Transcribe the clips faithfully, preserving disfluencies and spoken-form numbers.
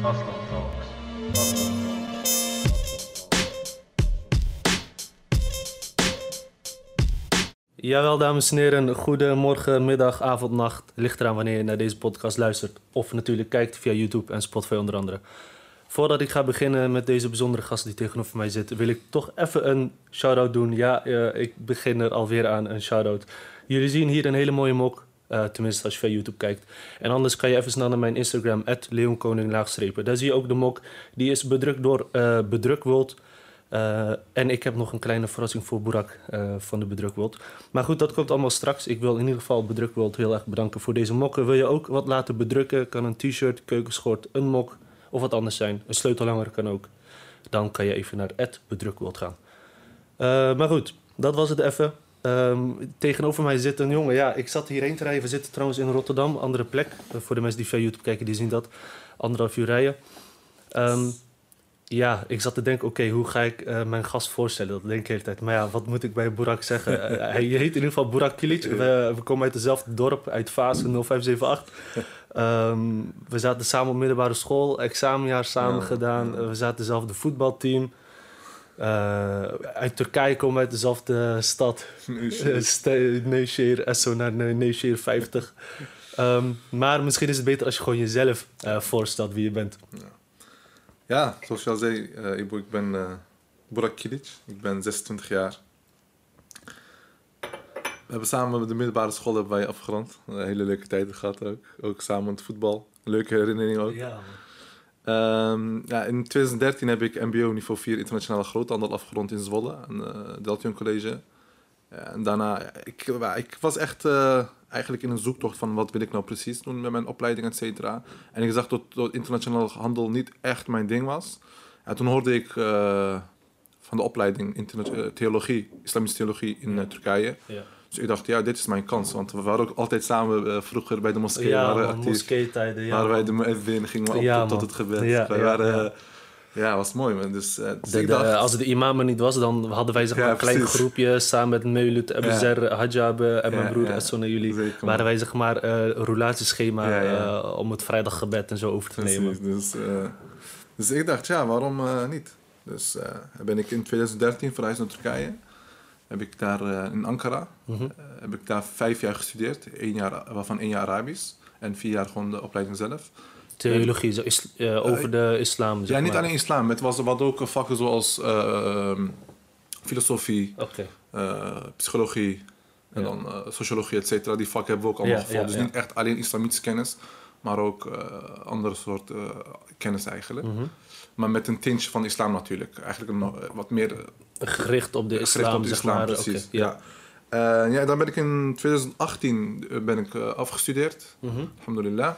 Aslan Talks. Aslan Talks. Jawel, dames en heren. Goedemorgen, middag, avond, nacht. Ligt eraan wanneer je naar deze podcast luistert. Of natuurlijk kijkt via YouTube en Spotify onder andere. Voordat ik ga beginnen met deze bijzondere gast die tegenover mij zit, wil ik toch even een shout-out doen. Ja, uh, ik begin er alweer aan, een shout-out. Jullie zien hier een hele mooie mok. Uh, tenminste, als je via YouTube kijkt. En anders kan je even snel naar mijn Instagram, at leonkoning laagstrepen. Daar zie je ook de mok. Die is bedrukt door uh, Bedrukworld. Uh, en ik heb nog een kleine verrassing voor Burak uh, van de Bedrukworld. Maar goed, dat komt allemaal straks. Ik wil in ieder geval Bedrukworld heel erg bedanken voor deze mokken. Wil je ook wat laten bedrukken? Kan een t-shirt, keukenschort, een mok of wat anders zijn. Een sleutelhanger kan ook. Dan kan je even naar at Bedrukworld gaan. Uh, maar goed, dat was het even. Um, tegenover mij zit een jongen. Ja, ik zat hierheen te rijden. We zitten trouwens in Rotterdam, andere plek. Uh, voor de mensen die via YouTube kijken, die zien dat. Anderhalf uur rijden. Um, ja, ik zat te denken, oké, okay, hoe ga ik uh, mijn gast voorstellen? Dat denk ik de hele tijd. Maar ja, wat moet ik bij Burak zeggen? Uh, hij heet in ieder geval Burak Kilic. We, we komen uit hetzelfde dorp, uit Vaassen, nul vijf zeven acht. Um, we zaten samen op middelbare school, examenjaar samen ja, gedaan. Ja. We zaten dezelfde voetbalteam. Uh, uit Turkije komen we uit dezelfde stad. Nevşehir, Esso naar Nevşehir vijftig. Um, maar misschien is het beter als je gewoon jezelf uh, voorstelt wie je bent. Ja. Ja, zoals je al zei, uh, Ibo, ik ben uh, Burak Kilic. Ik ben zesentwintig jaar. We hebben samen met de middelbare school hebben wij afgerond. Een hele leuke tijd gehad ook. Ook samen met voetbal. Leuke herinneringen ook. Ja, um, ja, in twintig dertien heb ik M B O niveau vier internationale groothandel afgerond in Zwolle. Aan uh, Deltion College. Ja, en daarna, ja, ik, ik was echt uh, eigenlijk in een zoektocht van wat wil ik nou precies doen met mijn opleiding, et cetera. En ik zag dat, dat internationale handel niet echt mijn ding was. En toen hoorde ik uh, van de opleiding interna- theologie, islamische theologie in uh, Turkije. Ja. Dus ik dacht, ja, dit is mijn kans. Want we waren ook altijd samen uh, vroeger bij de moskee. Ja, waren actief. Moskee-tijden. Ja, waar wij de muezzin gingen we op ja, tot, tot het gebed. Ja, wij ja, waren... Ja. Ja, was mooi, man. Dus, uh, dus de, ik dacht... de, als de imam er niet was, dan hadden wij zeg maar, ja, een klein precies. groepje samen met Meulut, Abuzer, ja. Hajjab en mijn ja, broer ja. Esson en jullie. Zeker, waren wij zeg maar uh, een roulatieschema ja, ja. Uh, om het vrijdaggebed en zo over te precies, nemen. Dus, uh, dus ik dacht, ja, waarom uh, niet? Dus uh, ben ik in twintig dertien verhuisd naar Turkije. Heb ik daar uh, in Ankara, mm-hmm. uh, heb ik daar vijf jaar gestudeerd. Één jaar, waarvan één jaar Arabisch en vier jaar gewoon de opleiding zelf. Theologie, zo is, uh, over de islam. Zeg ja, niet maar. alleen islam. Het was wat ook vakken zoals uh, um, filosofie, okay. uh, psychologie en ja. dan uh, sociologie, et cetera. Die vakken hebben we ook allemaal ja, gevolgd. Ja, dus ja. niet echt alleen islamitische kennis, maar ook uh, andere soort uh, kennis eigenlijk. Mm-hmm. Maar met een tintje van islam natuurlijk. Eigenlijk een, uh, wat meer... Uh, gericht op de islam, gericht op de zeg islam, maar. Precies, okay, ja. Ja. Uh, ja, dan ben ik in twintig achttien ben ik uh, afgestudeerd. Mm-hmm. Alhamdulillah.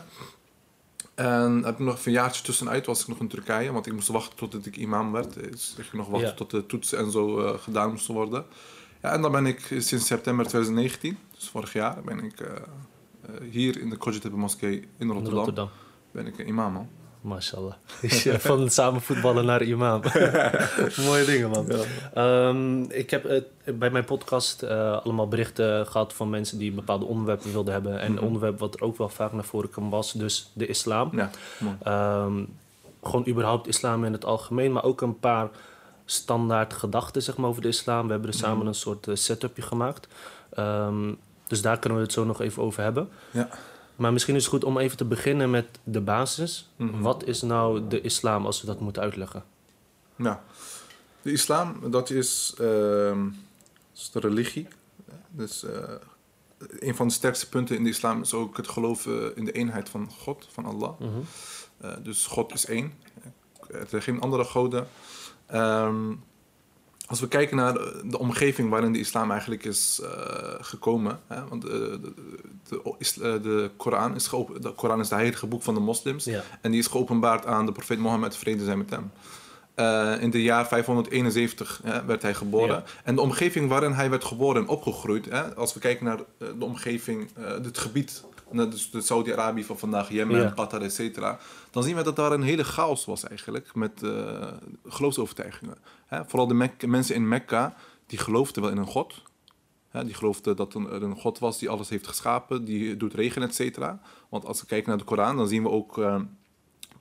En heb ik nog een jaartje tussenuit, was ik nog in Turkije, want ik moest wachten tot ik imam werd. Dus ik nog wachten ja. tot de toetsen en zo uh, gedaan moesten worden. Ja, en dan ben ik sinds september twintig negentien, dus vorig jaar, ben ik uh, uh, hier in de Kocatepe moskee in Rotterdam, in Rotterdam. Ben ik imam, man. Mashallah. Van samen voetballen naar imam. Mooie dingen, man. Ja. Um, ik heb uh, bij mijn podcast uh, allemaal berichten gehad van mensen die bepaalde onderwerpen wilden hebben. En mm-hmm. een onderwerp wat er ook wel vaak naar voren kwam was dus de islam. Ja, um, gewoon überhaupt islam in het algemeen, maar ook een paar standaard gedachten zeg maar, over de islam. We hebben er samen mm-hmm. een soort uh, setupje gemaakt. Um, dus daar kunnen we het zo nog even over hebben. Ja. Maar misschien is het goed om even te beginnen met de basis. Mm-hmm. Wat is nou de islam als we dat moeten uitleggen? Nou, de islam, dat is, uh, dat is de religie. Dus uh, een van de sterkste punten in de islam is ook het geloven in de eenheid van God, van Allah. Mm-hmm. Uh, dus God is één. Er zijn geen andere goden. Um, Als we kijken naar de, de omgeving waarin de islam eigenlijk is uh, gekomen. Hè, want uh, de, de, de, de, Koran is geopen, de Koran is het heilige boek van de moslims. Ja. En die is geopenbaard aan de profeet Mohammed, vrede zij met hem. Uh, in het jaar vijfhonderdeenenzeventig hè, werd hij geboren. Ja. En de omgeving waarin hij werd geboren en opgegroeid. Hè, als we kijken naar uh, de omgeving, uh, het gebied. Dus de Saudi-Arabië van vandaag, Jemen, ja. Qatar, et cetera. Dan zien we dat daar een hele chaos was eigenlijk met uh, geloofsovertuigingen. Hè? Vooral de Mek- mensen in Mekka, die geloofden wel in een God. Hè? Die geloofden dat er een God was die alles heeft geschapen, die doet regen, et cetera. Want als we kijken naar de Koran, dan zien we ook uh,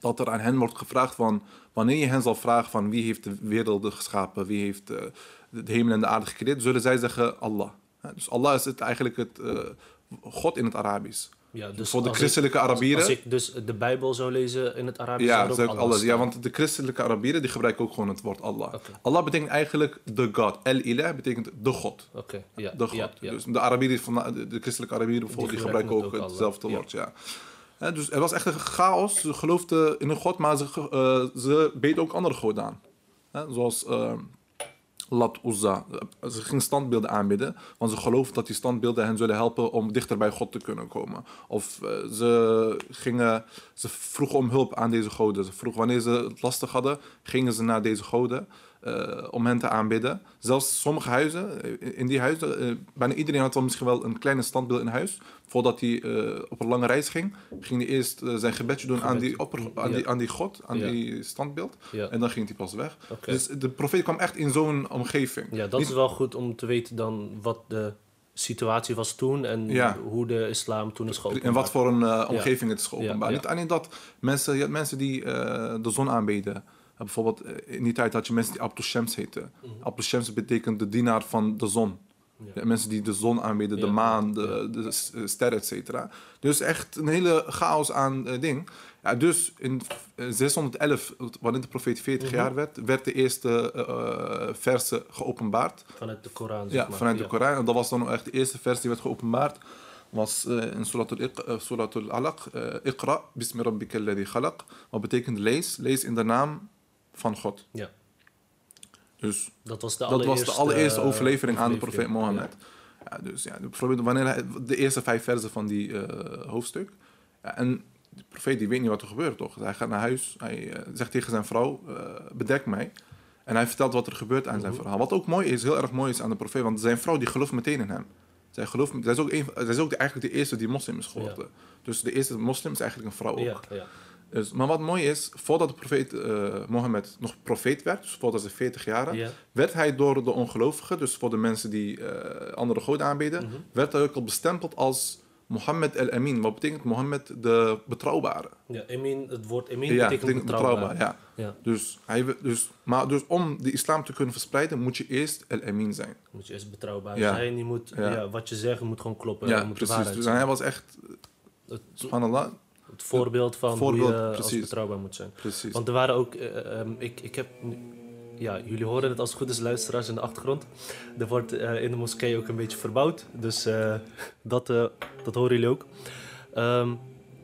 dat er aan hen wordt gevraagd van... wanneer je hen zal vragen van wie heeft de werelden geschapen... wie heeft uh, de hemel en de aarde gecreëerd... zullen zij zeggen Allah. Ja, dus Allah is het eigenlijk het uh, God in het Arabisch. Ja, dus voor de als christelijke ik, als, Arabieren... Als ik dus de Bijbel zou lezen in het Arabisch... Ja, zou er ook zeg Allah alles. staan. Ja, want de christelijke Arabieren die gebruiken ook gewoon het woord Allah. Okay. Allah betekent eigenlijk de God. El-Ilah betekent de God. Oké, okay. ja. De God. Ja, ja. Dus de Arabieren, van de, de christelijke Arabieren bijvoorbeeld, die, die gebruiken ook, ook hetzelfde woord. Ja. Ja, dus er was echt een chaos. Ze geloofden in een God, maar ze, uh, ze beten ook andere goden aan. Ja, zoals uh, Lat Uzza. Ze gingen standbeelden aanbidden, want ze geloofden dat die standbeelden hen zullen helpen om dichter bij God te kunnen komen. Of uh, ze, gingen, ze vroegen om hulp aan deze goden. Ze vroegen wanneer ze het lastig hadden, gingen ze naar deze goden. Uh, om hen te aanbidden. Zelfs sommige huizen, in die huizen, uh, bijna iedereen had wel misschien wel een kleine standbeeld in huis. Voordat hij uh, op een lange reis ging, ging hij eerst uh, zijn gebedje doen aan die, opper, aan, ja. die, aan die god, aan ja. die standbeeld. Ja. En dan ging hij pas weg. Okay. Dus de profeet kwam echt in zo'n omgeving. Ja, dat Niet... is wel goed om te weten dan wat de situatie was toen en ja. hoe de islam toen is geopenbaard. En wat voor een uh, omgeving ja. het is geopenbaard. Ja. Ja. Niet alleen dat, mensen, je had mensen die uh, de zon aanbeden. Uh, bijvoorbeeld in die tijd had je mensen die Abdul Shams heten. Mm-hmm. Abdul Shams betekent de dienaar van de zon. Ja. Ja, mensen die de zon aanbidden, de ja. maan, de, de, de sterren, et cetera. Dus echt een hele chaos aan uh, ding. Ja, dus in uh, zeshonderdelf, wanneer de profeet veertig mm-hmm. jaar werd, werd de eerste uh, verse geopenbaard. Vanuit de Koran, zeg Ja, maar. vanuit de ja. Koran. En dat was dan echt de eerste vers die werd geopenbaard. Was uh, in Surat al-Alaq. Uh, Iqra, bismi rabbika alladhi khalaq. Wat betekent lees? Lees in de naam van God. Ja. Dus dat was de dat allereerste, was de allereerste overlevering, overlevering aan de profeet ja. Mohammed. Ja, dus ja, de, profeet, wanneer hij, de eerste vijf versen van die uh, hoofdstuk. Ja, en de profeet die weet niet wat er gebeurt, toch? Hij gaat naar huis, hij uh, zegt tegen zijn vrouw, uh, bedek mij. En hij vertelt wat er gebeurt aan mm-hmm. zijn verhaal. Wat ook mooi is, heel erg mooi is aan de profeet, want zijn vrouw die gelooft meteen in hem. Zij, gelooft, zij is ook, een, zij is ook de, eigenlijk de eerste die moslim is geworden. Ja. Dus de eerste moslim is eigenlijk een vrouw ook. Ja, ja. Dus, maar wat mooi is, voordat de profeet uh, Mohammed nog profeet werd, dus voordat ze veertig jaren, ja. werd hij door de ongelovigen, dus voor de mensen die uh, andere goden aanbeden, mm-hmm. werd hij ook al bestempeld als Mohammed el-Amin. Wat betekent Mohammed de betrouwbare? Ja, Amin, het woord Amin ja, betekent betrouwbaar. betrouwbaar ja. Ja. Dus, hij, dus, maar dus om de islam te kunnen verspreiden, moet je eerst el-Amin zijn. Moet je eerst betrouwbaar ja. zijn. Je moet, ja. Ja, wat je zegt moet gewoon kloppen. Ja, moet precies. Dus hij was echt, subhanallah, het voorbeeld van voorbeeld, hoe je precies. als betrouwbaar moet zijn. Precies. Want er waren ook... Uh, um, ik, ik heb... Ja, jullie horen het als het goed is, luisteraars in de achtergrond. Er wordt uh, in de moskee ook een beetje verbouwd. Dus uh, dat, uh, dat horen jullie ook. Um,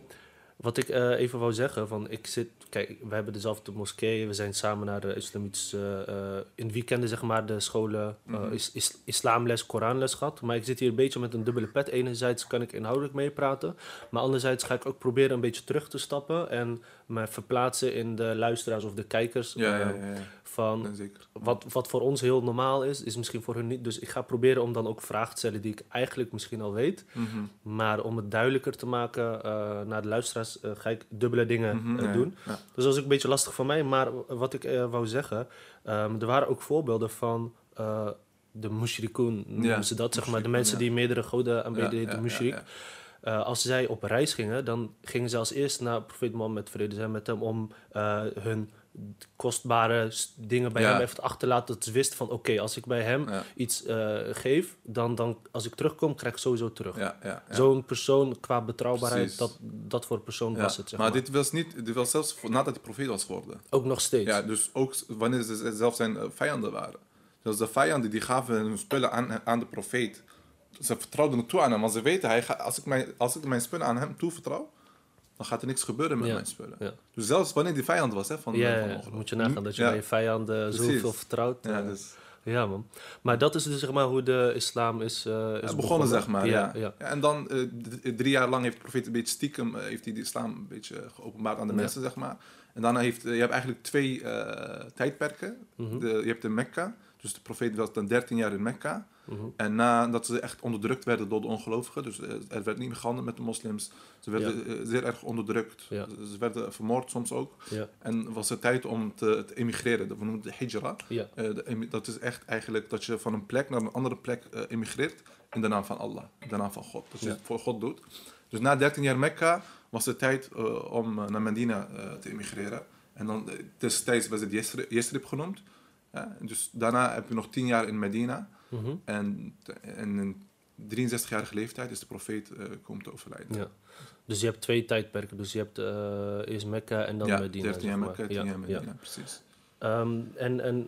wat ik uh, even wou zeggen, van ik zit... Kijk, we hebben dezelfde moskee. We zijn samen naar de islamitische... Uh, in weekenden, zeg maar, de scholen... Uh, mm-hmm. is, is, islamles, Koranles gehad. Maar ik zit hier een beetje met een dubbele pet. Enerzijds kan ik inhoudelijk meepraten. Maar anderzijds ga ik ook proberen een beetje terug te stappen. En me verplaatsen in de luisteraars of de kijkers. Ja, uh, ja, ja, ja. Van zeker. Wat, wat voor ons heel normaal is, is misschien voor hun niet. Dus ik ga proberen om dan ook vragen te stellen die ik eigenlijk misschien al weet. Mm-hmm. Maar om het duidelijker te maken uh, naar de luisteraars, uh, ga ik dubbele dingen mm-hmm, uh, ja, doen. Ja. Dus dat is ook een beetje lastig voor mij. Maar wat ik uh, wou zeggen, um, er waren ook voorbeelden van uh, de mushrikoon, noemen ja, ze dat, zeg maar. De mensen ja. die meerdere goden aanbeden, ja, de ja, mushrik. ja, ja. Uh, als zij op reis gingen, dan gingen ze als eerst naar profeet Mohammed, vrede zijn met hem, om uh, hun kostbare dingen bij ja. hem even achter te laten. Dat ze wisten van, oké, okay, als ik bij hem ja. iets uh, geef, dan, dan als ik terugkom, krijg ik sowieso terug. Ja, ja, ja. Zo'n persoon, qua betrouwbaarheid, dat, dat voor persoon ja. was het, zeg maar. maar. dit was niet, dit was zelfs nadat hij profeet was geworden. Ook nog steeds? Ja, dus ook wanneer ze zelf zijn vijanden waren. Dus de vijanden die gaven hun spullen aan, aan de profeet. Ze vertrouwden het toe aan hem, want ze weten, hij gaat, als, ik mijn, als ik mijn spullen aan hem toevertrouw, dan gaat er niks gebeuren met ja. mijn spullen. Ja. Dus zelfs wanneer die vijand was, hè, van, ja, van ja, moet je nagaan dat je ja. bij je vijanden zoveel vertrouwt. Ja, dus. ja, man. Maar dat is dus zeg maar hoe de islam is, uh, is ja, begonnen, begonnen, zeg maar. Ja, ja. ja. Ja, en dan uh, d- drie jaar lang heeft de profeet een beetje stiekem, uh, heeft hij de islam een beetje geopenbaard aan de ja. mensen, zeg maar. En daarna heeft, uh, je hebt eigenlijk twee uh, tijdperken. Mm-hmm. De, je hebt de Mekka, dus de profeet was dan dertien jaar in Mekka. Mm-hmm. En nadat ze echt onderdrukt werden door de ongelovigen, dus er werd niet meer gehandeld met de moslims, ze werden ja. zeer erg onderdrukt, ja. ze werden vermoord soms ook. Ja. En was het tijd om te, te emigreren, we noemen het de hijra. Ja. Uh, de, dat is echt eigenlijk dat je van een plek naar een andere plek uh, emigreert in de naam van Allah, in de naam van God. Dat je ja. het voor God doet. Dus na dertien jaar Mekka was het tijd uh, om uh, naar Medina uh, te emigreren. En dan uh, destijds was het Yesrib, Yesrib genoemd. Ja? Dus daarna heb je nog tien jaar in Medina. Mm-hmm. En, en in drieënzestigjarige leeftijd is de profeet uh, komen te overlijden. Ja. Dus je hebt twee tijdperken. Dus je hebt uh, eerst Mekka en dan ja, Medina. dertien jaar Mekka, tien ja, jaar Medina, ja. precies. Um, en, en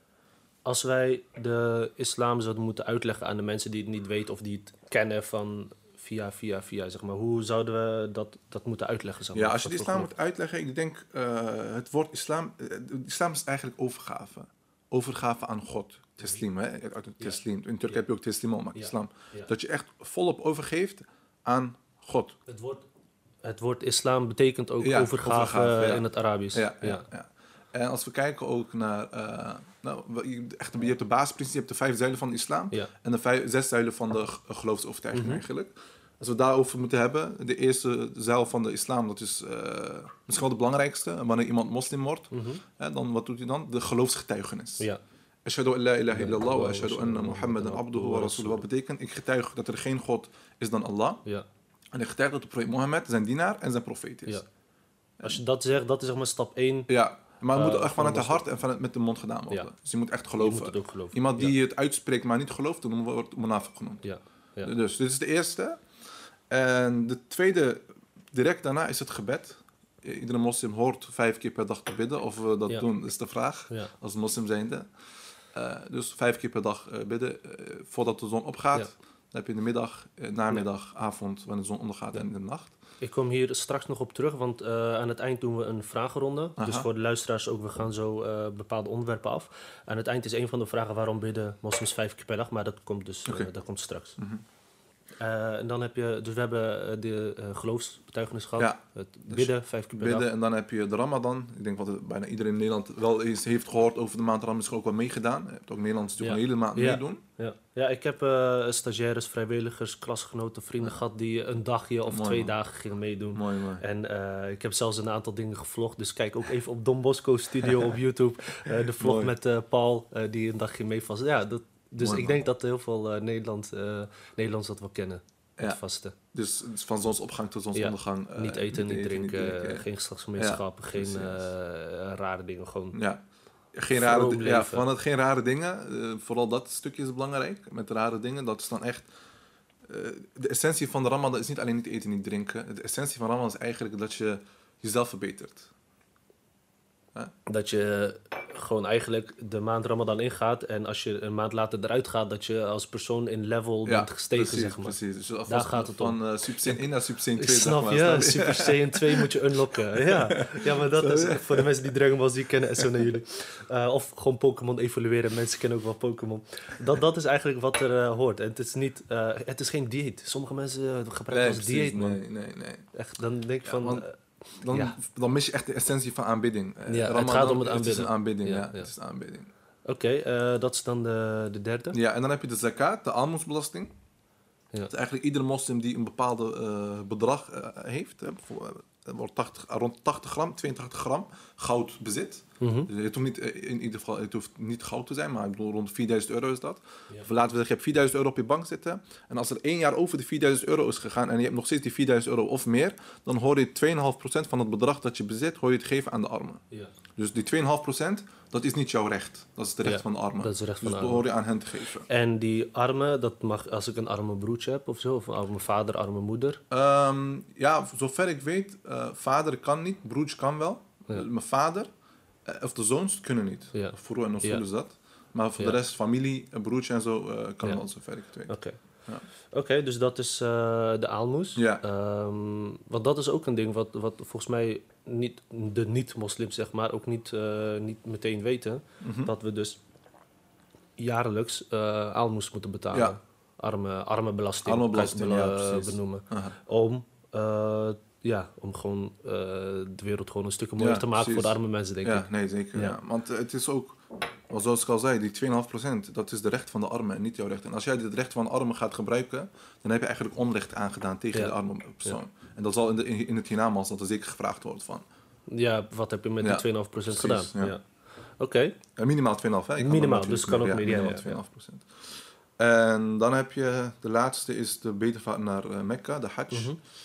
als wij de islam zouden moeten uitleggen aan de mensen die het niet weten of die het kennen van via, via, via, zeg maar. Hoe zouden we dat, dat moeten uitleggen? Zeg maar? Ja, als je Wat de voor islam geloof? moet uitleggen, ik denk uh, het woord islam, uh, de islam is eigenlijk overgave. Overgave aan God. Teslim, hè? Uit het teslim. In Turkije Ja. heb je ook teslim, maar Ja. islam. Ja. Dat je echt volop overgeeft aan God. Het woord, het woord islam betekent ook Ja, overgave, overgave, ja. in het Arabisch. Ja, ja, ja. En als we kijken ook naar, uh, nou, je, echt, je hebt de basisprincipe, je hebt de vijf zuilen van de islam Ja. en de vijf, zes zuilen van de g- geloofsovertuiging Mhm. eigenlijk. Als we daarover moeten hebben, de eerste zuil van de islam, dat is uh, misschien wel de belangrijkste. Wanneer iemand moslim wordt, Mhm. hè, dan wat doet hij dan? De geloofsgetuigenis. Ja. Ashhadu an la ilaha Ja, illallah wa wa ashhadu anna Muhammadan abduhu wa rasuluhu. Wat betekent? Ik getuig dat er geen God is dan Allah. Ja. En ik getuig dat de profeet Mohammed zijn dienaar en zijn profeet is. Ja. Als je dat zegt, dat is zeg maar stap één. Ja, maar het Uh, moet echt van vanuit de het hart en vanuit met de mond gedaan worden. Ja. Dus je moet echt Je geloven. moet het ook geloven. Iemand die Ja. het uitspreekt maar niet gelooft, dan wordt munafik genoemd. Ja. Ja. Dus dit is de eerste. En de tweede, direct daarna is het gebed. Iedere moslim hoort vijf keer per dag te bidden. Of we dat Ja. doen, is de vraag. Ja. Als moslim zijnde. Uh, dus vijf keer per dag uh, bidden uh, voordat de zon opgaat. Ja. Dan heb je in de middag, uh, namiddag, avond, wanneer de zon ondergaat Ja. en in de nacht. Ik kom hier straks nog op terug, want uh, aan het eind doen we een vragenronde. Aha. Dus voor de luisteraars ook, we gaan zo uh, bepaalde onderwerpen af. Aan het eind is een van de vragen waarom bidden moslims vijf keer per dag, maar dat komt dus uh, Oké. dat komt straks. Mm-hmm. Uh, en dan heb je, dus we hebben uh, de uh, geloofsbetuigenis gehad, Ja. het Dus bidden vijf keer per Bidden dag. en dan heb je de Ramadan. Ik denk wat bijna iedereen in Nederland wel eens heeft gehoord over de maand Ramadan, misschien ook wel meegedaan. Je hebt ook Nederlanders die Ja. een hele maand Ja. meedoen. Ja, ja ik heb uh, stagiaires, vrijwilligers, klasgenoten, vrienden gehad die een dagje of Mooi, twee man. dagen gingen meedoen. Mooi, mooi. En uh, ik heb zelfs een aantal dingen gevlogd. Dus kijk ook even op Don Bosco Studio op YouTube. Uh, de vlog Mooi. met uh, Paul, uh, die een dagje mee vast. Ja, dat, dus Mooi, ik man. denk dat heel veel uh, Nederland, uh, Nederlanders dat wel kennen. Het Ja. vasten. Dus, dus van zonsopgang tot zonsondergang. uh, niet eten, niet drinken, niet drinken. geen geslachtsgemeenschappen, Ja, geen precies. uh, rare dingen. Gewoon. Ja. Geen Vroom rare, di- ja, leven. van het geen rare dingen. Uh, vooral dat stukje is belangrijk. Met rare dingen. Dat is dan echt... uh, de essentie van de Ramadan is niet alleen niet eten, niet drinken. De essentie van Ramadan is eigenlijk dat je jezelf verbetert. Dat je gewoon eigenlijk de maand Ramadan ingaat. En als je een maand later eruit gaat, dat je als persoon in level bent gestegen, precies, zeg maar. precies. Dus alvast Daar gaat het van om. uh, Super Saiyan één naar Super Saiyan Ik twee. snap zeg je, maar, Super Saiyan twee moet je unlocken. Ja, ja maar dat is voor de mensen die Dragon Ball Z kennen en zo naar jullie. Uh, of gewoon Pokémon evolueren. Mensen kennen ook wel Pokémon. Dat, dat is eigenlijk wat er uh, hoort. En het is, niet, uh, het is geen dieet. Sommige mensen uh, gebruiken Nee, het als precies, dieet, man. nee, nee, nee. Echt, dan denk ik Ja, van... want- uh, Dan, Ja. dan mis je echt de essentie van aanbidding. Eh, Ja, het Ramadan, gaat om het Het is aanbidden. een aanbidding, ja. Ja, ja. Het is aanbidding. Oké, okay, uh, dat is dan de, de derde. Ja, en dan heb je de zakat, de aalmoesbelasting. Ja. Dat is eigenlijk iedere moslim die een bepaald uh, bedrag uh, heeft. Hè, voor, uh, wordt tachtig, rond tachtig gram, tweeëntachtig gram goud bezit. Mm-hmm. Dus het hoeft niet, uh, in ieder geval, het hoeft niet goud te zijn, maar ik bedoel, rond vierduizend euro is dat. Ja. Of laten we zeggen, je hebt vierduizend euro op je bank zitten. En als er één jaar over de vierduizend euro is gegaan en je hebt nog steeds die vierduizend euro of meer, dan hoor je twee komma vijf procent van het bedrag dat je bezit, hoor je het geven aan de armen. Ja. Dus die twee komma vijf procent, dat is niet jouw recht. Dat is het recht Ja, van de armen. dat is het recht dus van de dat armen. hoor je aan hen te geven. En die armen, dat mag als ik een arme broertje heb of zo, of een arme vader, arme moeder. Um, ja, zover ik weet, uh, vader kan niet, broertje kan wel. Ja. Uh, mijn vader, uh, of de zoons, kunnen niet. Ja. Vroeger en Nosul Ja. is dat. Maar voor Ja. de rest, familie, een broertje en zo, uh, kan Ja. wel, zover ik het weet. Oké. Okay. Ja. Oké, okay, dus dat is uh, de aalmoes. Ja. Um, want dat is ook een ding wat, wat volgens mij niet, de niet-moslims, zeg maar, ook niet, uh, niet meteen weten. Mhm. Dat we dus jaarlijks uh, aalmoes moeten betalen. Ja. Arme, arme belasting, Armenbelasting, kan je het ja, wel, uh, precies. benoemen. Aha. Om, uh, ja, om gewoon uh, de wereld gewoon een stukje mooier Ja, te maken precies. voor de arme mensen, denk Ja, ik. nee, zeker. Ja. Ja. Want uh, het is ook, wel zoals ik al zei, die twee komma vijf procent, dat is de recht van de armen en niet jouw recht. En als jij dit recht van de armen gaat gebruiken, dan heb je eigenlijk onrecht aangedaan tegen Ja. de arme persoon. En dat zal in, de, in, in het hiernamaals dat er zeker gevraagd wordt van. Ja, wat heb je met Ja, die twee komma vijf procent precies, gedaan? ja. Ja. Oké, okay. Uh, minimaal twee komma vijf, hè? Je kan Minimaal, dan dus natuurlijk kan ook meer, ja, minimaal ja, twee komma vijf procent. En dan heb je, de laatste is de bedevaart naar uh, Mekka, de Hajj. Mm-hmm.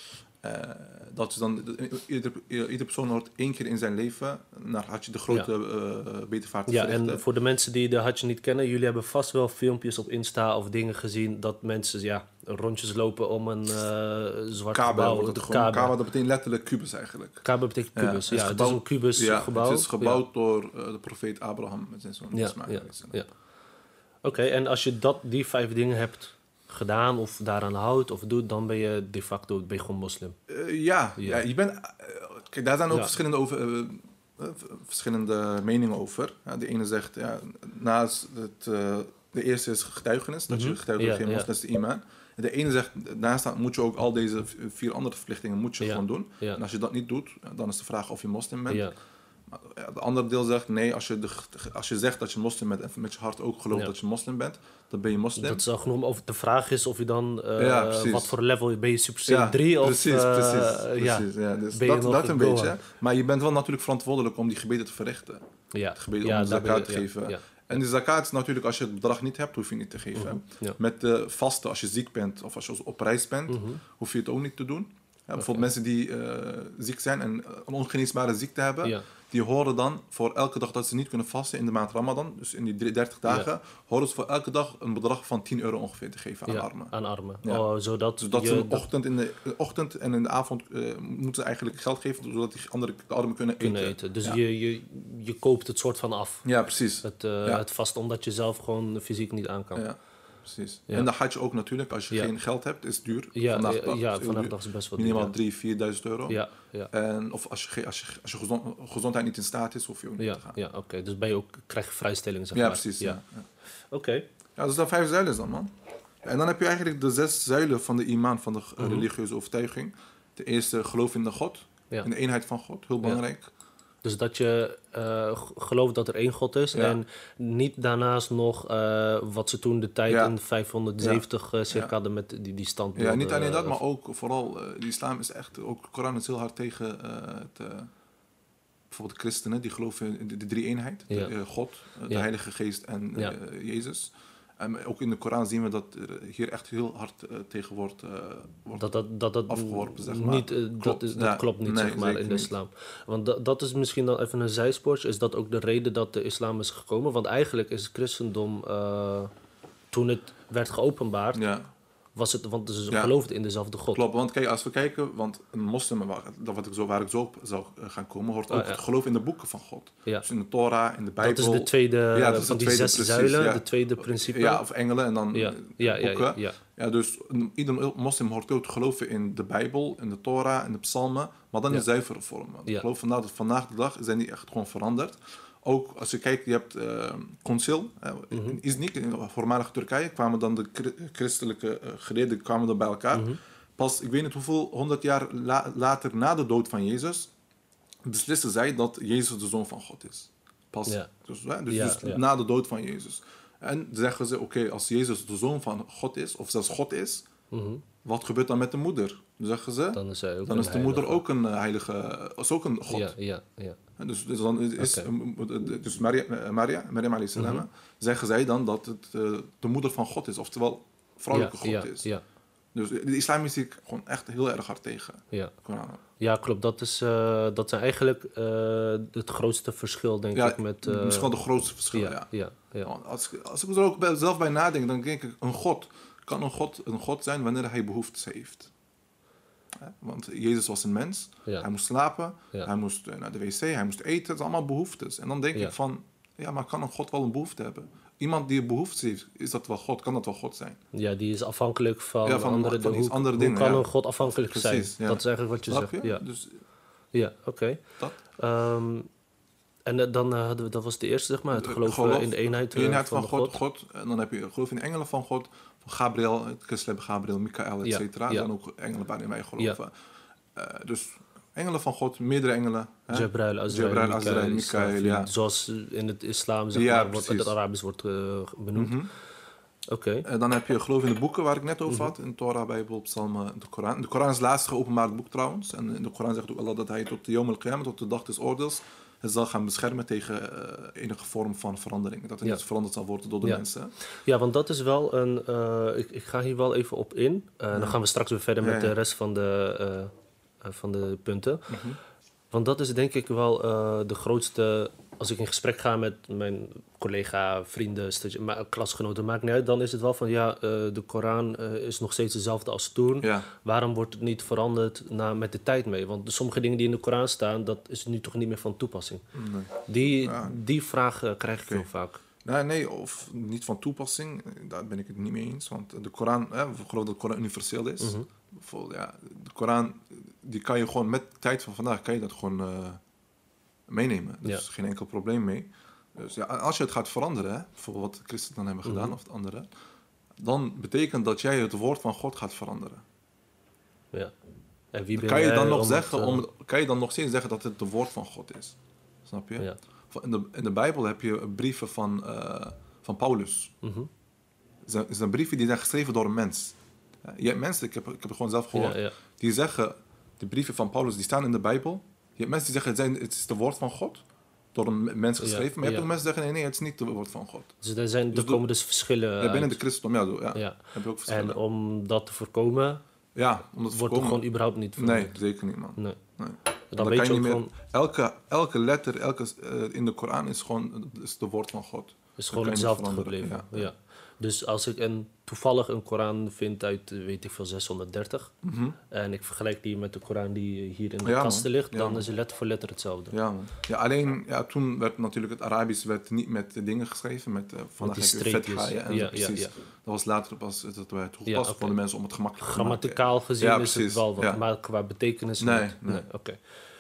Uh, dat is dan, ieder, ieder persoon hoort één keer in zijn leven naar Hadj, de grote ja. uh, bedevaart te ja, verrichten. En voor de mensen die de Hadj niet kennen, jullie hebben vast wel filmpjes op Insta of dingen gezien dat mensen ja, rondjes lopen om een uh, zwart Kaaba gebouw. Wordt het de gewoon, Kaaba. Kaaba, dat betekent letterlijk kubus eigenlijk. Kaaba betekent kubus, ja. ja, het, het is een kubus ja, gebouw. Het is gebouwd ja. door uh, de profeet Abraham met zijn zoon ja, Ismaël. Ja, ja. Oké, okay, en als je dat, die vijf dingen hebt gedaan of daaraan houdt of doet, dan ben je de facto ben je gewoon moslim. Uh, ja, ja. ja, je bent... Uh, kijk, daar zijn ook ja. verschillende, over, uh, uh, verschillende meningen over. Ja, de ene zegt, ja, naast het... Uh, de eerste is getuigenis, dat mm-hmm. je getuigt door ja, geen moslim, dat is de iman. En de ene zegt, daarnaast moet je ook al deze vier andere verplichtingen moet je ja. gewoon doen. Ja. En als je dat niet doet, dan is de vraag of je moslim bent. Ja. Maar ja, de andere deel zegt, nee, als je, de, als je zegt dat je moslim bent en met je hart ook gelooft ja. dat je moslim bent, dan ben je moslim. Dat is al genoeg over de vraag is of je dan, uh, ja, wat voor level, ben je super saiyan drie ja, of... Precies, uh, precies, precies. Ja. Ja, dus dat, dat een beetje. Hè? Maar je bent wel natuurlijk verantwoordelijk om die gebeden te verrichten. Ja. Het gebeden ja, om de zakat te ja, geven. Ja. En de zakat is natuurlijk, als je het bedrag niet hebt, hoef je niet te geven. Mm-hmm. Ja. Met de vasten, als je ziek bent of als je op reis bent, mm-hmm. hoef je het ook niet te doen. Ja, bijvoorbeeld okay. mensen die uh, ziek zijn en een ongeneesbare ziekte hebben, ja. die horen dan voor elke dag dat ze niet kunnen vasten in de maand Ramadan, dus in die dertig dagen, ja. horen ze voor elke dag een bedrag van tien euro ongeveer te geven aan ja, armen. Aan armen. Ja. Oh, zodat dus dat je, ze in de ochtend, in de, de ochtend en in de avond uh, moeten ze eigenlijk geld geven, zodat die andere de armen kunnen, kunnen eten. eten. Dus ja. je, je, je koopt het soort van af. Ja, precies. Het, uh, ja. het vast omdat je zelf gewoon fysiek niet aan kan. Ja. Precies. Ja. En de Hadj ook natuurlijk. Als je ja. geen geld hebt, is het duur. Ja, vandaag ja, dag, ja, vandaag duur. dag is best wel duur. Minimaal drie, vierduizend euro. Ja, ja. En of als je, als je, als je gezond, gezondheid niet in staat is, hoef je ook niet ja, te gaan. Ja, oké. Okay. Dus ben je ook, krijg je vrijstelling, zeg ja, maar. Precies, ja, precies. Ja. ja. Oké. Okay. Ja, dus dat vijf zuilen dan, man. En dan heb je eigenlijk de zes zuilen van de iman, van de uh, mm-hmm. religieuze overtuiging. De eerste, geloof in de God. Ja. In de eenheid van God. Heel belangrijk. Ja. Dus dat je uh, gelooft dat er één God is. Ja. En niet daarnaast nog uh, wat ze toen de tijd ja. in vijfhonderdzeventig ja. uh, circa ja. hadden met die, die standbeelden. Ja, niet alleen dat, maar ook vooral uh, de islam is echt... Ook de Koran is heel hard tegen uh, het... Uh, bijvoorbeeld de christenen, die geloven in de, de drie-eenheid. Ja. De, uh, God, uh, de ja. Heilige Geest en uh, ja. Jezus. En ook in de Koran zien we dat er hier echt heel hard uh, tegen wordt, uh, wordt dat, dat, dat, dat afgeworpen, zeg maar. Niet, uh, klopt. Dat, is, dat ja, klopt niet, nee, zeg maar, in de islam. Want dat, dat is misschien dan even een zijspoortje. Is dat ook de reden dat de islam is gekomen? Want eigenlijk is het christendom, uh, toen het werd geopenbaard... Ja. Was het, want ze ja. geloofden in dezelfde God. Klopt, want kijk, als we kijken, want een moslim, waar, wat ik zo, waar ik zo op zou gaan komen, hoort ook oh, ja. het geloof in de boeken van God. Ja. Dus in de Torah, in de Bijbel. Dat is de tweede ja, dat is van de die tweede, zes precies, zuilen, ja. de tweede principe. Ja, of engelen en dan ja. Ja, boeken. Ja, ja, ja. ja, dus ieder moslim hoort ook te geloven in de Bijbel, in de Torah, in de psalmen, maar dan in ja. zuivere vorm. Ja. Ik geloof vandaag dat vandaag de dag zijn die echt gewoon veranderd. Ook als je kijkt, je hebt uh, Concil, uh, mm-hmm. in Iznik, in voormalige Turkije, kwamen dan de christelijke uh, geleerden kwamen dan bij elkaar. Mm-hmm. Pas, ik weet niet hoeveel, honderd jaar la- later na de dood van Jezus, beslissen zij dat Jezus de Zoon van God is. Pas, ja. dus, uh, dus, ja, dus ja. na de dood van Jezus. En zeggen ze, oké, okay, als Jezus de Zoon van God is, of zelfs God is, mm-hmm. wat gebeurt dan met de moeder? Dan zeggen ze, dan is, ook dan is de heilige. moeder ook een heilige, is ook een God. Ja, ja, ja. Dus, dus dan is, okay. dus Maria, Maria, Maria alayhi salam, mm-hmm. zeggen zij dan dat het uh, de moeder van God is, oftewel vrouwelijke ja, God ja, is. Ja. Dus de islam is hier gewoon echt heel erg hard tegen. Ja, ja klopt. Dat, is, uh, dat zijn eigenlijk uh, het grootste verschil, denk ja, ik. Met, uh, misschien wel de grootste verschil, ja. ja. ja, ja. Als, als ik er ook bij, zelf bij nadenk, dan denk ik, een God kan een God, een God zijn wanneer hij behoeftes heeft. Want Jezus was een mens, ja. hij moest slapen, ja. hij moest naar de wc, hij moest eten, dat zijn allemaal behoeftes. En dan denk ja. ik van, ja, maar kan een God wel een behoefte hebben? Iemand die een behoefte heeft, is dat wel God? Kan dat wel God zijn? Ja, die is afhankelijk van, ja, van andere, van de, hoe, andere hoe dingen. kan ja. een God afhankelijk Precies, zijn? Ja. Dat is eigenlijk wat je Snap zegt. Je? Ja, dus, ja oké. Okay. Um, en uh, dan uh, hadden we, dat was de eerste, zeg maar, het geloof, geloof in de eenheid, uh, eenheid van, van, van God. God. God. En dan heb je geloof in de engelen van God, van Gabriel, het christen Gabriel, Michael, et cetera. Ja. Er zijn ook engelen waarin wij geloven. Ja. Uh, dus engelen van God, meerdere engelen. Jabrail, Azrael, Mikael, Mikael, ja. Zoals in het islam, zeg ja, maar, wordt, in het Arabisch wordt uh, benoemd. Mm-hmm. Oké. Okay. En dan heb je geloof in de boeken waar ik net over had, in de Torah, Bijbel, Psalmen, de Koran. De Koran is het laatste geopenbaard boek trouwens. En in de Koran zegt ook Allah dat hij tot de Yom al-Qiyamah, tot de dag des oordeels, het zal gaan beschermen tegen uh, enige vorm van verandering. Dat er ja. niet veranderd zal worden door de ja. mensen. Ja, want dat is wel een... Uh, ik, ik ga hier wel even op in. Uh, ja. Dan gaan we straks weer verder met ja, ja. de rest van de, uh, uh, van de punten. Mhm. Want dat is denk ik wel uh, de grootste... Als ik in gesprek ga met mijn collega, vrienden, studi- ma- klasgenoten, maakt niet uit. Dan is het wel van, ja, uh, de Koran uh, is nog steeds dezelfde als toen. Ja. Waarom wordt het niet veranderd na, met de tijd mee? Want de, sommige dingen die in de Koran staan, dat is nu toch niet meer van toepassing. Nee. Die, Ja. die vraag uh, krijg ik Oké. heel vaak. Nee, nee, of niet van toepassing, daar ben ik het niet mee eens. Want de Koran, hè, we geloven dat de Koran universeel is. Mhm. Bijvoorbeeld, ja, de Koran, die kan je gewoon met de tijd van vandaag, kan je dat gewoon uh, meenemen. Dus Ja. geen enkel probleem mee. Dus ja, als je het gaat veranderen, hè, bijvoorbeeld wat de christenen dan hebben gedaan, Mhm. of de anderen, dan betekent dat jij het woord van God gaat veranderen. Ja. En wie ben Kan je jij dan nog om zeggen, het, uh, om, kan je dan nog steeds zeggen dat het het woord van God is? Snap je? Ja. In de, in de Bijbel heb je brieven van, uh, van Paulus. Mhm. Het zijn, het zijn brieven die zijn geschreven door een mens. Ja, je hebt mensen, ik heb, ik heb het gewoon zelf gehoord, Ja, ja. die zeggen, de brieven van Paulus die staan in de Bijbel. Je hebt mensen die zeggen, het, zijn, het is het woord van God, door een mens geschreven. Ja, Maar je hebt ja. ook mensen die zeggen, nee, nee, het is niet het woord van God. Dus er, zijn, Dus er de- komen dus verschillen Ja, binnen uit. de christendom, ja, zo, ja, Ja. heb je ook verschillen. En om dat te voorkomen, ja, om dat te wordt het voorkomen. gewoon überhaupt niet Nee, veranderd. zeker niet, man. Nee. Nee. Dan, Dan weet kan je je ook niet meer, gewoon, elke, elke letter elke, uh, in de Koran is gewoon is het woord van God. is Dan gewoon kan je niet hetzelfde veranderen. gebleven. Ja. Ja. Dus als ik een, toevallig een Koran vind uit, eh, weet ik veel, zeshonderddertig... Mhm. en ik vergelijk die met de Koran die hier in de Ja, kasten man. ligt, Ja, dan man. is het letter voor letter hetzelfde. Ja, man. Ja, alleen ja, toen werd natuurlijk het Arabisch werd niet met de dingen geschreven, met uh, vandaag die heb je streepjes. Fetha, ja, en Ja, zo, ja, precies. ja. Dat was later pas dat werd toegepast Ja, oké. voor de mensen om het gemakkelijk te maken. Grammaticaal gezien Ja, is het precies. wel wat, Ja. maar qua betekenis Nee, niet. nee. Oké,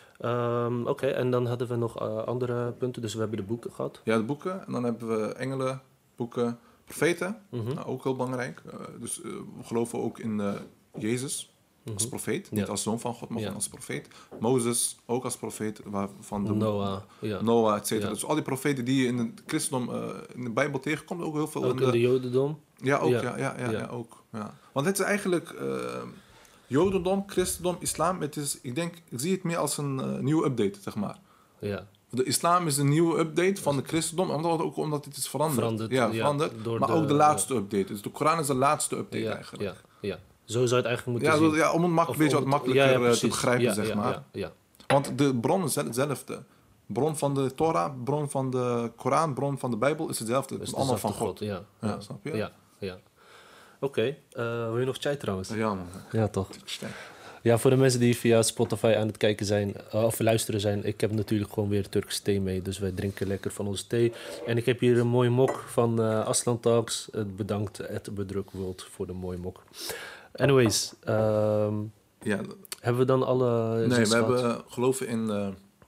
Ehm, oké, en dan hadden we nog uh, andere punten. Dus we hebben de boeken gehad. Ja, de boeken. En dan hebben we engelen, boeken, profeten. Mhm. Nou, ook heel belangrijk. Uh, dus uh, we geloven ook in uh, Jezus als Mhm. profeet. Ja. Niet als zoon van God, maar Ja. gewoon als profeet. Mozes ook als profeet. Waarvan de Noah, ja. Noah, et cetera. Ja. Dus al die profeten die je in het christendom, uh, in de Bijbel tegenkomt, ook heel veel Ook in de Jodendom. Ja, ook. Ja. Ja, ja, ja, Ja. ja, ook. Ja. Want het is eigenlijk uh, Jodendom, christendom, islam. Het is, ik denk, ik zie het meer als een uh, nieuwe update, zeg maar. Ja. De islam is een nieuwe update van de christendom, omdat, ook omdat het is veranderd. Veranderd, ja, ja, veranderd. door maar de- ook de laatste update. Dus de Koran is de laatste update Ja, eigenlijk. ja, ja. Zo zou je het eigenlijk moeten Ja, zien. zo- ja, om het mak- Of beetje om wat het- makkelijker ja, ja, eh, te precies. begrijpen, Ja, zeg ja, maar. Ja, ja. Want de bron is hetzelfde. Bron van de Torah, bron van de Koran, bron van de Bijbel is hetzelfde. Het Dus is allemaal van dezelfde God. Ja, Ja, snap je? Ja, ja. Oké, eh, wil je nog chai trouwens? Ja, man. Ja, toch? Sterk. Ja, voor de mensen die via Spotify aan het kijken zijn, uh, of luisteren zijn, ik heb natuurlijk gewoon weer Turkse thee mee, dus wij drinken lekker van onze thee. En ik heb hier een mooie mok van uh, Aslan Talks. Uh, bedankt het Bedruk World voor de mooie mok. Anyways, ehm, Ja, hebben we dan alle nee, zes we gehad? hebben uh, geloven in, uh,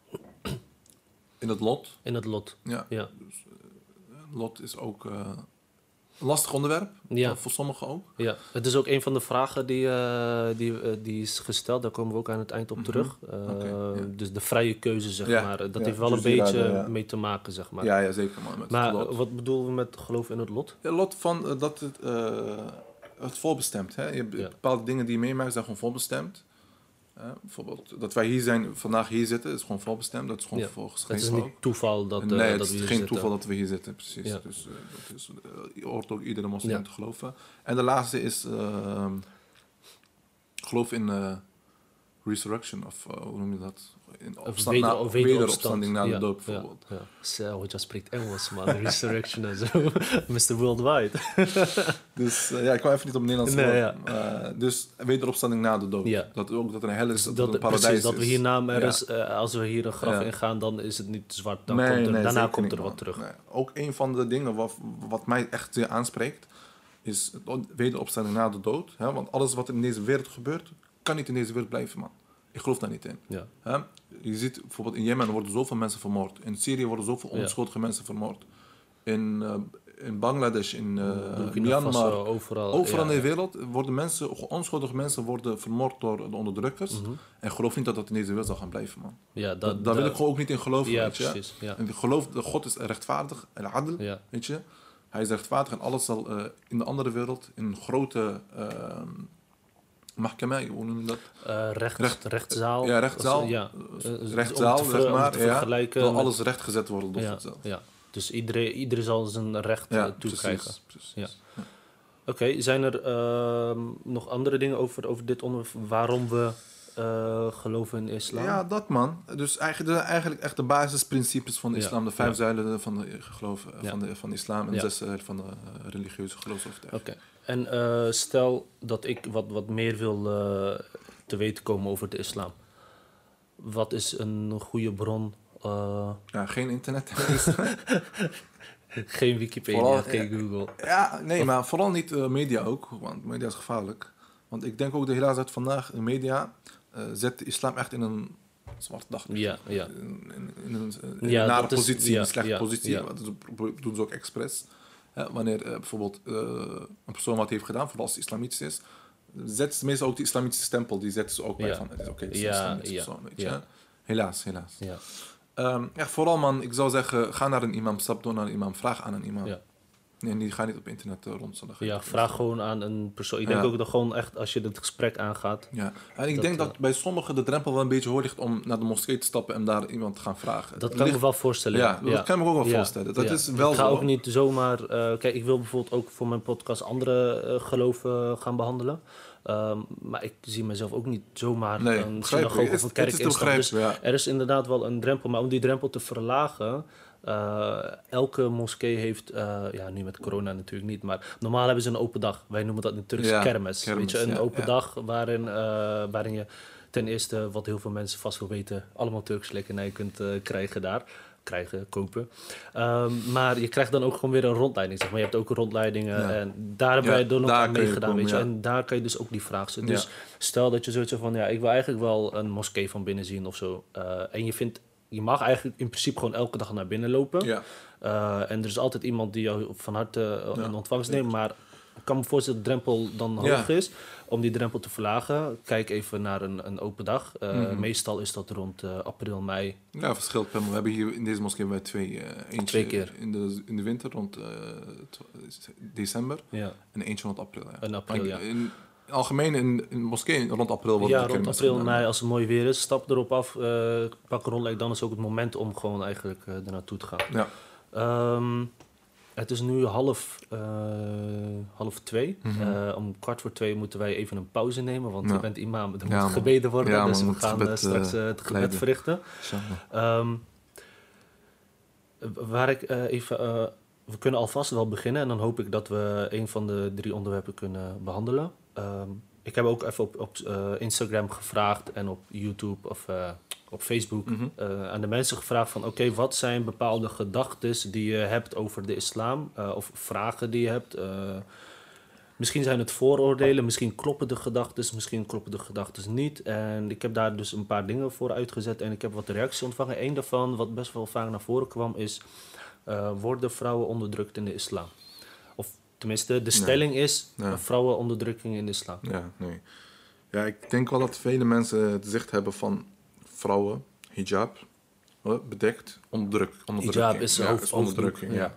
in het lot. In het lot. Ja, Ja, lot is ook uh, een lastig onderwerp. Ja. Voor sommigen ook. ja, het is ook een van de vragen die, uh, die, uh, die is gesteld. Daar komen we ook aan het eind op Mhm. terug. Uh, Oké, ja. Dus de vrije keuze, zeg Ja, maar. Dat ja, heeft wel een Jazira, beetje ja. mee te maken, zeg maar. Ja, ja, zeker man. Met Maar het lot. uh, wat bedoelen we met geloof in het lot? Ja, lot van uh, dat het, uh, het voorbestemd. Hè? Je hebt Ja. bepaalde dingen die je meemaakt zijn gewoon voorbestemd. Uh, bijvoorbeeld dat wij hier zijn, vandaag hier zitten, is gewoon voorbestemd. Dat is gewoon Ja. Het voorgeschreven is niet ook. toeval dat, uh, nee, het dat is we hier geen zitten. toeval dat we hier zitten, precies. Ja. Dus uh, dat is, uh, je hoort ook iedere moslim Ja. te geloven. En de laatste is uh, geloof in uh, resurrection, of uh, hoe noem je dat? In Of opstand, weder- na, of wederopstand. wederopstanding na de Ja, dood, bijvoorbeeld. Ja, ja. Zo, je spreekt Engels, man. Resurrection en zo. mister Worldwide. Dus uh, ja, ik kwam even niet op Nederlands. Nee, woord. ja. Uh, dus wederopstanding na de dood. Ja. Dat ook dat er een hel is, dat, Dat, er een paradijs precies, dat is. we hierna Ja. ergens, uh, als we hier een graf Ja. ingaan, dan is het niet zwart. Dan Nee, komt er, nee, daarna zeker komt niet, er wat man. terug. Nee. Ook een van de dingen wat, wat mij echt zeer aanspreekt, is het wederopstanding na de dood. Hè? Want alles wat in deze wereld gebeurt, kan niet in deze wereld blijven, man. Ik geloof daar niet in. Ja. Hè? Je ziet bijvoorbeeld in Jemen worden zoveel mensen vermoord. In Syrië worden zoveel Ja. onschuldige mensen vermoord. In, uh, in Bangladesh, in uh, Burkina Myanmar, Faso, overal. overal ja, in de ja. wereld worden mensen, onschuldige mensen worden vermoord door de onderdrukkers. Mhm. En ik geloof niet dat dat in deze wereld zal gaan blijven, man. Ja, dat, Da- daar wil dat- ik gewoon ook niet in geloven, Ja, weet je. precies. Ja. En ik geloof dat God is rechtvaardig, al-adl, Ja. weet je. Hij is rechtvaardig en alles zal uh, in de andere wereld, in een grote uh, mahkama, hoe noem je dat? Uh, recht, Recht- rechtszaal. Ja, rechtszaal. Als- Ja. Uh, Uh, rechtszaal, om te ver- zeg om maar. te Ja, vergelijken zal met- alles rechtgezet worden door Ja, God zelf. ja. Dus iedereen, iedereen zal zijn recht uh, toekrijgen. precies. precies. Ja. Oké, zijn er ehm, nog andere dingen over, over dit onderwerp? Waarom we uh, geloven in islam? Ja, dat man. Dus eigenlijk, eigenlijk echt de basisprincipes van de Ja, islam. De vijf ja. zuilen van de geloof Ja. van, de, van de islam en Ja. zes zuilen van de uh, religieuze geloofsovertuiging. Oké. En uh, stel dat ik wat, wat meer wil uh, te weten komen over de islam. Wat is een goede bron? Uh, Ja, geen internet. geen Wikipedia, Vooral, geen ja, Google. Ja, nee, of, maar vooral niet uh, media ook. Want media is gevaarlijk. Want ik denk ook dat helaas uit vandaag de media uh, zet de islam echt in een zwart daglicht. Ja, ja. In, in, in een, in ja, een nare is, positie, ja, een slechte ja, positie. Ja. Dat doen ze ook expres. Ja, wanneer uh, bijvoorbeeld uh, een persoon wat heeft gedaan, vooral als het islamitisch is, zet ze meestal ook die islamitische stempel, die zetten ze ook bij ja. van, het is oké, okay, het is ja, een islamitische ja, persoon, weet ja. je. Helaas, helaas. Ja. Um, echt vooral man, ik zou zeggen, ga naar een imam, stap door naar een imam, vraag aan een imam. Ja. Nee, die ga niet op internet uh, rondzenden. Ja, vraag gewoon aan een persoon. Ik denk ja. ook dat gewoon echt, als je het gesprek aangaat. Ja, en ik dat, denk dat uh, bij sommigen de drempel wel een beetje hoog ligt om naar de moskee te stappen en daar iemand te gaan vragen. Dat Het kan ligt... me wel voorstellen. Ja, dat ja. kan me ook wel ja. voorstellen. Dat ja. is wel ik ga zo. ook niet zomaar... Uh, kijk, ik wil bijvoorbeeld ook voor mijn podcast andere uh, geloven gaan behandelen. Um, maar ik zie mezelf ook niet zomaar nee, een synagoge of een kerk instappen. Dus ja. er is inderdaad wel een drempel. Maar om die drempel te verlagen... Uh, elke moskee heeft, uh, ja nu met corona natuurlijk niet, maar normaal hebben ze een open dag. Wij noemen dat in Turks ja, kermis. kermis. Weet je, een ja, open ja. dag waarin, uh, waarin je ten eerste, wat heel veel mensen vast wel weten, allemaal Turks lekkernij kunt uh, krijgen daar. Krijgen, kopen. Um, maar je krijgt dan ook gewoon weer een rondleiding. Zeg maar. Je hebt ook rondleidingen ja. en daar hebben ja, wij dan ook aan meegedaan. komen, Weet je? Ja. En daar kan je dus ook die vraag stellen. Dus ja. stel dat je zoiets van, ja, ik wil eigenlijk wel een moskee van binnen zien of zo. Uh, en je vindt, je mag eigenlijk in principe gewoon elke dag naar binnen lopen. Ja. Uh, en er is altijd iemand die jou van harte uh, ja. in ontvangst neemt. Maar ik kan me voorstellen dat de drempel dan ja. hoog is. Om die drempel te verlagen, kijk even naar een, een open dag. Uh, mm-hmm. Meestal is dat rond uh, april, mei. Ja, verschilt. We hebben hier in deze moskee bij twee. Uh, eentje twee keer. In de, in de winter rond uh, december. Ja. En eentje rond april. Ja. In april, in, ja. In, in algemeen in, in de moskee rond april. Wordt ja, rond april, mei, als het mooi weer is. Stap erop af, uh, pak een rondleiding. Dan is ook het moment om gewoon eigenlijk uh, er naartoe te gaan. Ja. Um, Het is nu half, uh, half twee. Mm-hmm. Uh, om kwart voor twee moeten wij even een pauze nemen. Want ja. je bent imam, er moet ja, gebeden worden. Ja, dus man, we gaan gebed, uh, straks uh, het gebed leiden. verrichten. Um, waar ik uh, even... Uh, we kunnen alvast wel beginnen. En dan hoop ik dat we een van de drie onderwerpen kunnen behandelen. Um, ik heb ook even op, op uh, Instagram gevraagd en op YouTube of... Uh, op Facebook mm-hmm. uh, aan de mensen gevraagd van... oké, okay, wat zijn bepaalde gedachten die je hebt over de islam? Uh, of vragen die je hebt? Uh, misschien zijn het vooroordelen, misschien kloppen de gedachten... misschien kloppen de gedachten niet. En ik heb daar dus een paar dingen voor uitgezet... en ik heb wat reacties ontvangen. Eén daarvan, wat best wel vaak naar voren kwam, is... Uh, worden vrouwen onderdrukt in de islam? Of tenminste, de stelling nee. is... Ja. vrouwenonderdrukking in de islam. Ja, nee. Ja, ik denk wel dat vele mensen het zicht hebben van... vrouwen, hijab, bedekt, onderdruk, onderdrukking. Hijab is, ja, hoofd, is onderdrukking, ja.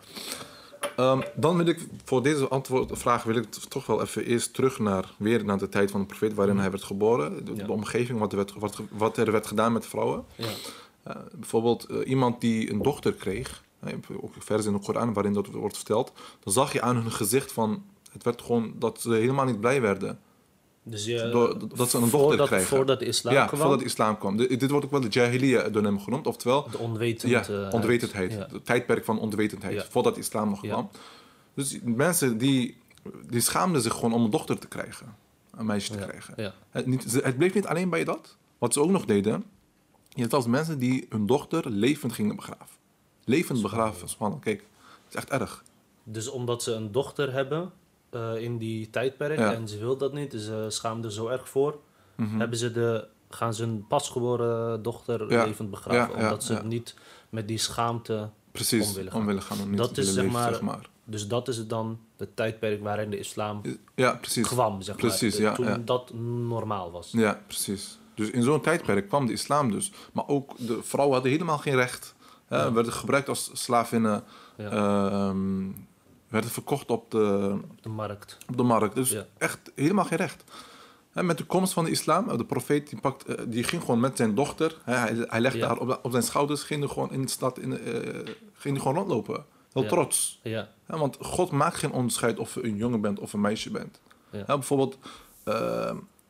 ja. Um, dan wil ik, voor deze antwoordvraag wil ik toch wel even eerst terug naar, weer naar de tijd van de profeet waarin mm. hij werd geboren. De, ja. de omgeving, wat er, werd, wat, wat er werd gedaan met vrouwen. Ja. Uh, bijvoorbeeld uh, iemand die een dochter kreeg, uh, ook vers in de Koran waarin dat wordt verteld, dan zag je aan hun gezicht van, het werd gewoon dat ze helemaal niet blij werden. Dus je, Door, dat ze een dochter voordat, krijgen. Voordat de islam ja, kwam? voordat de islam kwam. De, dit wordt ook wel de jahiliya door hem genoemd. Oftewel... De onwetend, ja, onwetendheid. Ja. Het tijdperk van onwetendheid. Ja. Voordat de islam nog ja. kwam. Dus mensen die, die schaamden zich gewoon om een dochter te krijgen. Een meisje te ja. krijgen. Ja. Het, niet, het bleef niet alleen bij dat. Wat ze ook nog deden... Je had als mensen die hun dochter levend gingen begraven. Levend begraven. Man, kijk, het is echt erg. Dus omdat ze een dochter hebben... Uh, in die tijdperk ja. en ze wil dat niet, dus ze schaamde er zo erg voor. Mm-hmm. Hebben ze de, gaan ze een pasgeboren dochter ja. levend begraven, ja, ja, omdat ze ja. niet met die schaamte Precies, om willen gaan. Om willen gaan om niet dat te is, willen zeg leven, maar, zeg maar. Dus dat is het dan, het tijdperk waarin de islam ja, precies. kwam, zeg precies, maar. De, ja, toen ja. dat normaal was. Ja, precies. Dus in zo'n tijdperk kwam de islam dus. Maar ook de vrouwen hadden helemaal geen recht. Hè? Ja. Werden gebruikt als slavinnen. Ja. Uh, um, werden verkocht op de, op de markt. Op de markt. Dus ja. echt helemaal geen recht. En met de komst van de islam, de profeet die, pakt, uh, die ging gewoon met zijn dochter. Hè, hij, hij legde ja. haar op, op zijn schouders, ging er gewoon in de stad in, uh, ging er gewoon rondlopen. Heel ja. trots. Ja. Ja, want God maakt geen onderscheid of je een jongen bent of een meisje bent. Ja. Ja, bijvoorbeeld, uh, de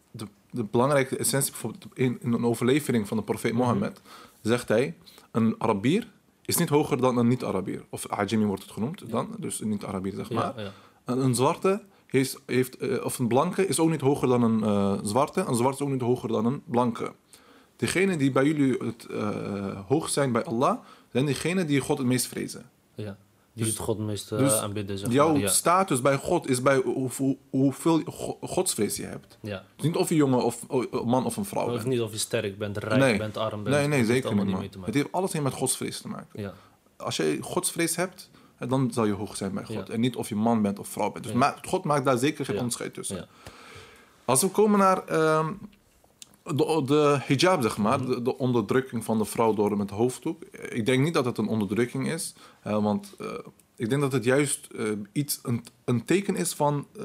de belangrijke essentie, bijvoorbeeld in, in een overlevering van de profeet Mohammed, zegt hij, een Arabier is niet hoger dan een niet-Arabier. Of Ajami wordt het genoemd dan, dus een niet-Arabier zeg maar. Ja, ja. Een, een zwarte, heeft, heeft, eh, of een blanke is ook niet hoger dan een uh, zwarte. Een zwarte is ook niet hoger dan een blanke. Degenen die bij jullie het uh, hoog zijn bij Allah, zijn diegenen die God het meest vrezen. Ja. Die Dus- het God het meest uh, dus aanbidden, zeg Jouw maar. Ja. status bij God is bij hoe, hoe, hoeveel go- godsvrees je hebt. Ja. Dus niet of je jongen of of man of een vrouw Of bent. niet of je sterk bent, rijk Nee. bent, arm bent. Nee, dat nee, heeft zeker allemaal niet, niet man. mee te Het maken. heeft alles met godsvrees te maken. Ja. Als je godsvrees hebt, dan zal je hoog zijn bij God. Ja. En niet of je man bent of vrouw bent. Dus Ja. ma- God maakt daar zeker geen Ja. onderscheid tussen. Ja. Als we komen naar ehm, de, de hijab, zeg maar, de, de onderdrukking van de vrouw door met hoofddoek. Ik denk niet dat het een onderdrukking is, eh, want eh, ik denk dat het juist eh, iets, een, een teken is van, eh,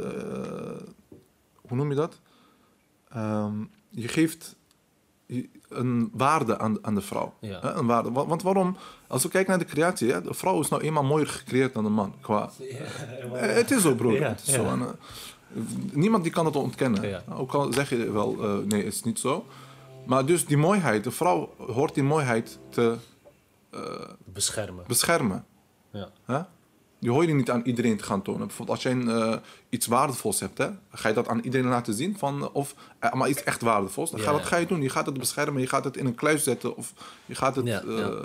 hoe noem je dat? Ehm, je geeft je- een waarde aan, aan de vrouw. Ja. Hè, een waarde. Want, want waarom? Als we kijken naar de creatie, hè, de vrouw is nou eenmaal mooier gecreëerd dan de man. Qua, Eh, het is zo, broer. Ja, Het is ja. zo. En, eh, niemand die kan het ontkennen. Ja. Ook al zeg je wel, eh, nee, het is niet zo. Maar dus die mooiheid, de vrouw hoort die mooiheid te eh, Beschermen. beschermen. Ja. Hè? Die hoor je niet aan iedereen te gaan tonen. Bijvoorbeeld als jij een, eh, iets waardevols hebt, hè, ga je dat aan iedereen laten zien. Van, of, eh, maar iets echt waardevols, dan Ja, ga, wat ja. ga je doen? Je gaat het beschermen, je gaat het in een kluis zetten. Of je gaat het... Ja, eh, ja.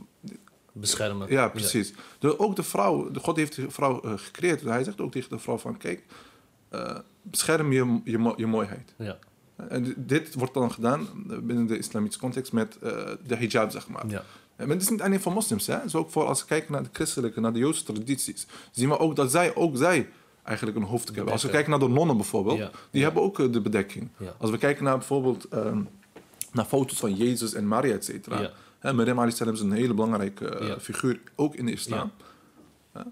Beschermen. ja, precies. De, ook de vrouw, de God heeft de vrouw eh, gecreëerd. Hij zegt ook tegen de vrouw van, kijk, eh, bescherm je, je, mo- je mooiheid. Ja. En d- dit wordt dan gedaan binnen de islamitische context met eh, de hijab, zeg maar. Ja. Maar het is niet alleen voor moslims, hè. Het is ook voor, als we kijken naar de christelijke, naar de joodse tradities, zien we ook dat zij, ook zij eigenlijk een hoofddoek hebben. Als we kijken naar de nonnen bijvoorbeeld, Ja. die Ja. hebben ook eh, de bedekking. Ja. Als we kijken naar bijvoorbeeld ehm, naar foto's van Jezus en Maria, et cetera. Ja. Hè, Maryam alayhi salam is een hele belangrijke eh, Ja. figuur, ook in de islam. Hè.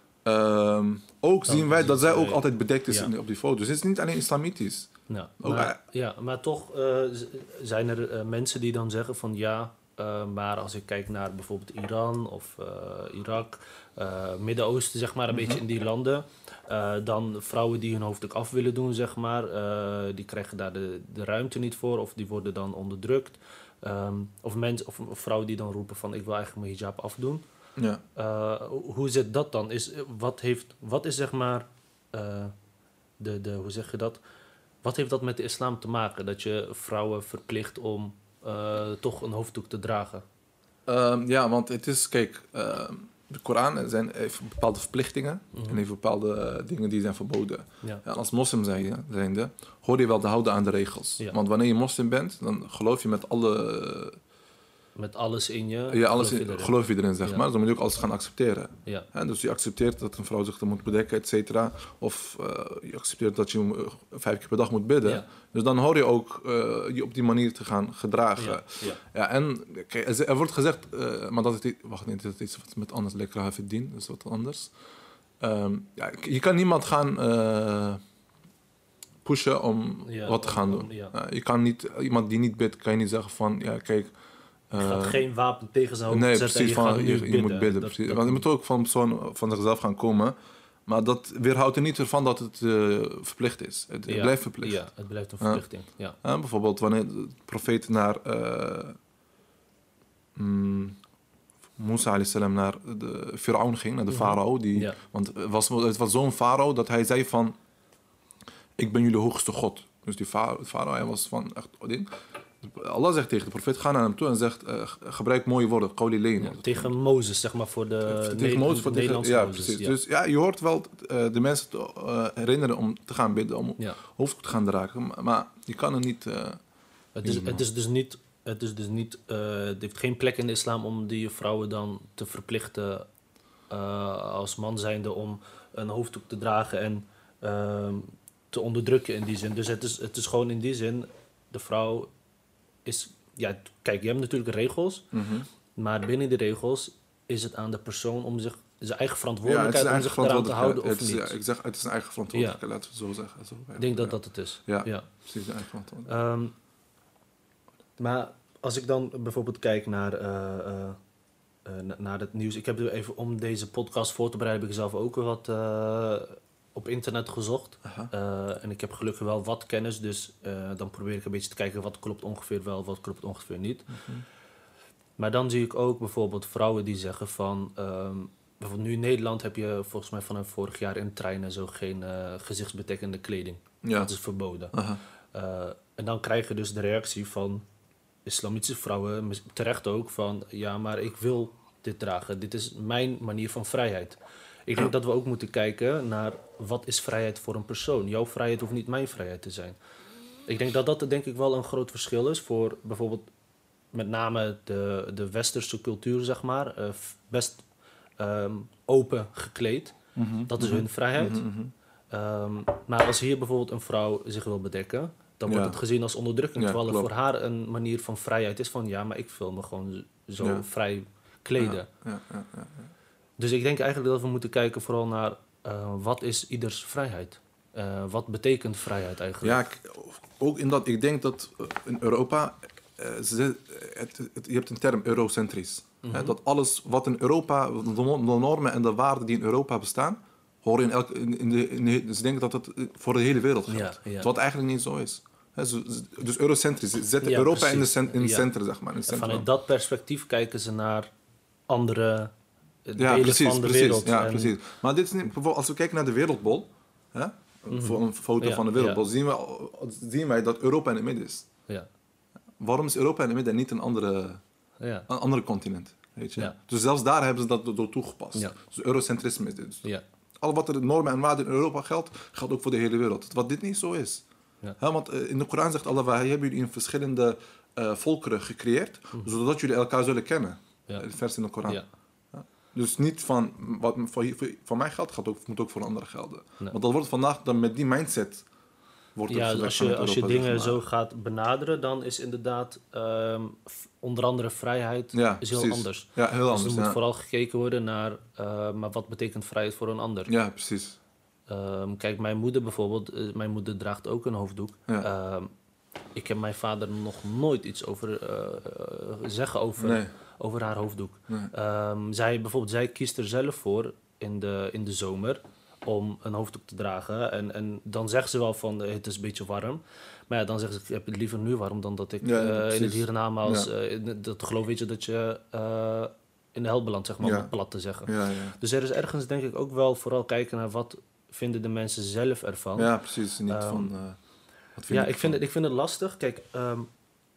Ehm, ook Dan zien wij dat zij zien ook wij- altijd bedekt is Ja. in- op die foto's. Het is niet alleen islamitisch. Ja, Ook, maar, ja, maar toch eh, z- zijn er eh, mensen die dan zeggen van ja, eh, maar als ik kijk naar bijvoorbeeld Iran of eh, Irak, eh, Midden-Oosten, zeg maar, een beetje in die landen, eh, dan vrouwen die hun hoofddoek af willen doen, zeg maar, eh, die krijgen daar de, de ruimte niet voor of die worden dan onderdrukt. Ehm, of, mensen, of, of vrouwen die dan roepen van ik wil eigenlijk mijn hijab afdoen. Ja. Uh, hoe zit dat dan? Is, wat, heeft, wat is zeg maar, uh, de, de, hoe zeg je dat? Wat heeft dat met de islam te maken? Dat je vrouwen verplicht om uh, toch een hoofddoek te dragen? Ehm, ja, want het is, kijk, ehm, de Koran zijn, heeft bepaalde verplichtingen Mhm. en heeft bepaalde eh, dingen die zijn verboden. Ja. Ja, als moslim zijnde, zijnde hoor je wel te houden aan de regels. Ja. Want wanneer je moslim bent, dan geloof je met alle... Met alles in je. ja, alles geloof in, je erin. geloof je erin, zeg Ja. maar. Dus dan moet je ook alles gaan accepteren. Ja. Hè, dus je accepteert dat een vrouw zich er moet bedekken, et cetera. Of eh, je accepteert dat je eh, vijf keer per dag moet bidden. Ja. Dus dan hoor je ook eh, je op die manier te gaan gedragen. Ja. Ja. Ja, en kijk, er er wordt gezegd, uh, maar dat is, wacht niet, dat is iets wat met anders lekker heeft verdiend, dat is wat anders. Um, ja, je kan niemand gaan uh, pushen om Ja, wat te gaan om- doen. ja. Uh, je kan niet, iemand die niet bidt, kan je niet zeggen van, ja kijk... Je Uh, gaat geen wapen tegen zijn hoofd nee, zetten precies, en je van, gaat nu je, je bidden. moet bidden. Dat- precies. dat- Want je moet ook van persoon van zichzelf gaan komen. Maar dat weerhoudt er niet ervan dat het uh, verplicht is. Het, het ja, blijft verplicht. Ja, het blijft een verplichting. Ja. Uh, bijvoorbeeld wanneer de profeet naar uh, mm, Musa alayhi salam naar de Firaun ging, naar de Mhm. farao. Die, Ja. Want het was, het was zo'n farao dat hij zei van... Ik ben jullie hoogste god. Dus die farao, farao hij was van echt... ding. Allah zegt tegen de profeet, ga naar hem toe en zegt... Uh, gebruik mooie woorden, qawli leen. Ja, tegen Mozes, zeg maar, voor de tegen Ne- Mozes, voor tegen, Nederlandse ja, Mozes. precies. Ja. Dus ja, je hoort wel uh, de mensen te uh, herinneren om te gaan bidden, om Ja. hoofddoek te gaan dragen. Maar, maar je kan er niet... Uh, Het is, het is dus niet, het is dus niet, uh, het heeft geen plek in de islam om die vrouwen dan te verplichten uh, als man zijnde om een hoofddoek te dragen en uh, te onderdrukken in die zin. Dus het is, het is gewoon in die zin, de vrouw is, ja, kijk, je hebt natuurlijk regels, mm-hmm. maar binnen die regels is het aan de persoon om zich, zijn eigen ja, verantwoordelijkheid het is om zich eraan te houden of het is, niet. ja, ik zeg, het is een eigen verantwoordelijkheid, laten we het zo zeggen. Zo, Ik denk dat dat het is. Ja, Ja. precies, een eigen verantwoordelijkheid. Um, maar als ik dan bijvoorbeeld kijk naar, uh, uh, uh, na- naar het nieuws. Ik heb er even om deze podcast voor te bereiden, heb ik zelf ook wat uh, op internet gezocht. Aha. Uh, en ik heb gelukkig wel wat kennis, dus uh, dan probeer ik een beetje te kijken wat klopt ongeveer wel, wat klopt ongeveer niet. Mm-hmm. Maar dan zie ik ook bijvoorbeeld vrouwen die zeggen van... Um, bijvoorbeeld nu in Nederland heb je volgens mij vanaf vorig jaar in treinen zo geen uh, gezichtsbedekkende kleding. Ja. Dat is verboden. Aha. Uh, en dan krijg je dus de reactie van islamitische vrouwen, terecht ook, van ja, maar ik wil dit dragen. Dit is mijn manier van vrijheid. Ik denk Ja. dat we ook moeten kijken naar wat is vrijheid voor een persoon. Jouw vrijheid hoeft niet mijn vrijheid te zijn. Ik denk dat dat denk ik wel een groot verschil is voor bijvoorbeeld met name de, de westerse cultuur, zeg maar. Uh, best um, open gekleed. Mm-hmm. Dat is hun vrijheid. Mm-hmm. Um, maar als hier bijvoorbeeld een vrouw zich wil bedekken, dan wordt Ja. het gezien als onderdrukking. Ja, terwijl het klopt. voor haar een manier van vrijheid is van ja, maar ik wil me gewoon zo Ja. vrij kleden. Ja, ja, ja, ja, ja. Dus ik denk eigenlijk dat we moeten kijken vooral naar uh, wat is ieders vrijheid? Uh, wat betekent vrijheid eigenlijk? Ja, ik, ook in dat, ik denk dat uh, in Europa, uh, ze, het, het, je hebt een term eurocentrisch. Mhm. Hè, dat alles wat in Europa, de, de normen en de waarden die in Europa bestaan, horen in elke, in, in de, in de, ze denken dat het voor de hele wereld geldt. Ja, ja. Wat eigenlijk niet zo is. Hè, zo, dus eurocentrisch, ze zetten Ja, Europa precies. in, de cent, in het Ja. centrum, zeg maar. In het En centrum. vanuit dat perspectief kijken ze naar andere uh, Ja, delen precies, van de precies, wereld. ja, En- precies. Maar dit is niet, bijvoorbeeld als we kijken naar de wereldbol, hè, Mhm. voor een foto Ja, van de wereldbol, ja. zien, we, zien wij dat Europa in het midden is. Ja, Waarom is Europa in het midden en niet een andere, ja, een andere continent? Weet je? Ja. Dus zelfs daar hebben ze dat door toegepast. Ja. Dus eurocentrisme is dit. Dus ja. al wat er normen en waarden in Europa geldt, geldt ook voor de hele wereld. Wat dit niet zo is. Ja. Hè, want uh, in de Koran zegt Allah, wij hebben jullie in verschillende uh, volkeren gecreëerd, Mhm. zodat jullie elkaar zullen kennen. Ja. Het vers in de Koran. Ja. Dus niet van wat voor, voor, voor mij geldt, gaat ook, moet ook voor anderen gelden. Nee. Want dat wordt vandaag dan met die mindset. Wordt het Ja, gezegd als je, vanuit als je Europa, dingen zeg maar. zo gaat benaderen, dan is inderdaad um, f- onder andere vrijheid Ja, is heel precies. anders. Ja, heel Dus anders. er moet ja. vooral gekeken worden naar, uh, maar wat betekent vrijheid voor een ander? ja, precies. Um, kijk, mijn moeder bijvoorbeeld, uh, mijn moeder draagt ook een hoofddoek. Ja. Um, ik heb mijn vader nog nooit iets over uh, uh, zeggen over, Nee. over haar hoofddoek. Nee. Um, zij, bijvoorbeeld, zij kiest er zelf voor in de, in de zomer om een hoofddoek te dragen. En, en dan zegt ze wel van, uh, het is een beetje warm. Maar ja, dan zegt ze, ik heb het liever nu warm dan dat ik Ja, uh, in precies. het hiernamaals... Ja. Uh, in dat geloof weet je dat je uh, in de hel belandt, zeg maar, om Ja. het plat te zeggen. Ja, ja. Dus er is ergens denk ik ook wel vooral kijken naar wat vinden de mensen zelf ervan. ja, precies. Niet Um, van... uh, wat vind Ja, ik ik vind, van? het, ik vind het lastig. Kijk, um,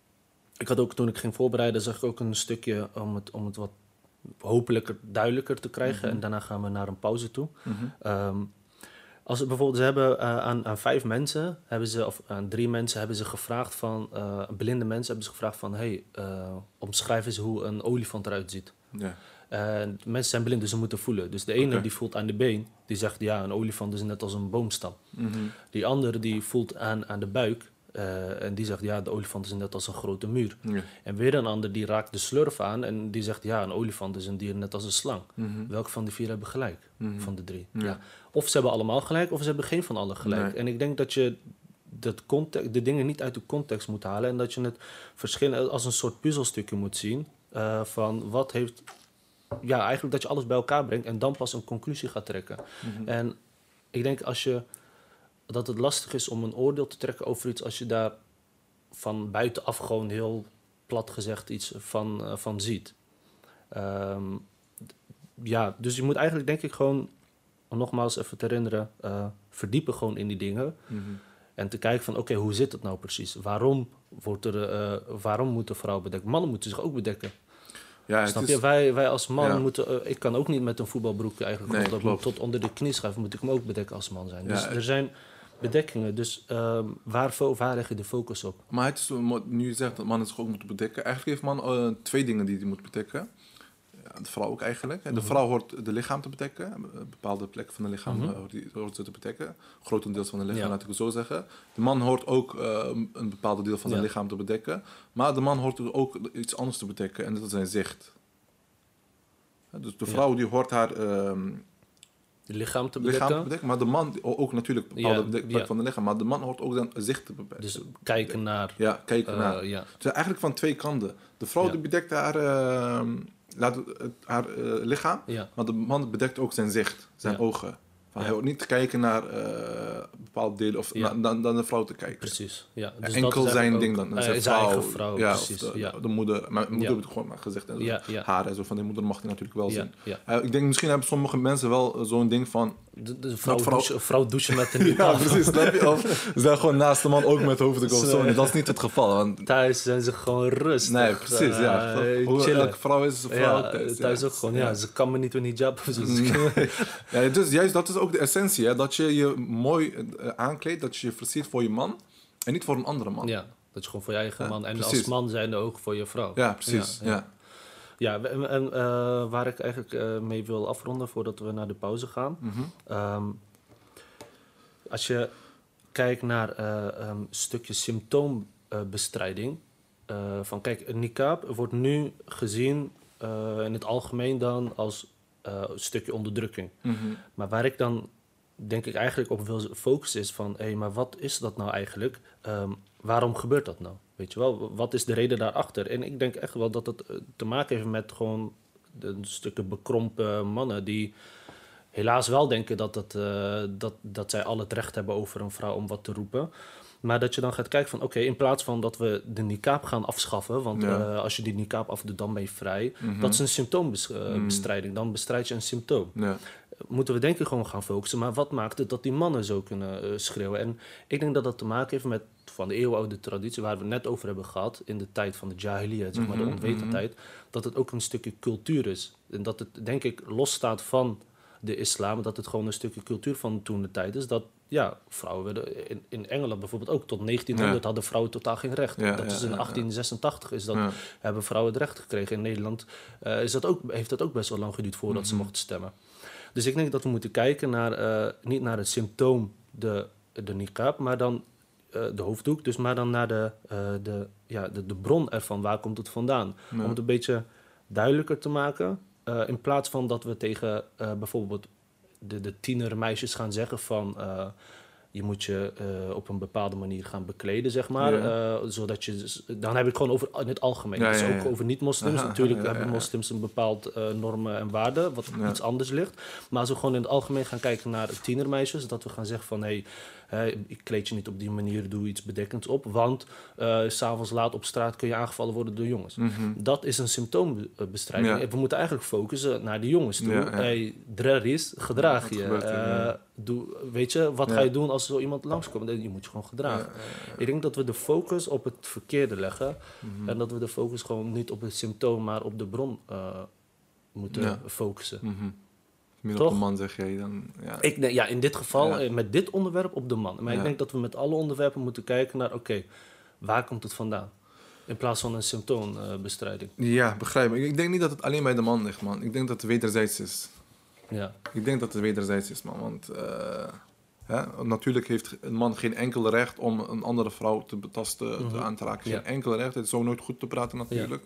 ik had ook toen ik ging voorbereiden, zag ik ook een stukje om het, om het wat hopelijker, duidelijker te krijgen. Mhm. En daarna gaan we naar een pauze toe. Mhm. Um, als het bijvoorbeeld, ze hebben uh, aan, aan vijf mensen, hebben ze, of aan drie mensen hebben ze gevraagd van, uh, blinde mensen hebben ze gevraagd van, hey, uh, omschrijf eens hoe een olifant eruit ziet. Ja. En mensen zijn blind, dus ze moeten voelen. Dus de ene Oké. die voelt aan de been, die zegt ja, een olifant is net als een boomstam. Mhm. Die andere die voelt aan, aan de buik uh, en die zegt ja, de olifant is net als een grote muur. Ja. En weer een ander die raakt de slurf aan en die zegt ja, een olifant is een dier net als een slang. Mhm. Welke van die vier hebben gelijk? Mhm. Van de drie. Ja. Ja. Of ze hebben allemaal gelijk of ze hebben geen van allen gelijk. Nee. En ik denk dat je dat context, de dingen niet uit de context moet halen en dat je het verschil als een soort puzzelstukje moet zien uh, van wat heeft... Ja, eigenlijk dat je alles bij elkaar brengt en dan pas een conclusie gaat trekken. Mhm. En ik denk als je, dat het lastig is om een oordeel te trekken over iets als je daar van buitenaf gewoon heel plat gezegd iets van, uh, van ziet. Um, d- ja, dus je moet eigenlijk denk ik gewoon, om nogmaals even te herinneren, uh, verdiepen gewoon in die dingen. Mhm. En te kijken van, oké, hoe zit het nou precies? Waarom, wordt er, uh, waarom moet een vrouw bedekken? Mannen moeten zich ook bedekken. Ja, het Snap is, je? Wij, wij als man Ja. moeten... Uh, ik kan ook niet met een voetbalbroekje eigenlijk... Nee, tot, dat klopt. moet tot onder de knie schuiven. Moet ik hem ook bedekken als man zijn. Ja, Dus er zijn bedekkingen. Dus um, waar, fo- waar leg je de focus op? Maar het is, zo, nu je zegt dat mannen zich ook moeten bedekken. Eigenlijk heeft man uh, twee dingen die hij moet bedekken. Ja, de vrouw ook eigenlijk. De Mhm. vrouw hoort de lichaam te bedekken. Een bepaalde plekken van het lichaam Mhm. uh, hoort, die, hoort ze te bedekken. Grotendeels van het lichaam, Ja. laat ik het zo zeggen. De man hoort ook uh, een bepaalde deel van Ja. het lichaam te bedekken. Maar de man hoort ook iets anders te bedekken. En dat is zijn zicht. Ja, dus de Ja. vrouw die hoort haar um, Je lichaam te lichaam te bedekken. bedekken. Maar de man ook natuurlijk een bepaalde Ja, bedek- plek ja. van het lichaam. Maar de man hoort ook zijn zicht te bedekken. Dus kijken naar... ja, kijken uh, naar. ja. Het is eigenlijk van twee kanten. De vrouw Ja. die bedekt haar, uh, laat, het- haar uh, lichaam, Ja. maar de man bedekt ook zijn zicht, zijn Ja. ogen. Van, Ja. Hij hoort niet te kijken naar eh, bepaalde delen of Ja. na- dan, dan de vrouw te kijken. Precies, ja. Dus Enkel dat is zijn eigenlijk ding ook, dan. eh, Zijn zijn vrouw, eigen vrouw, ja, precies. Of de, ja. de moeder. Mijn moeder Ja. heb ik gewoon maar gezegd. En zo. Ja, ja. Haar en zo. Van die moeder mag hij natuurlijk wel Ja, zien. ja. Eh, ik denk misschien hebben sommige mensen wel eh, zo'n ding van... De, de vrouw, Dat vrouw- douchen, vrouw douchen met een Ja, precies. Snap je? Of ze zijn gewoon naast de man ook met hoofd of zo. En dat is niet het geval. Want, Thuis zijn ze gewoon rustig. nee, precies. Ja. eh, Hoe chillen. elke vrouw is, is een vrouw Ja, thuis. thuis ja. ook gewoon. Ja, ze kan me niet een hijab. Dus ik- Ja, dus juist dat is ook de essentie. Hè? Dat je je mooi eh, aankleedt, dat je je versiert voor je man en niet voor een andere man. ja, dat is gewoon voor je eigen Ja, man. En precies. als man zijn ook voor je vrouw. Ja, precies. Ja, Ja, ja. Ja, en, en, eh, waar ik eigenlijk eh, mee wil afronden voordat we naar de pauze gaan. Mhm. Ehm, als je kijkt naar eh, een stukje symptoombestrijding. eh, van kijk, een niqab wordt nu gezien eh, in het algemeen dan als eh, een stukje onderdrukking. Mhm. Maar waar ik dan denk ik eigenlijk op wil focussen is van... hé, hey, maar wat is dat nou eigenlijk? Ehm, waarom gebeurt dat nou? Weet je wel, wat is de reden daarachter? En ik denk echt wel dat het eh, te maken heeft met gewoon de stukken bekrompen mannen... die helaas wel denken dat, het, eh, dat, dat zij al het recht hebben over een vrouw om wat te roepen... Maar dat je dan gaat kijken van, oké, in plaats van dat we de niqab gaan afschaffen... want Ja. eh, als je die niqab af doet, dan ben je vrij. Mhm. Dat is een symptoombestrijding. Dan bestrijd je een symptoom. Ja. Moeten we denk ik gewoon gaan focussen. Maar wat maakt het dat die mannen zo kunnen eh, schreeuwen? En ik denk dat dat te maken heeft met van de eeuwenoude traditie... waar we het net over hebben gehad, in de tijd van de jahiliyyah, zeg maar, de Mhm, onwetendheid... dat het ook een stukje cultuur is. En dat het, denk ik, losstaat van de islam... dat het gewoon een stukje cultuur van toen de tijd is... dat ja, vrouwen werden in, in Engeland bijvoorbeeld ook tot negentienhonderd Ja. hadden vrouwen totaal geen recht. Ja, dat ja, is in ja, ja. achttien zesentachtig is dat, Ja. hebben vrouwen het recht gekregen. In Nederland eh, is dat ook, heeft dat ook best wel lang geduurd voordat ze Mhm. mochten stemmen. Dus ik denk dat we moeten kijken naar, eh, niet naar het symptoom, de, de niqab, maar dan eh, de hoofddoek, dus maar dan naar de, eh, de, ja, de, de bron ervan, waar komt het vandaan? Ja. Om het een beetje duidelijker te maken, eh, in plaats van dat we tegen eh, bijvoorbeeld de, de tienermeisjes gaan zeggen van... eh, je moet je eh, op een bepaalde manier gaan bekleden, zeg maar. Ja. eh, zodat je, dus- dan heb ik gewoon over in het algemeen. Ja, dus ja, ja. ook over niet-moslims. Aha, Natuurlijk ja, ja, hebben ja. moslims een bepaald eh, normen en waarden, wat Ja. iets anders ligt. Maar als we gewoon in het algemeen gaan kijken naar tienermeisjes, dat we gaan zeggen van... hé, hey, ik kleed je niet op die manier, doe iets bedekkends op. Want eh, s s'avonds laat op straat kun je aangevallen worden door jongens. Mhm. Dat is een symptoombestrijding. Ja. We moeten eigenlijk focussen naar de jongens toe. Ja, ja. Hey, dreris, gedraag Wat je. gebeurt er, Eh, ja. doe, weet je, wat Ja. ga je doen als zo iemand langskomt? Nee, Je moet je gewoon gedragen. Ja, ja, ja. Ik denk dat we de focus op het verkeerde leggen. Mhm. En dat we de focus gewoon niet op het symptoom, maar op de bron eh, moeten Ja. focussen. Mhm. Meer Toch? op een man zeg jij dan. Ja. Ik denk, ja, in dit geval, Ja. eh, met dit onderwerp op de man. Maar ik Ja. denk dat we met alle onderwerpen moeten kijken naar, oké, waar komt het vandaan? In plaats van een symptoombestrijding. Ja, begrijp ik. Ik denk niet dat het alleen bij de man ligt, man. Ik denk dat het wederzijds is. Ja, Ik denk dat het wederzijds is, man. Want eh, hè, natuurlijk heeft een man geen enkel recht om een andere vrouw te betasten, Mhm. te aan te raken. Geen Ja. enkel recht. Het is ook nooit goed te praten, natuurlijk.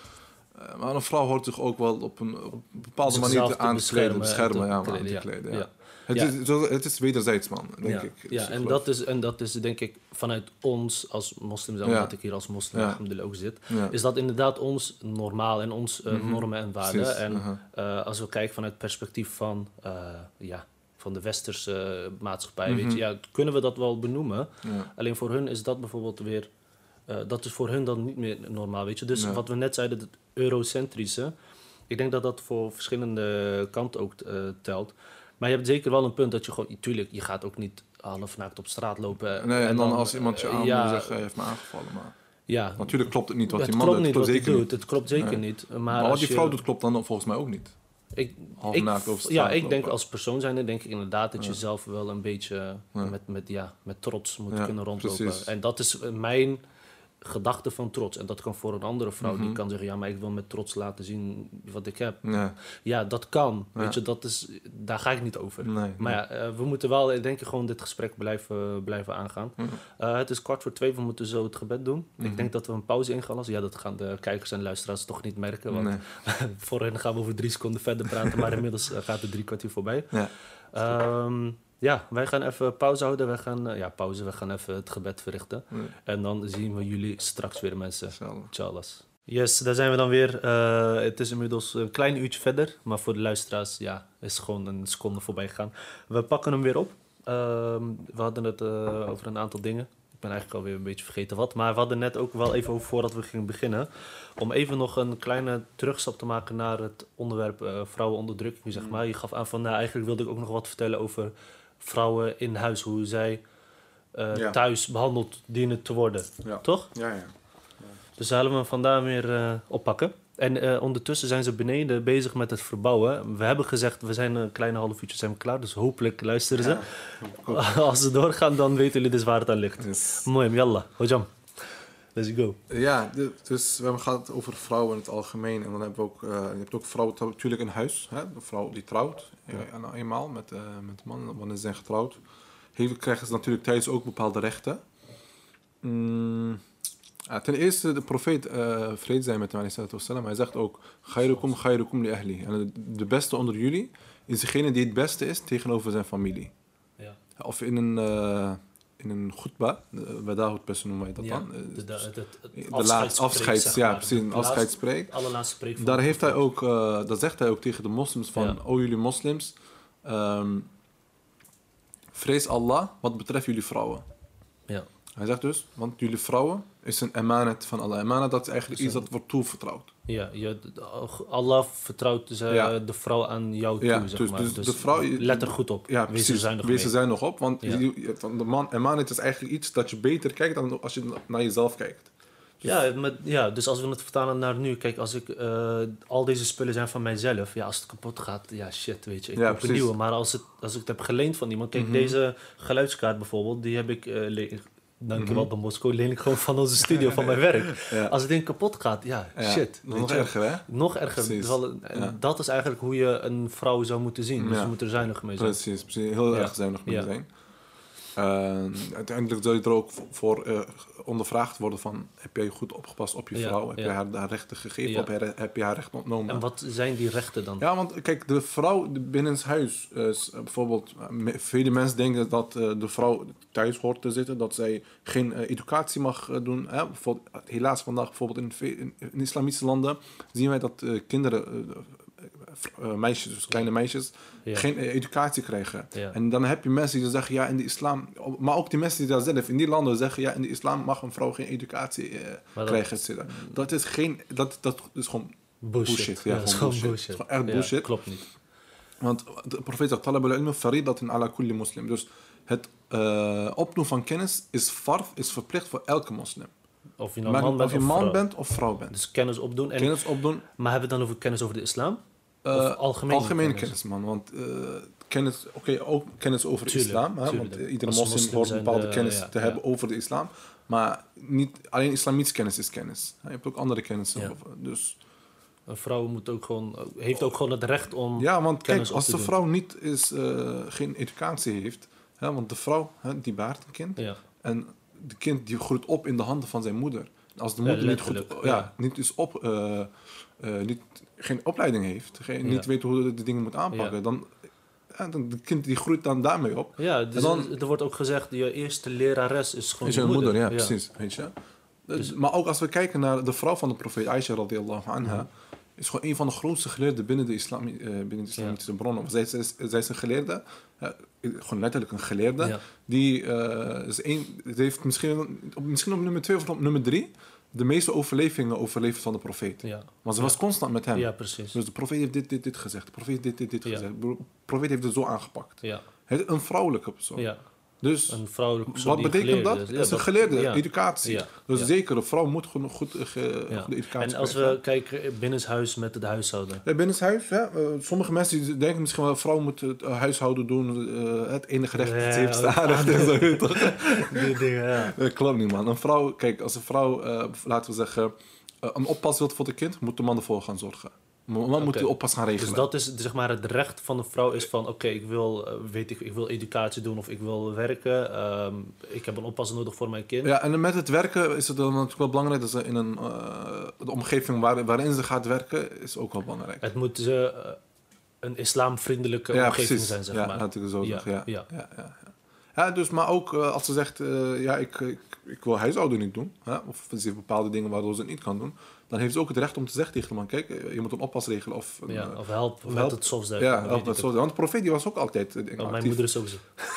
Eh, maar een vrouw hoort zich ook wel op een, op een bepaalde manier Zichzelf te te aan te kleden, beschermen en beschermen, te ja, maar kleden, aan te ja. kleden. Ja. Ja. Het, Ja. Is, zo- het is wederzijds, man, denk ja, ik. ja Dus ik en, geloof. dat is, en dat is denk ik vanuit ons als moslims, Ja. omdat ik hier als moslim Ja. alhamdulillah ook zit, Ja. is dat inderdaad ons normaal en ons eh, Mhm. normen en waarden. Precies, En aha. eh, als we kijken vanuit het perspectief van, eh, ja, van de westerse eh, maatschappij, weet Mhm. je, ja, kunnen we dat wel benoemen. Ja. Alleen voor hun is dat bijvoorbeeld weer, eh, dat is voor hun dan niet meer normaal, weet je. Dus Ja. wat we net zeiden, het eurocentrische, ik denk dat dat voor verschillende kanten ook eh, telt. Maar je hebt zeker wel een punt dat je gewoon, tuurlijk, je gaat ook niet half naakt op straat lopen. Nee, en dan als iemand je eh, aan ja, wil zeggen, hij heeft me aangevallen. Maar ja, natuurlijk klopt het niet wat het die man klopt doet. niet Het wat klopt hij zeker doet. niet. Het klopt zeker Nee. niet. Maar, Maar wat als die je- vrouw doet, klopt dan volgens mij ook niet. Ik, Half ik, naakt over straat ja, ik denk lopen. als persoon zijnde denk ik inderdaad dat je Ja. zelf wel een beetje Ja. met, met, ja, met trots moet Ja, kunnen rondlopen. precies. En dat is eh, mijn gedachte van trots. En dat kan voor een andere vrouw die Mhm. kan zeggen, ja, maar ik wil met trots laten zien wat ik heb. Ja, Ja, dat kan. Ja. Weet je, dat is, daar ga ik niet over. nee. Maar ja, eh, we moeten wel, eh, denk ik, gewoon dit gesprek blijven, blijven aangaan. Mhm. Eh, het is kwart voor twee, we moeten zo het gebed doen. Mhm. Ik denk dat we een pauze in gaan lassen. Ja, dat gaan de kijkers en luisteraars toch niet merken. Want Nee. voor hen gaan we over drie seconden verder praten, maar inmiddels eh, gaat het drie kwartier voorbij. Ja. Ehm, ja, wij gaan even pauze houden. Wij gaan, eh, ja, pauze. We gaan even het gebed verrichten. Nee. En dan zien we jullie straks weer, mensen. Inshallah. Inshallah. Yes, daar zijn we dan weer. Uh, het is inmiddels een klein uurtje verder, maar voor de luisteraars ja, is gewoon een seconde voorbij gegaan. We pakken hem weer op. Uh, we hadden het uh, over een aantal dingen. Ik ben eigenlijk alweer een beetje vergeten wat. Maar we hadden net ook wel even over, voordat we gingen beginnen, om even nog een kleine terugstap te maken naar het onderwerp uh, vrouwenonderdrukking, zeg maar. Je gaf aan van, nou, eigenlijk wilde ik ook nog wat vertellen over vrouwen in huis, hoe zij uh, ja. thuis behandeld dienen te worden. Ja. Toch? Ja, ja. Dus zullen we hem vandaar weer uh, oppakken. En uh, ondertussen zijn ze beneden bezig met het verbouwen. We hebben gezegd, we zijn een kleine half uurtje zijn we klaar. Dus hopelijk luisteren ze. Ja, als ze doorgaan, dan weten jullie dus waar het aan ligt. Yes. Mooi, yalla, hojam. Let's go. Ja, dus we hebben het over vrouwen in het algemeen. En dan hebben we ook, uh, je hebt ook vrouwen natuurlijk in huis. Hè? De vrouw die trouwt, ja. uh, eenmaal met, uh, met de man, wanneer ze zijn getrouwd. Heel krijgen ze natuurlijk thuis ook bepaalde rechten. Mm. Ja, ten eerste, de profeet, uh, vrede zij met hem, hij zegt ook, Khairukum, khairukum li ahli. En de beste onder jullie is degene die het beste is tegenover zijn familie. Ja. Of in een, uh, in een khutbah, bij Dahoud Persen noemen wij dat ja, dan. De, de, het, het, het de laatste afscheids, zeg maar. Ja, precies, een afscheidspreek. Allerlaatste preek. Daar heeft hij ook, uh, dat zegt hij ook tegen de moslims van, ja. O jullie moslims, um, vrees Allah wat betreft jullie vrouwen. Ja. Hij zegt dus, want jullie vrouwen is een emanet van Allah. Emanet, dat is eigenlijk iets dat wordt toevertrouwd. Ja, je, Allah vertrouwt dus, uh, ja. de vrouw aan jou toe, ja, zeg dus, maar. Dus, dus de vrouw, let er goed op. Ja, wees er zuinig Wees er zuinig op, want ja. die, de man, emanet is eigenlijk iets dat je beter kijkt dan als je naar jezelf kijkt. Dus ja, met, ja, dus als we het vertalen naar nu, kijk, als ik uh, al deze spullen zijn van mijzelf, ja, als het kapot gaat, ja, shit, weet je, ik ja, koop een nieuwe. Maar als, het, als ik het heb geleend van iemand, kijk, mm-hmm. deze geluidskaart bijvoorbeeld, die heb ik uh, le- Dankjewel, mm-hmm. Don Bosco. Leen ik gewoon van onze studio, van mijn werk. Ja. Als het ding kapot gaat, ja, ja. shit. Nog je? erger, hè? Nog erger. Terwijl, ja. Dat is eigenlijk hoe je een vrouw zou moeten zien. Dus ja. je moet er zuinig mee zijn. Precies, precies. Heel ja. erg zuinig mee ja. zijn. Uh, uiteindelijk zul je er ook voor uh, ondervraagd worden van, heb jij goed opgepast op je ja, vrouw? Heb ja. je haar, haar rechten gegeven? Ja. Of heb, heb je haar rechten ontnomen? En wat zijn die rechten dan? Ja, want kijk, de vrouw binnen het huis, uh, bijvoorbeeld, uh, vele mensen denken dat uh, de vrouw thuis hoort te zitten, dat zij geen uh, educatie mag uh, doen. Hè? Bijvoorbeeld, helaas vandaag, bijvoorbeeld in, in, in islamitische landen, zien wij dat uh, kinderen, uh, uh, meisjes, dus kleine meisjes, ja. geen uh, educatie krijgen. Ja. En dan heb je mensen die zeggen, ja, in de islam, maar ook die mensen die daar zelf in die landen zeggen, ja, in de islam mag een vrouw geen educatie uh, krijgen. Dat, dat is geen, dat, dat is gewoon bullshit. bullshit. Ja, ja, gewoon gewoon bullshit. bullshit. Het is gewoon echt bullshit. Ja, klopt niet. Want de profeet zegt, talab al-ilm faridatun ala kulli muslim. Dus het uh, opdoen van kennis is farf, is verplicht voor elke moslim. Of je nou man, bent, of je of man vrouw. bent of vrouw bent. Dus kennis opdoen. En, kennis opdoen. Maar hebben we het dan over kennis over de islam? Uh, of algemene, algemene kennis, kennis, man. Want uh, kennis, oké, okay, ook kennis over de islam. Hè? Want uh, iedere moslim, moslim hoort een bepaalde de, kennis ja, te ja. hebben over de islam. Maar niet alleen islamitische kennis is kennis. Je hebt ook andere kennis. Ja. Over, dus... Een vrouw moet ook gewoon, heeft ook gewoon het recht om ja, want kennis kijk, als op te de doen. vrouw niet is, uh, geen educatie heeft, hè, want de vrouw hè, die baart een kind ja. en de kind die groeit op in de handen van zijn moeder. Als de moeder ja, niet goed, ja, ja. niet is op, uh, uh, niet, geen opleiding heeft, geen, ja. niet weet hoe de, de dingen moet aanpakken, ja. dan ja, dan de kind die groeit dan daarmee op. Ja, dus dan, er wordt ook gezegd, je eerste lerares is gewoon is je moeder. moeder. Ja, ja, precies. Weet je. Dus, maar ook als we kijken naar de vrouw van de profeet Aisha radiyallahu anha. Ja. Is gewoon een van de grootste geleerden binnen de, islam, uh, binnen de islamitische ja. bronnen. Zij, zij, zij is een geleerde, uh, gewoon letterlijk een geleerde. Ja. Die uh, is een, die heeft misschien op, misschien op nummer twee of op nummer drie de meeste overlevingen overleefd van de profeet. Ja. Want ze ja. was constant met hem. Ja, precies. Dus de profeet heeft dit, dit, dit gezegd. De profeet heeft dit, dit, dit ja. gezegd. De profeet heeft het zo aangepakt. Ja. Het is een vrouwelijke persoon. Ja. Dus een vrouwelijke persoon wat betekent dat? Het ja, is een geleerde, ja. educatie. Ja. Dus ja. zeker, een vrouw moet goed, goed, ge, ja. goede educatie En als krijgen. we kijken binnenshuis met het huishouden. Ja, binnenshuis, ja. Uh, sommige mensen denken misschien wel, een vrouw moet het huishouden doen, uh, het enige recht dat ze heeft staan. Die dingen, ja. Dat klopt niet, man. Een vrouw, kijk, als een vrouw, uh, laten we zeggen, uh, een oppas wilt voor de kind, moet de man ervoor gaan zorgen. Man okay. moet de oppas gaan regelen. Dus dat is zeg maar het recht van de vrouw is van oké, okay, ik wil uh, weet ik, ik wil educatie doen of ik wil werken. Um, ik heb een oppas nodig voor mijn kind. Ja, en met het werken is het dan natuurlijk wel belangrijk dat ze in een uh, de omgeving waar, waarin ze gaat werken is ook wel belangrijk. Het moet uh, een islamvriendelijke ja, omgeving precies. zijn, zeg ja, maar. Natuurlijk zo ja, ja, ja. ja, ja, ja. Ja, dus, maar ook uh, als ze zegt, uh, ja, ik, ik, ik wil huishouden niet doen. Hè? Of ze heeft bepaalde dingen waardoor ze het niet kan doen. Dan heeft ze ook het recht om te zeggen tegen de man, kijk, je moet een oppas regelen. Of, een, ja, of help of met help. het software. Ja, help met het software. Want de profeet die was ook altijd uh, oh, mijn moeder is ook zo.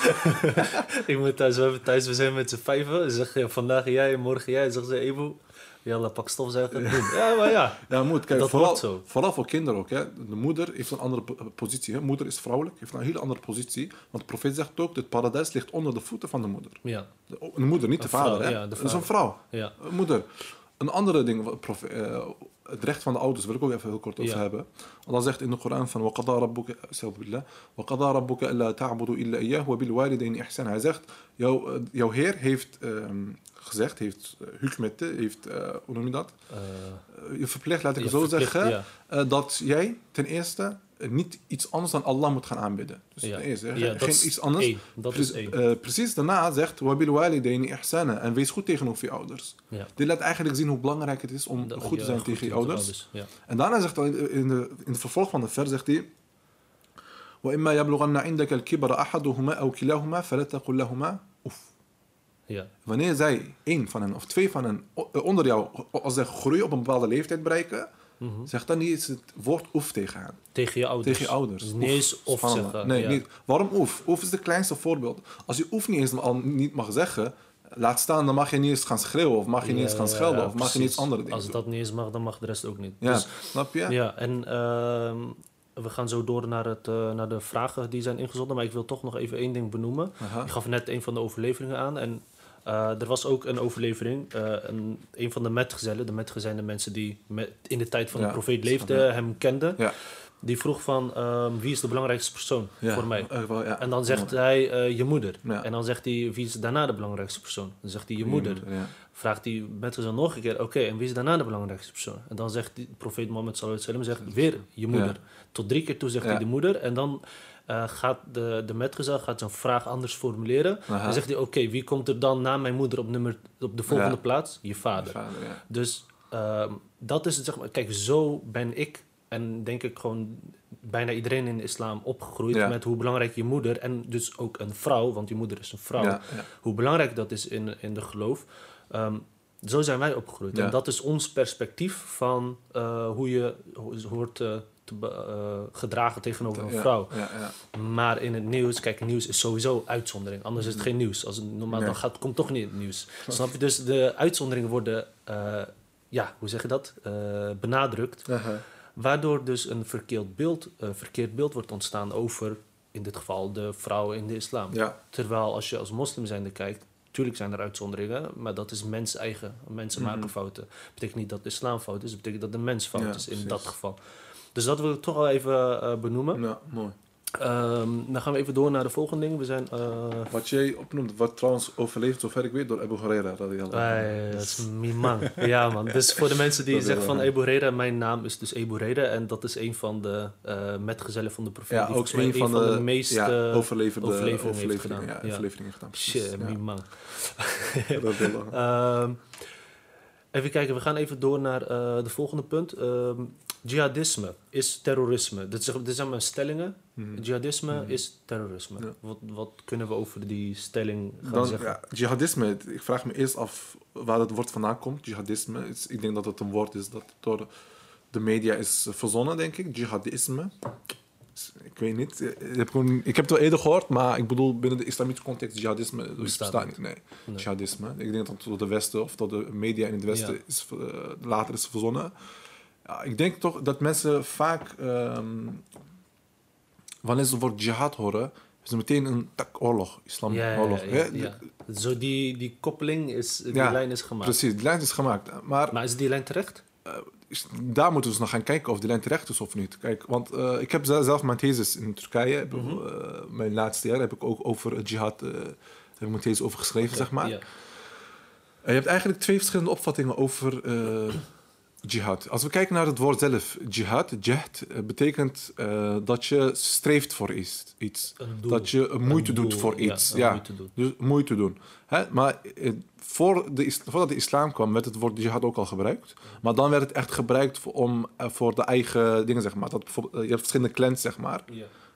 Ik moet thuis, we hebben thuis, we zijn met z'n vijven. Ze zegt, ja, vandaag jij, morgen jij. Zegt ze, Ebo, jalla, pak stofzuiger. Ja. ja, maar ja. Ja, moet. Kijk, dat vooral, zo. vooral voor kinderen ook. Hè. De moeder heeft een andere positie. Hè. Moeder is vrouwelijk, heeft een hele andere positie. Want de profeet zegt ook, het paradijs ligt onder de voeten van de moeder. Ja. De, de moeder, niet een de vader. Vrouw, hè. ja, dat is een vrouw. Ja. Moeder. Een andere ding, profe, uh, het recht van de ouders wil ik ook even heel kort over ja. hebben. Allah zegt in de Koran van وَقَضَى رَبُّكَ وَقَضَى رَبُّكَ أَلَّا تَعْبُدُوا إِلَّا إِيَّهُ وَبِالْوَالِدَيْنِ إِحْسَانًا. Hij zegt, jouw, jouw Heer heeft um, gezegd, heeft uh, hukmette, heeft, uh, hoe noem je dat? Uh, je verplicht, laat ik het zo zeggen, ja. uh, dat jij ten eerste niet iets anders dan Allah moet gaan aanbidden. Dus ja. ten eerste, ja, geen iets anders. Één. Dat Pre- is één. Uh, precies daarna zegt وَبِالْوَالِدَيْنِ إِحْسَانًا. En wees goed tegenover je ouders. Ja. Dit laat eigenlijk zien hoe belangrijk het is om de, goed te ja, zijn goed tegen je ouders. ouders. Ja. En daarna zegt hij in de, in de vervolg van de vers zegt hij وَإِمَّا يَبْلُغَنَّ عِنْدَكَ الْكِبَرَ أَحَدُهُمَا أَوْ كِلَاهُمَا فَلَا تَقُلْ لَهُمَا أُفْ. Ja. Wanneer zij één van hen of twee van hen onder jou, als ze groei op een bepaalde leeftijd bereiken, mm-hmm. zeg dan niet eens het woord oef tegen hen. Tegen je ouders. Tegen je ouders. Dus niet eens of zeggen. Nee, ja. niet. Waarom oef? Oef is het kleinste voorbeeld. Als je oef niet eens al niet mag zeggen, laat staan, dan mag je niet eens gaan schreeuwen of mag je ja, niet eens gaan schelden ja, of mag je niet eens andere dingen Als doen. dat niet eens mag, dan mag de rest ook niet. Ja, dus, snap je? Ja, en uh, we gaan zo door naar, het, uh, naar de vragen die zijn ingezonden, maar ik wil toch nog even één ding benoemen. Aha. Ik gaf net een van de overleveringen aan en Uh, er was ook een overlevering. Uh, een, een van de metgezellen, de metgezellen, de mensen die met, in de tijd van ja, de profeet leefden, ja. hem kenden. Ja. Die vroeg van, um, wie is de belangrijkste persoon ja, voor mij? Uh, well, ja. En dan zegt ja. hij, uh, je moeder. Ja. En dan zegt hij, wie is daarna de belangrijkste persoon? Dan zegt hij, je moeder. Je ja. Vraagt die metgezel nog een keer, oké, okay, en wie is daarna de belangrijkste persoon? En dan zegt de profeet Mohammed sallallahu alaihi wasallam, zegt weer je moeder. Ja. Tot drie keer toe zegt ja. hij de moeder. En dan uh, gaat de, de metgezel gaat zijn vraag anders formuleren. Aha. Dan zegt hij, oké, okay, wie komt er dan na mijn moeder op, nummer, op de volgende ja. plaats? Je vader. Je vader ja. Dus uh, dat is het, zeg maar, kijk, zo ben ik en denk ik gewoon bijna iedereen in de islam opgegroeid ja. met hoe belangrijk je moeder en dus ook een vrouw, want je moeder is een vrouw, ja, ja. hoe belangrijk dat is in, in de geloof. Um, zo zijn wij opgegroeid. Ja. En dat is ons perspectief van uh, hoe je hoort uh, te uh, gedragen tegenover een ja, vrouw. Ja, ja. Maar in het nieuws, kijk, nieuws is sowieso uitzondering. Anders is het geen nieuws. Als het normaal nee. dan gaat, komt toch niet in het nieuws. Snap je? Dus de uitzonderingen worden, uh, ja, hoe zeg je dat? Uh, benadrukt. Uh-huh. Waardoor dus een verkeerd beeld, uh, verkeerd beeld wordt ontstaan over, in dit geval, de vrouw in de islam. Ja. Terwijl als je als moslim zijnde kijkt, natuurlijk zijn er uitzonderingen, maar dat is mens eigen. Mensen mm-hmm. maken fouten. Dat betekent niet dat de islam fout is, dat betekent dat de mens fout ja, is in precies. dat geval. Dus dat wil ik toch wel even uh, benoemen. Ja, mooi. Um, dan gaan we even door naar de volgende ding. We zijn, uh, wat jij opnoemt, wat trouwens overleefd, zover ik weet, door Abu Huraira. Dat is Mimang. Ja, man. Dus voor de mensen die zeggen van Abu Huraira, mijn naam is dus Abu Huraira. En dat is een van de uh, metgezellen van de profeet. Ja, die ook een van, van de, de meest ja, overleverde overleveringen overlevering heeft gedaan. Ja, overleveringen gedaan. Shit, ja. Mimang. Dat is heel lang. um, even kijken, we gaan even door naar uh, de volgende punt. Um, Jihadisme is terrorisme. Dit, is, dit zijn mijn stellingen. Mm-hmm. Jihadisme mm-hmm. is terrorisme. Ja. Wat, wat kunnen we over die stelling gaan Dan, zeggen? Ja, jihadisme, ik vraag me eerst af waar het woord vandaan komt. Jihadisme, ik denk dat het een woord is dat door de media is verzonnen, denk ik. Jihadisme. Ik weet niet. Ik heb, gewoon, ik heb het wel eerder gehoord, maar ik bedoel binnen de islamitische context, jihadisme bestaat, bestaat niet. Nee. nee. Jihadisme. Ik denk dat het door de Westen of door de media in het Westen ja. is, uh, later is verzonnen. Ja, ik denk toch dat mensen vaak, um, wanneer ze het woord jihad horen, is het meteen een tak oorlog, islamoorlog. Ja, ja, ja, ja, ja. Zo die, die koppeling, is, die ja, lijn is gemaakt. Precies, die lijn is gemaakt. Maar, maar is die lijn terecht? Uh, daar moeten we dus nog gaan kijken of die lijn terecht is of niet. Kijk, want uh, ik heb zelf mijn thesis in Turkije, mm-hmm. uh, mijn laatste jaar heb ik ook over jihad, uh, heb ik mijn thesis over geschreven, okay, zeg maar. Yeah. Uh, je hebt eigenlijk twee verschillende opvattingen over uh, jihad. Als we kijken naar het woord zelf, jihad, jihad, betekent uh, dat je streeft voor iets. iets. Dat je moeite doet doel, voor iets. Ja, ja. Moeite doen. Dus moeite doen. Hè? Maar uh, voor de, voordat de islam kwam, werd het woord jihad ook al gebruikt. Maar dan werd het echt gebruikt voor, om, uh, voor de eigen dingen, zeg maar. Dat, uh, je hebt verschillende clans, zeg maar. Ja.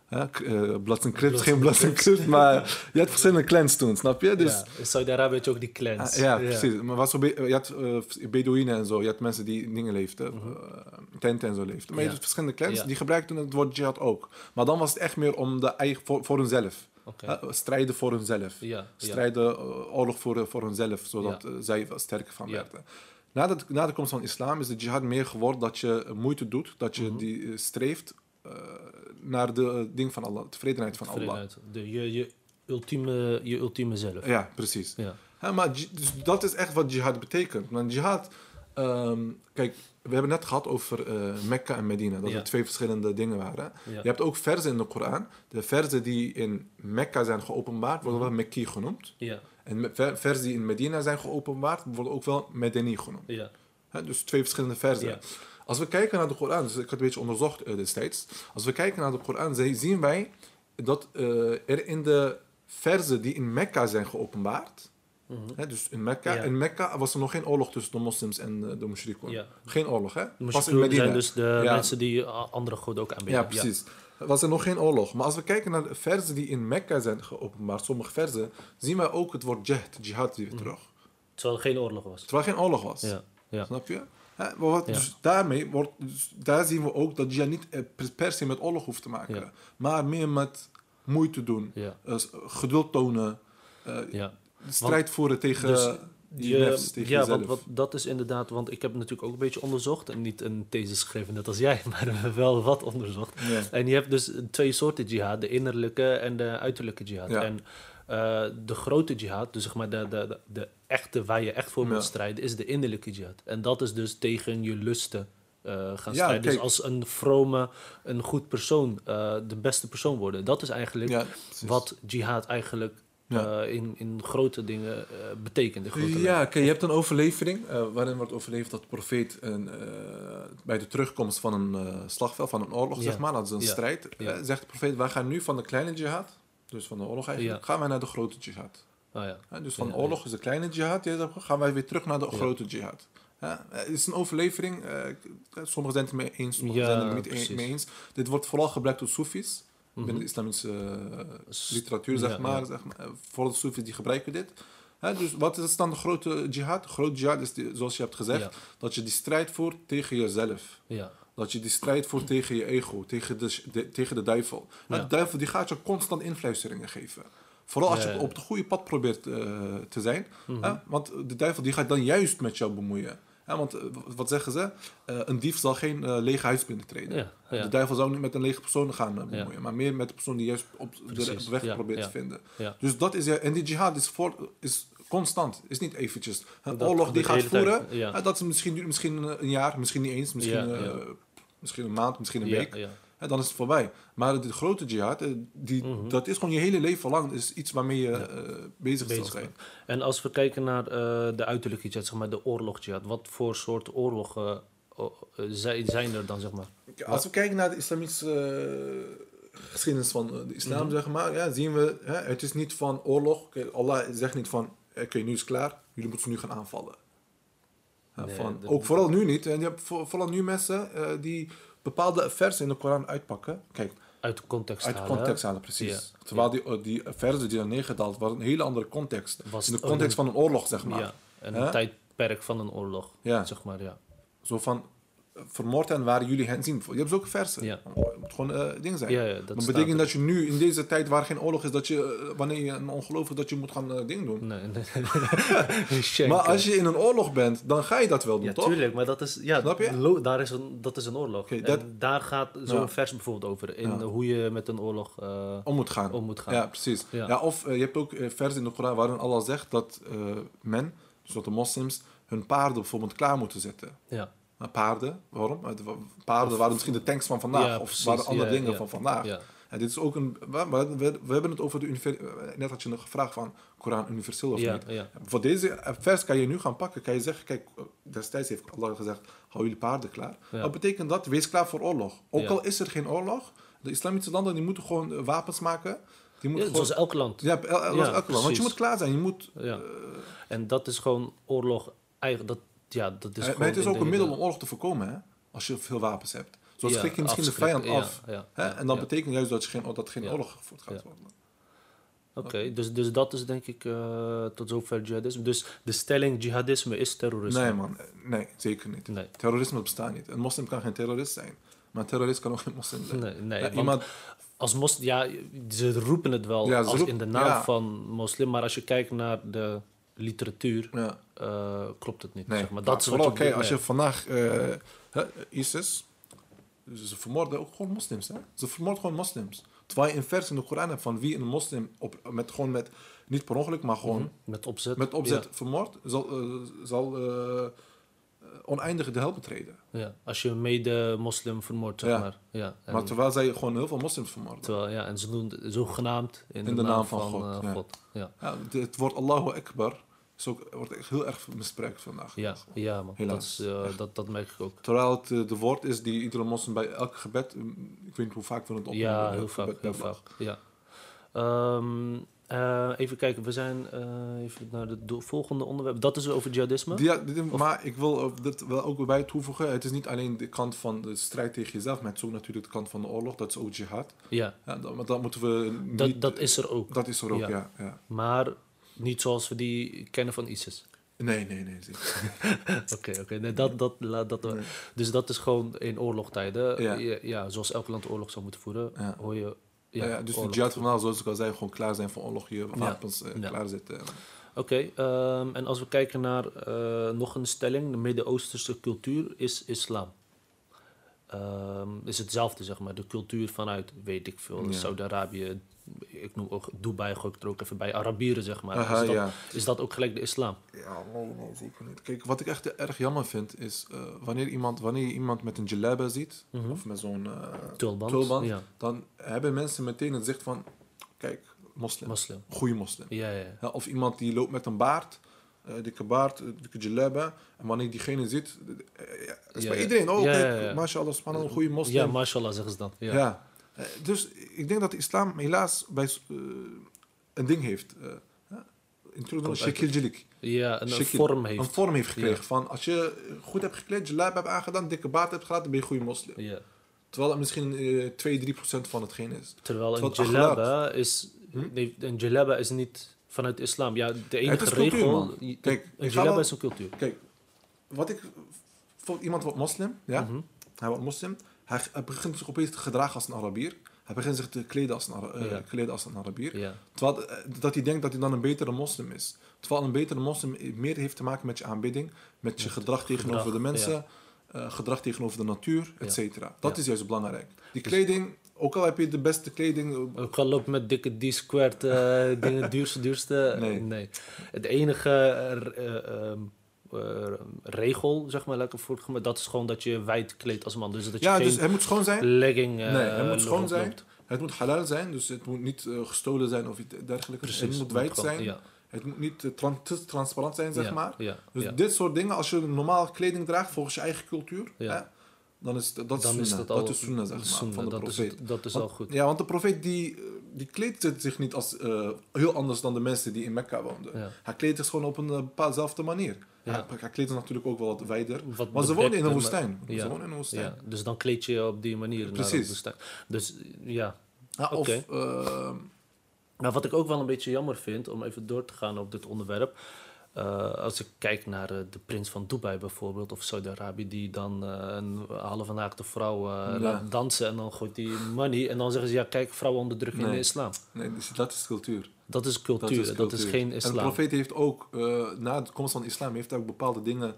Hè? K- eh, Bloods and Crips, Bloods geen and Bloods and Crips. Crips, maar je had verschillende clans toen, snap je? Dus, ja, in Saudi-Arabië had je ook die clans. Ah, ja, precies. Maar was zo be- je had uh, Bedouinen en zo. Je had mensen die in dingen leefden. Mhm. uh, tenten en zo leefden. Maar je Ja. had verschillende clans. Ja. Die gebruikten het woord jihad ook. Maar dan was het echt meer om de eigen, voor, voor hunzelf. Oké. Uh, strijden voor hunzelf. Ja, ja. Strijden, uh, oorlog voor, voor hunzelf. Zodat Ja. uh, zij er sterker van Ja. werden. Na de, na de komst van islam is de jihad meer geworden dat je moeite doet. Dat je Mhm. die uh, streeft uh, naar de uh, ding van Allah. Tevredenheid van Allah. Tevredenheid. De, je, je, ultieme, je ultieme zelf. Ja, precies. Ja. Ja, maar ji- dus dat is echt wat jihad betekent. Want jihad, ehm, kijk, we hebben net gehad over eh, Mekka en Medina. Dat Ja. er twee verschillende dingen waren. Ja. Je hebt ook verzen in de Koran. De verzen die in Mekka zijn geopenbaard, worden wel Mekki genoemd. Ja. En me- ver- verzen die in Medina zijn geopenbaard, worden ook wel Medeni genoemd. Ja. Hè, dus twee verschillende verzen. Ja. Als we kijken naar de Koran, dus ik had het een beetje onderzocht eh, destijds. Als we kijken naar de Koran, zi- zien wij dat eh, er in de verzen die in Mekka zijn geopenbaard. Mhm. Hè, dus in Mekka, Ja. in Mekka was er nog geen oorlog tussen de moslims en eh, de mushrikun. Ja. Geen oorlog, hè? De Pas in mushrikun Medina. zijn dus de Ja. mensen die uh, andere goden ook aanbidden. Ja, precies. Was er nog geen oorlog. Maar als we kijken naar de verzen die in Mekka zijn geopenbaard, sommige verzen, zien wij ook het woord jihad, jihad weer terug. Terwijl er geen oorlog was. Terwijl geen oorlog was. Ja. Ja. Snap je? Hè, maar wat, Ja. Dus daarmee wordt, dus daar zien we ook dat jihad niet eh, per- per se met oorlog hoeft te maken. Ja. Maar meer met moeite doen, Ja. eh, geduld tonen, eh, Ja. strijd voeren tegen dus je Je- nefs, tegen ja, jezelf. want wat, dat is inderdaad, want ik heb het natuurlijk ook een beetje onderzocht. En niet een thesis geschreven net als jij, maar wel wat onderzocht. Ja. En je hebt dus twee soorten jihad, de innerlijke en de uiterlijke jihad. Ja. En eh, de grote jihad, dus zeg maar de, de, de, de echte waar je echt voor Ja. moet strijden, is de innerlijke jihad. En dat is dus tegen je lusten eh, gaan Ja, strijden. Dus kijk. als een vrome, een goed persoon, eh, de beste persoon worden. Dat is eigenlijk Ja, precies. wat jihad eigenlijk Ja. eh, in, in grote dingen eh, betekent. In grote Ja, kijk, je hebt een overlevering eh, waarin wordt overleverd dat de profeet een, eh, bij de terugkomst van een eh, slagveld, van een oorlog, Ja. zeg maar, dat is een Ja. strijd, Ja. eh, zegt de profeet, wij gaan nu van de kleine jihad, dus van de oorlog eigenlijk, Ja. gaan wij naar de grote jihad. Oh ja. Hè, dus van Ja, de oorlog is de kleine jihad, ja, dan gaan wij weer terug naar de Ja. grote jihad. Hè, het is een overlevering, eh, sommigen zijn het mee eens, sommigen Ja, zijn het er niet precies. mee eens. Dit wordt vooral gebruikt door Soefis, Mhm. binnen de islamitische eh, S- literatuur, zeg ja, maar. ja. Zeg maar. Eh, Vooral de Soefis die gebruiken dit. Hè, dus wat is dan de grote jihad? De grote jihad is, die, zoals je hebt gezegd, Ja. dat je die strijd voert tegen jezelf. Ja. Dat je die strijd voert tegen je ego, tegen de, de- tegen de duivel. En Ja. de duivel die gaat je constant influisteringen geven. Vooral als Ja, je ja. op het goede pad probeert eh, te zijn. Mhm. Hè? Want de duivel die gaat dan juist met jou bemoeien. Hè? Want eh, wat zeggen ze? Eh, een dief zal geen eh, lege huis binnentreden. Ja, ja. De duivel zou niet met een lege persoon gaan eh, bemoeien. Maar meer met de persoon die juist op de Precies, re- weg ja, probeert ja. te vinden. Ja. Dus dat is... ja, en die jihad is, voor, is constant. Is niet eventjes. Een Dat oorlog die gebeurt gaat de hele voeren. tijd, ja. hè, dat is misschien, duurt misschien een jaar, misschien niet eens. Misschien, Ja, eh, ja. misschien een maand, misschien een Ja, week. ja. Hè, dan is het voorbij. Maar de grote jihad, eh, die, Mhm. dat is gewoon je hele leven lang is iets waarmee je eh, bezig, Bezig zal zijn. En als we kijken naar eh, de uiterlijke jihad, zeg maar de oorlog jihad, wat voor soort oorlogen eh, eh, zijn zijn er dan, zeg maar? Ja, als we kijken naar de islamitische eh, geschiedenis van eh, de islam, Mhm. zeg maar, ja, zien we, hè, het is niet van oorlog. Kijk, Allah zegt niet van, oké, nu is het klaar, jullie moeten nu gaan aanvallen. Ja, Nee, van, dat- ook vooral nu niet. En je hebt voor- vooral nu mensen eh, die bepaalde versen in de Koran uitpakken. Kijk, Uit de context uit de halen. context halen, precies. Ja. Terwijl die, eh, die versen die er neergedaald waren, een hele andere context. Was in de het context ook van een oorlog, zeg maar. Ja, en Hè? een tijdperk van een oorlog, Ja. zeg maar, ja. Zo van, eh, vermoord hen waar jullie hen zien. Je hebt zulke versen. Ja. Het moet gewoon eh ding zijn. Ja, ja, dat dat staat betekent er. dat je nu, in deze tijd waar geen oorlog is, dat je, eh, wanneer je een ongelovige, dat je moet gaan eh, ding doen. Nee, nee. Schenken. Maar als je in een oorlog bent, dan ga je dat wel doen, Ja, toch? tuurlijk, maar dat is, ja, Snap je? lo- daar is een, dat is een oorlog. Oké, En dat- daar gaat zo'n Ja. vers bijvoorbeeld over, in Ja. hoe je met een oorlog eh, Om moet gaan. om moet gaan. Ja, precies. Ja. Ja. of eh, je hebt ook uh, versen in de Koran waarin Allah zegt dat eh, men, dus dat de moslims, hun paarden bijvoorbeeld klaar moeten zetten. Ja. Maar paarden, waarom? Het wa- Paarden Of- waren misschien de tanks van vandaag, Ja, of precies, waren andere ja, dingen ja, van vandaag. Ja. En dit is ook een. We, we, we hebben het over de univer- net had je nog gevraagd van Koran universeel of Ja, niet. ja. Voor deze vers kan je nu gaan pakken. Kan je zeggen, kijk, destijds heeft Allah gezegd, hou jullie paarden klaar. Ja. Wat betekent dat? Wees klaar voor oorlog. Ook Ja. al is er geen oorlog, de islamitische landen die moeten gewoon eh, wapens maken. Die moeten Ja, gewoon, zoals elk land. ja, el- el- Ja, elke land. Want je precies. moet klaar zijn. Je moet, Ja. En dat is gewoon oorlog. Eigen, dat, ja, dat is eh, gewoon maar het is in ook de een middel hele- om oorlog te voorkomen, hè? Als je veel wapens hebt. Zo schrik je misschien de vijand ja, af. Ja, ja, Hè? ja, En dat ja. betekent juist dat, je geen, dat geen Ja. oorlog gevoerd gaat Ja. worden. Oké, dus, dus dat is denk ik uh, tot zover jihadisme. Dus de stelling jihadisme is terrorisme. Nee man, nee, zeker niet. Nee. Terrorisme bestaat niet. Een moslim kan geen terrorist zijn. Maar een terrorist kan ook geen moslim zijn. Nee, nee, Ja, want iemand, als mos, ja, ze roepen het wel Ja, ze als roep- in de naam ja. van moslim, maar als je kijkt naar de literatuur, ja, uh, klopt het niet. nee. Zeg maar. Dat is wat Vooral, je, kijk, als nee. je vandaag uh, hè, ISIS, ze vermoorden ook gewoon moslims. Hè? Ze vermoorden gewoon moslims. Terwijl je een vers in de Koran hebt van wie een moslim op, met, gewoon met, niet per ongeluk, maar gewoon Mm-hmm. Met opzet. met opzet Ja. vermoord, zal, uh, zal uh, oneindig de hel betreden. Ja, als je een mede-moslim vermoordt, zeg Ja. maar. Ja, en, Maar terwijl zij gewoon heel veel moslims vermoorden. terwijl, ja, en ze doen het zogenaamd in, In de naam van God, uh, ja. God. Ja, Ja, het, het woord Allahu Akbar is ook, wordt echt heel erg misbruikt vandaag. ja, ja man. Dat, Helaas. is, uh, dat, dat merk ik ook. Terwijl het uh, de woord is die iedere moslim bij elk gebed, um, ik weet niet hoe vaak we het opnemen. Ja, elk heel vaak. gebed Heel per dag. vaak ja. Um, uh, even kijken, we zijn uh, even naar het do- volgende onderwerp. Dat is over jihadisme. Ja, dit- maar ik wil ook dit wel ook bij toevoegen. Het is niet alleen de kant van de strijd tegen jezelf, maar het is ook natuurlijk de kant van de oorlog. Dat is ook jihad. Ja, Ja, dat, maar dat moeten we niet... dat, dat is er ook. Dat is er ook, Ja. ja. ja. Maar niet zoals we die kennen van ISIS. Nee, nee, nee. zeker. Oké, oké. Nee, dat, dat, laat dat, Nee. Dus dat is gewoon in oorlogtijden. Ja. Ja. Ja, zoals elk land oorlog zou moeten voeren, Ja. hoor je... Ja, Ja, ja, dus oorlog de jihad te vandaag, zoals ik al zei, gewoon klaar zijn voor oorlog, je wapens eh, Ja. klaarzetten. Oké, ehm, en als we kijken naar eh, nog een stelling, de Midden-Oosterse cultuur is islam. Ehm, is hetzelfde, zeg maar. De cultuur vanuit, weet ik veel, Ja. Saudi-Arabië, ik noem ook Dubai, gooi ik er ook even bij, Arabieren, zeg maar. Aha, is, dat, ja. is dat ook gelijk de islam? Ja, nee, nee, zeker niet. Kijk, wat ik echt erg jammer vind, is uh, wanneer, iemand, wanneer je iemand met een jalaba ziet, Mhm. of met zo'n uh, Tulband, tulband, ja. dan hebben mensen meteen het zicht van, kijk, moslim, Moslim. goede moslim. Ja, ja, ja. Ja, of iemand die loopt met een baard, uh, dikke baard, uh, dikke jalaba, en wanneer je diegene ziet, uh, ja, dat is Ja, bij ja. iedereen, oh Ja, kijk, ja, ja. mashallah, subhanallah, een goede moslim. Ja, mashallah zeggen ze dan. Ja. Ja. Uh, dus ik denk dat de islam helaas bij, uh, een ding heeft. Uh, in het Komt shekil jilik. Ja, een, een Shekil. vorm heeft. Een vorm heeft gekregen. Ja. Van als je goed hebt gekleed, jalab hebt aangedaan, dikke baard hebt gehad, dan ben je een goede moslim. Ja. Terwijl het misschien uh, twee, drie procent van hetgeen is. Terwijl een Terwijl het jalaba is, Hm? nee, een jalaba is niet vanuit de islam. Ja, de enige het is cultuur, regel... man. je- Kijk, een ik ga jalaba wel- is een cultuur. Kijk, wat ik... Voor iemand wordt moslim, ja. Mhm. Hij wordt moslim. Hij, hij begint zich opeens te gedragen als een Arabier. Hij begint zich te kleden als een, Ara- uh, Ja. kleden als een Arabier. Ja. Terwijl uh, dat hij denkt dat hij dan een betere moslim is. Terwijl een betere moslim meer heeft te maken met je aanbidding, met je gedrag tegenover gedrag, de mensen, ja. uh, gedrag tegenover de natuur, et cetera. Dat Ja. is juist belangrijk. Die kleding, ook al heb je de beste kleding, uh, Ook al lopen met dikke D-squared uh, dingen, duurste, duurste. Nee. nee. Het enige uh, uh, um, uh, regel, zeg maar, lekker voor, het- dat is gewoon dat je wijd kleedt als man. Dus dat je ja, geen dus hij moet schoon zijn. legging uh, Nee, hij moet erop schoon zijn. loopt. Het moet halal zijn, dus het moet niet uh, gestolen zijn of iets dergelijks. Precies. Het moet wijd gewoon- zijn. Ja, Het moet niet uh, tran- te transparant zijn, zeg ja, maar. Ja, Dus ja. dit soort dingen, als je normaal kleding draagt volgens je eigen cultuur, Ja. hè, dan is dat, dat is Dan sunnah. is dat dat, al is sunnah, zeg maar, sunnah, van de dat is, profeet. het- dat is Want- al goed. Ja, want de profeet die, uh, die kleedt zich niet als, uh, heel anders dan de mensen die in Mekka woonden. Ja. Hij kleedt zich gewoon op een uh, bepaaldezelfde manier. Ja. Hij, hij kleedt zich natuurlijk ook wel wat wijder. Wat Maar ze woonden in een bedekter, woestijn. maar- ja. Ze woonden in een woestijn. Ja, dus dan kleed je je op die manier naar Precies. de woestijn. Dus ja. Ja, of, Oké. uh, Nou, wat ik ook wel een beetje jammer vind, om even door te gaan op dit onderwerp. Uh, als ik kijk naar uh, de prins van Dubai bijvoorbeeld, of Saudi-Arabië, die dan uh, een halve naakte vrouw uh, Ja. laat dansen en dan gooit die money. En dan zeggen ze, ja kijk, vrouwen onderdrukken in Nee. de islam. nee, dus dat is cultuur. Dat is cultuur, dat is, geen En de islam. profeet heeft ook, uh, na de komst van de islam, heeft hij ook bepaalde dingen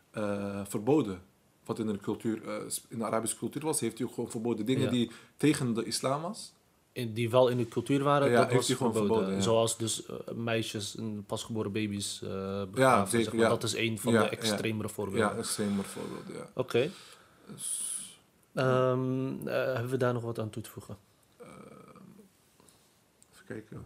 uh, verboden. Wat in de, cultuur, uh, in de Arabische cultuur was, heeft hij ook gewoon verboden. Dingen Ja. die tegen de islam was. In, die wel in de cultuur waren, Ja, dat heeft was hij gewoon verboden. verboden, ja. Zoals dus uh, meisjes en pasgeboren baby's uh, begraven. Ja, zeker, zeg maar. ja. Dat is een van Ja, de ja. extremere voorbeelden. Ja, extreem voorbeelden, ja. Oké. Dus, Ehm, uh, hebben we daar nog wat aan toe te voegen? uh, even kijken.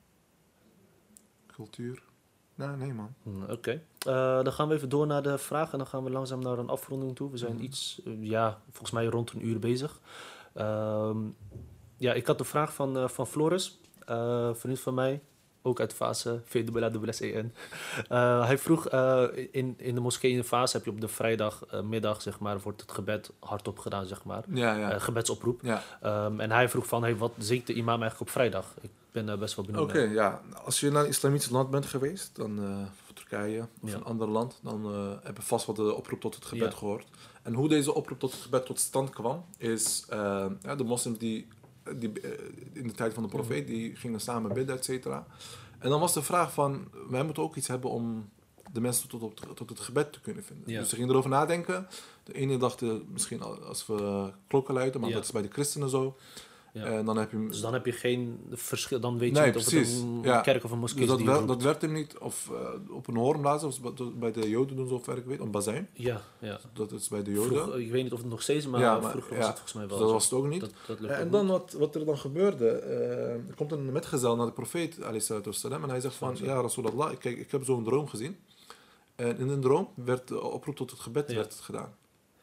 Cultuur. Nee, nee man. Hmm, Oké. Uh, dan gaan we even door naar de vraag en dan gaan we langzaam naar een afronding toe. We zijn Mhm. iets, uh, ja, volgens mij rond een uur bezig. Ehm, ja, ik had de vraag van, uh, van Floris, uh, vriend van mij. ook uit fase V W S E N. Uh, hij vroeg, uh, in, in de moskee in de fase heb je op de vrijdagmiddag, uh, zeg maar, wordt het gebed hardop gedaan, zeg maar. Ja, ja. Uh, gebedsoproep. Ja. Um, en hij vroeg van, hey, wat zingt de imam eigenlijk op vrijdag? Ik ben uh, best wel benieuwd. Oké, okay, ja. Als je naar een islamitisch land bent geweest, dan uh, Turkije of ja. een ander land, dan uh, heb je vast wat de oproep tot het gebed ja. gehoord. En hoe deze oproep tot het gebed tot stand kwam, is uh, ja, de moslims die, die uh, in de tijd van de profeet, die gingen samen bidden, et cetera. En dan was de vraag van, wij moeten ook iets hebben om de mensen tot, op, tot het gebed te kunnen vinden. Ja. Dus ze gingen erover nadenken. De ene dacht uh, misschien als we klokken luiden, maar ja. dat is bij de christenen zo. Ja. En dan heb je... Dus dan heb je geen verschil, dan weet je nee, niet of precies. het een ja. kerk of een moskee dus is. Dat, die wer, dat werd hem niet, of uh, op een hoornblazen, of bij de Joden doen zover ik weet, een bazijn. Ja, ja. Dat is bij de Joden. Vroeg, ik weet niet of het nog steeds, maar, ja, maar vroeger ja, was het volgens mij wel. Dat zo. was het ook niet. Dat, dat en ook dan niet. Wat, wat er dan gebeurde, uh, er komt een metgezel naar de profeet, en hij zegt van, ja, Rasulallah, kijk, ik heb zo'n droom gezien. En in een droom werd de oproep tot het gebed ja. werd gedaan.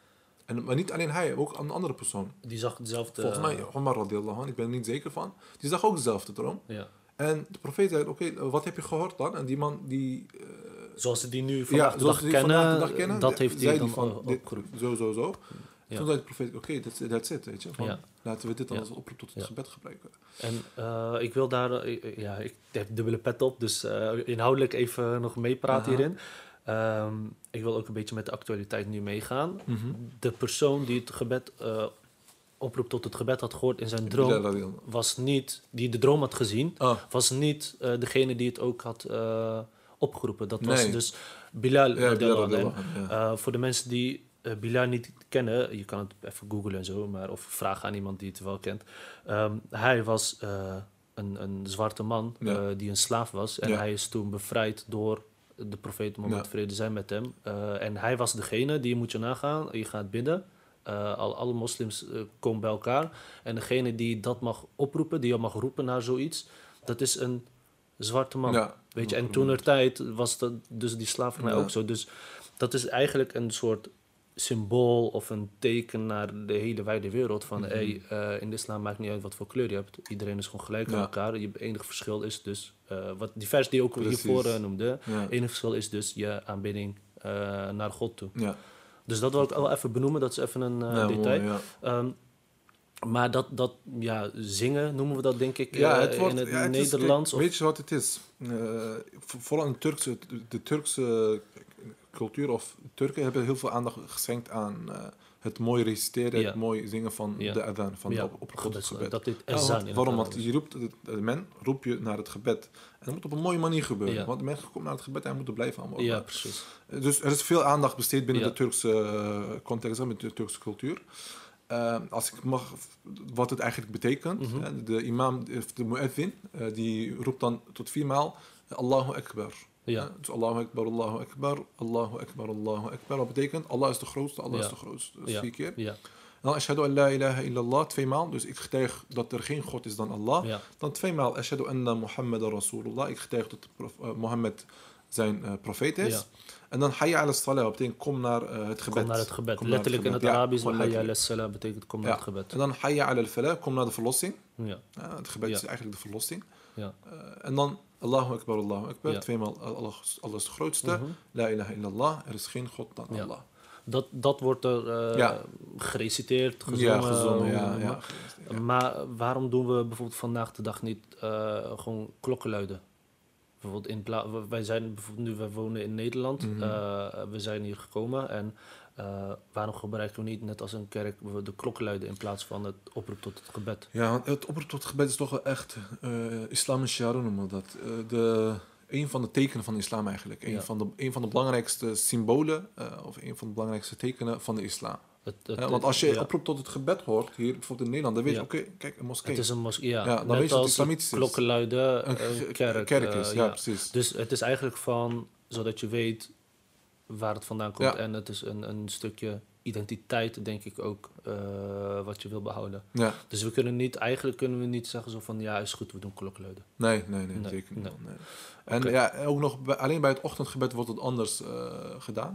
En, maar niet alleen hij, ook een andere persoon. Die zag dezelfde... Volgens mij, Omar radiallahu anh, ik ben er niet zeker van. Die zag ook dezelfde droom. Ja. En de profeet zei, oké, okay, wat heb je gehoord dan? En die man die... Uh, zoals ze die nu vandaag, ja, de, dag die kennen, vandaag de dag kennen, dat heeft hij dan van, opgeroepen. Zo, zo, zo. Ja. Toen zei de profeet, oké, okay, that's, that's it, weet je. Van, ja. Laten we dit dan ja. als oproep tot het ja. gebed gebruiken. En uh, ik wil daar... Uh, ja, ik heb dubbele pet op, dus uh, inhoudelijk even nog meepraten uh-huh. hierin. Um, ik wil ook een beetje met de actualiteit nu meegaan. Mm-hmm. De persoon die het gebed uh, oproep tot het gebed had gehoord in zijn droom, was niet, die de droom had gezien, oh. was niet uh, degene die het ook had uh, opgeroepen. Dat nee. was dus Bilal. Ja, Bilal en, ja. uh, voor de mensen die uh, Bilal niet kennen, je kan het even googlen en zo, maar of vragen aan iemand die het wel kent. Um, hij was uh, een, een zwarte man ja. uh, die een slaaf was en ja. hij is toen bevrijd door de profeet Mohammed, ja. vrede zijn met hem. Uh, en hij was degene, die moet je nagaan, je gaat bidden. Uh, al, alle moslims uh, komen bij elkaar. En degene die dat mag oproepen, die je mag roepen naar zoiets, dat is een zwarte man. Ja. Weet je? En toenertijd was dat dus die slavernij ja. ook zo. Dus dat is eigenlijk een soort symbool of een teken naar de hele wijde wereld. Van mm-hmm. hey, uh, in de islam maakt niet uit wat voor kleur je hebt. Iedereen is gewoon gelijk ja. aan elkaar. Je enige verschil is dus, uh, wat die vers die ook Precies. hiervoor uh, noemde, ja. enige verschil is dus je aanbidding uh, naar God toe. Ja. Dus dat wil ik wel even benoemen, dat is even een uh, ja, detail. Mooi, ja. um, maar dat, dat ja, zingen noemen we dat denk ik uh, ja, het wordt, in het, ja, het Nederlands. Is, of... Weet je wat het is? Uh, vooral in de Turkse, de Turkse cultuur of Turken hebben heel veel aandacht geschenkt aan uh, het mooi reciteren, ja. het mooi zingen van ja. de adhan, van ja. de op, op het gebed. Dat dit ja, want, waarom? Want je roept, de men roep je naar het gebed. En dat moet op een mooie manier gebeuren. Ja. Want de mensen komen naar het gebed en moeten blijven allemaal. Ja, precies. Dus er is veel aandacht besteed binnen ja. de Turkse uh, context, met de Turkse cultuur. Uh, als ik mag, wat het eigenlijk betekent. Mm-hmm. Hè, de imam, de muezzin, uh, die roept dan tot viermaal Allahu Akbar. Ja. Uh, dus Allahu Akbar, Allahu Akbar, Allahu Akbar, Allahu Akbar. Wat betekent? Allah is de grootste, Allah ja. is de grootste. Dus ja. vier keer. Ja. En dan ashhadu an la ilaha illallah, tweemaal. Dus ik getuig dat er geen God is dan Allah. Ja. Dan tweemaal ashhadu anna Muhammadan Rasulullah. Ik getuig dat prof, uh, Mohammed zijn uh, profeet is. Ja. En dan hayya ala salah betekent kom naar uh, het gebed. Kom naar het gebed. Kom letterlijk het in gebed. het Arabisch, ja, hayya ala salah betekent kom ja. naar het gebed. En dan hayya ala al-falah, kom naar de verlossing. Ja. Ja, het gebed ja. is eigenlijk de verlossing. Ja. Uh, en dan Allahu Akbar, Allahu Akbar. Ja. Tweemaal Allah, Allah is de grootste. Uh-huh. La ilaha illallah. Er is geen God dan ja. Allah. Dat, dat wordt er uh, ja. gereciteerd, gezongen. Ja, gezongen, ja, ja. ja. Maar waarom doen we bijvoorbeeld vandaag de dag niet uh, gewoon klokken luiden? Bijvoorbeeld in pla- wij zijn bijvoorbeeld nu, wij wonen in Nederland. Mm-hmm. Uh, we zijn hier gekomen en uh, waarom gebruiken we niet, net als een kerk, de klokken luiden in plaats van het oproep tot het gebed? Ja, want het oproep tot het gebed is toch wel echt uh, islamisch jaren noemen we dat. Uh, de, een van de tekenen van de islam eigenlijk. Een, ja. van, de, een van de belangrijkste symbolen uh, of een van de belangrijkste tekenen van de islam. Het, het, ja, want als je ja. oproep tot het gebed hoort, hier bijvoorbeeld in Nederland, dan weet je, ja. oké, okay, kijk, een moskee. Het is een moskee, ja. ja dan net weet je als het islamitisch is. Klokken luiden, een, een kerk. kerk is, uh, ja, ja, precies. Dus het is eigenlijk van, zodat je weet waar het vandaan komt. Ja. En het is een, een stukje identiteit, denk ik ook, uh, wat je wil behouden. Ja. Dus we kunnen niet, eigenlijk kunnen we niet zeggen zo van, ja, is goed, we doen klokken luiden. Nee, nee, nee, nee, zeker niet. Nee. Nee. En okay. ja, ook nog, bij, alleen bij het ochtendgebed wordt het anders uh, gedaan.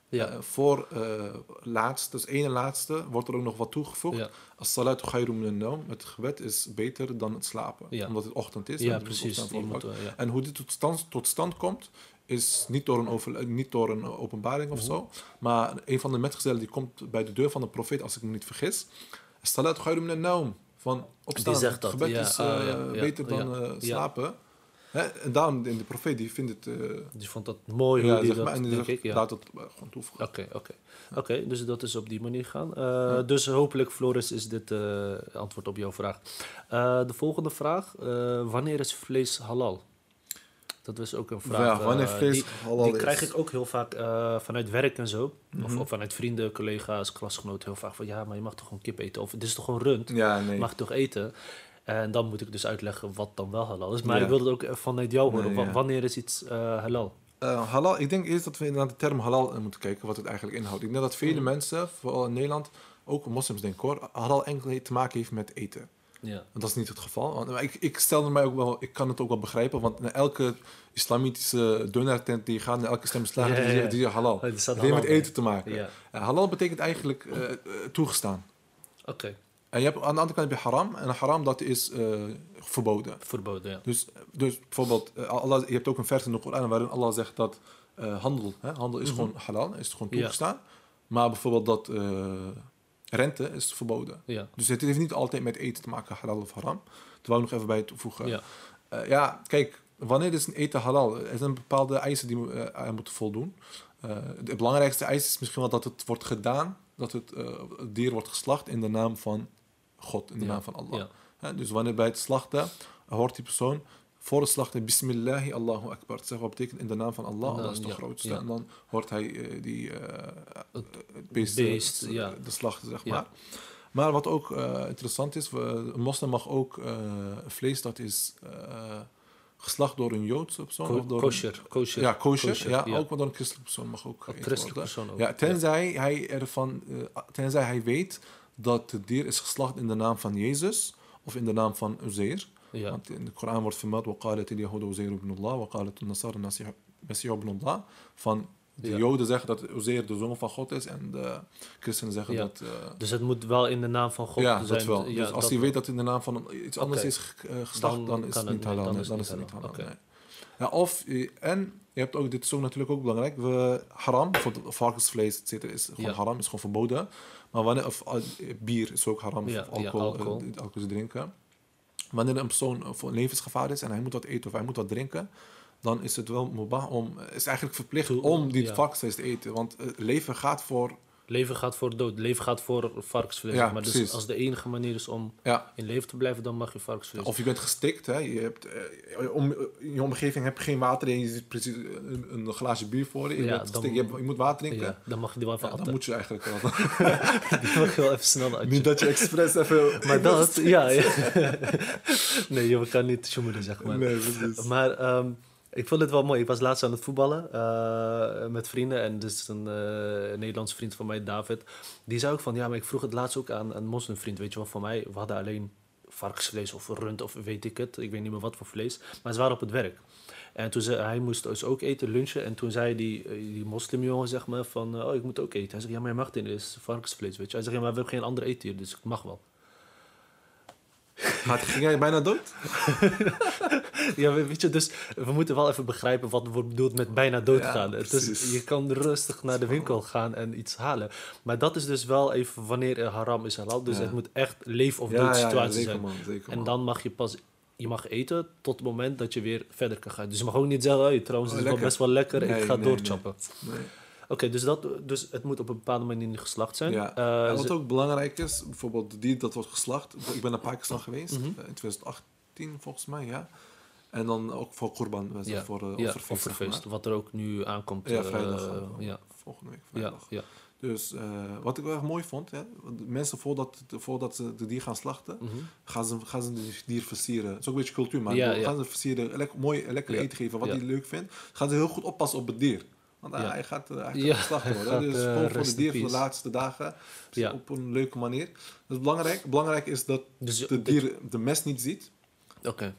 Ja. Uh, voor uh, laatste, dus ene laatste, wordt er ook nog wat toegevoegd. Ja. As-salatu khayrun min an-nawm. Het gebed is beter dan het slapen. Ja. Omdat het ochtend is. Ja, en precies. het Moet, uh, ja. En hoe dit tot stand, tot stand komt, is niet door een, over, niet door een openbaring of Mm-hmm. zo. Maar een van de metgezellen die komt bij de deur van de profeet, als ik me niet vergis. As-salatu khayrun min an-nawm. Van opstaan. Die zegt het dat. gebed Ja. is uh, Ah, ja. Ja. beter dan Ja. uh, Ja. slapen. Hè? En daarom, in de profeet, die vindt het... Uh, Die vond dat mooi hoe ja, die zeg dat, maar, en die denk zegt, ik. Ja. laat het uh, gewoon toevoegen. Oké, oké. Oké, dus dat is op die manier gaan. Uh, Ja. Dus hopelijk, Floris, is dit uh, antwoord op jouw vraag. Uh, de volgende vraag. Uh, wanneer is vlees halal? Dat was ook een vraag. Ja, wanneer uh, vlees die, halal die is. krijg ik ook heel vaak uh, vanuit werk en zo. Mhm. Of, of vanuit vrienden, collega's, klasgenoten. Heel vaak van, ja, maar je mag toch gewoon kip eten? Of het is toch gewoon rund? Ja, nee. Mag je toch eten? En dan moet ik dus uitleggen wat dan wel halal is. Maar Ja. ik wilde het ook vanuit jou horen. Nee, Wa- ja. Wanneer is iets uh, halal? Uh, halal, ik denk eerst dat we naar de term halal uh, moeten kijken, wat het eigenlijk inhoudt. Ik denk dat vele Mhm. mensen, vooral in Nederland, ook moslims denk ik hoor, halal enkel te maken heeft met eten. Ja. En dat is niet het geval. Want, maar ik, ik stelde mij ook wel, ik kan het ook wel begrijpen, want naar elke islamitische donertent die je gaat, naar elke islamitische slager, Ja, die, ja. die, die halal. Oh, er staat Het heeft met halal eten te maken. Ja. Uh, halal betekent eigenlijk uh, uh, toegestaan. Oké, En je hebt, aan de andere kant heb je haram, en haram dat is uh, verboden. verboden, ja. Dus, dus bijvoorbeeld, uh, Allah, je hebt ook een vers in de Koran waarin Allah zegt dat uh, handel, hè, handel is Mhm. gewoon halal, is gewoon Ja. toegestaan. Maar bijvoorbeeld dat uh, rente is verboden. Ja. Dus het heeft niet altijd met eten te maken, halal of haram. Dat wou ik nog even bij toevoegen. Ja. Uh, ja, kijk, wanneer is een eten halal? Er zijn bepaalde eisen die uh, aan moeten voldoen. Uh, de belangrijkste eis is misschien wel dat het wordt gedaan, dat het, uh, het dier wordt geslacht in de naam van God, in de Ja. naam van Allah. Ja. Hè, dus wanneer bij het slachten hoort die persoon voor het slachten Bismillahi Allahu Akbar. Zeg wat betekent in de naam van Allah, Nou, Allah is de ja, grootste. ja. En dan hoort hij uh, die uh, Het het beest, beest, uh, ja. de slachten, zeg Ja. maar. Maar wat ook uh, interessant is, we, een moslim mag ook uh, vlees dat is uh, geslacht door een Joodse persoon. Ko- of door kosher, een, kosher. ja, kosher. Kosher, ja, ja. ook door een christelijke persoon mag ook Een gegeten christelijke worden. persoon ook. Ja, tenzij hij ervan, uh, tenzij hij weet dat het dier is geslacht in de naam van Jezus of in de naam van Uzair. Ja. Want in de Koran wordt vermeld: وَقَالَتِ الْيَهُودُ عُزَيْرُ بْنُ اللَّهِ وَقَالَتِ النَّصَارَى الْمَسِيحُ بْنُ اللَّهِ. Van de Ja. Joden zeggen dat Uzair de zoon van God is en de christenen zeggen Ja. dat... Uh, Dus het moet wel in de naam van God ja, zijn. dat wel. Ja, dus als dat hij wel. weet dat in de naam van iets anders Oké. is uh, geslacht, Dan dan, is kan het het niet niet, halal. dan nee, is Dan het is het niet niet halal. halal. Nee. Ja, of, eh, en je hebt ook, dit is ook natuurlijk ook belangrijk, we, haram, bijvoorbeeld varkensvlees, et cetera, is gewoon Ja. haram, is gewoon verboden. Maar wanneer, of uh, bier is ook haram, Ja, of alcohol, ja, alcohol. uh, alcohol drinken. Wanneer een persoon voor levensgevaar is en hij moet wat eten of hij moet wat drinken, dan is het wel mubah om, is eigenlijk verplicht Toe- om die ja. varkensvlees te eten. Want uh, leven gaat voor, Leven gaat voor dood, leven gaat voor varkensvlees. Ja, maar dus precies. als de enige manier is om ja, in leven te blijven, dan mag je varkensvlees. of je bent gestikt, hè, je hebt, uh, om, in je omgeving heb je geen water en je ziet precies een, een glaasje bier voor je, je, Ja, bent dan- gestikt, je, hebt- je moet water drinken. ja, dan mag je die wel even Ja, dan atten. moet je eigenlijk wel. Die mag je wel even snel uit. Niet dat je expres even... Maar dat, ja. ja. Nee, je kan niet zoemeren, zeg maar. Nee, precies. Maar ehm, ik vond het wel mooi. Ik was laatst aan het voetballen eh, met vrienden. En dus een, eh, een Nederlandse vriend van mij, David. Die zei ook van, ja, maar ik vroeg het laatst ook aan een moslimvriend. Weet je wel, van mij, we hadden alleen varkensvlees of rund of weet ik het. Ik weet niet meer wat voor vlees. Maar ze waren op het werk. En toen zei hij moest dus ook eten, lunchen. En toen zei die, eh, die moslimjongen, zeg maar, van, oh, ik moet ook eten. Hij zegt, ja, maar je mag dit niet, het is varkensvlees, weet je. Hij zegt, ja, maar we hebben geen ander eten hier, dus ik mag wel. Maar ging jij bijna dood? Ja, weet je, dus we moeten wel even begrijpen wat wordt bedoeld met bijna doodgaan. Ja, dus precies. je kan rustig naar de winkel gaan en iets halen. Maar dat is dus wel even wanneer er haram is halal. Dus Ja. het moet echt leef of Ja, dood ja, ja, situatie zeker zijn. man, zeker En man. dan mag je pas, je mag eten tot het moment dat je weer verder kan gaan. Dus je mag ook niet zeggen, hey, trouwens, Oh, het is wel lekker. best wel lekker, Nee, ik ga nee, doorchappen. Nee. Oké, dus, dat, dus het moet op een bepaalde manier niet geslacht zijn. Ja. Eh, En wat ze- ook belangrijk is, bijvoorbeeld de dier dat wordt geslacht. Ik ben naar Pakistan geweest, Mhm. eh, in twintig achttien volgens mij, ja. En dan ook voor Qurban, we ja, voor uh, ja, offerfeest, zeg offerfeest, maar. wat er ook nu aankomt. Ja, eh, vrijdag. eh, ja, Volgende week ja, vrijdag. ja. Dus uh, wat ik wel erg mooi vond, hè, want de mensen voordat, voordat ze de dier gaan slachten, Mhm. gaan ze, gaan ze de dier versieren. Het is ook een beetje cultuur, maar Ja, dan ja. gaan ze versieren, lekker, mooi lekker Ja. eten geven, wat Ja. hij leuk vindt. Gaan ze heel goed oppassen op het dier. Want uh, Ja. hij gaat, uh, hij gaat Ja, geslacht hij worden. gaat, dus uh, gewoon voor rest de dier in voor de peace. laatste dagen, Ja. op een leuke manier. Dat is belangrijk. Belangrijk is dat Dus de dier de mest niet ziet. Oké.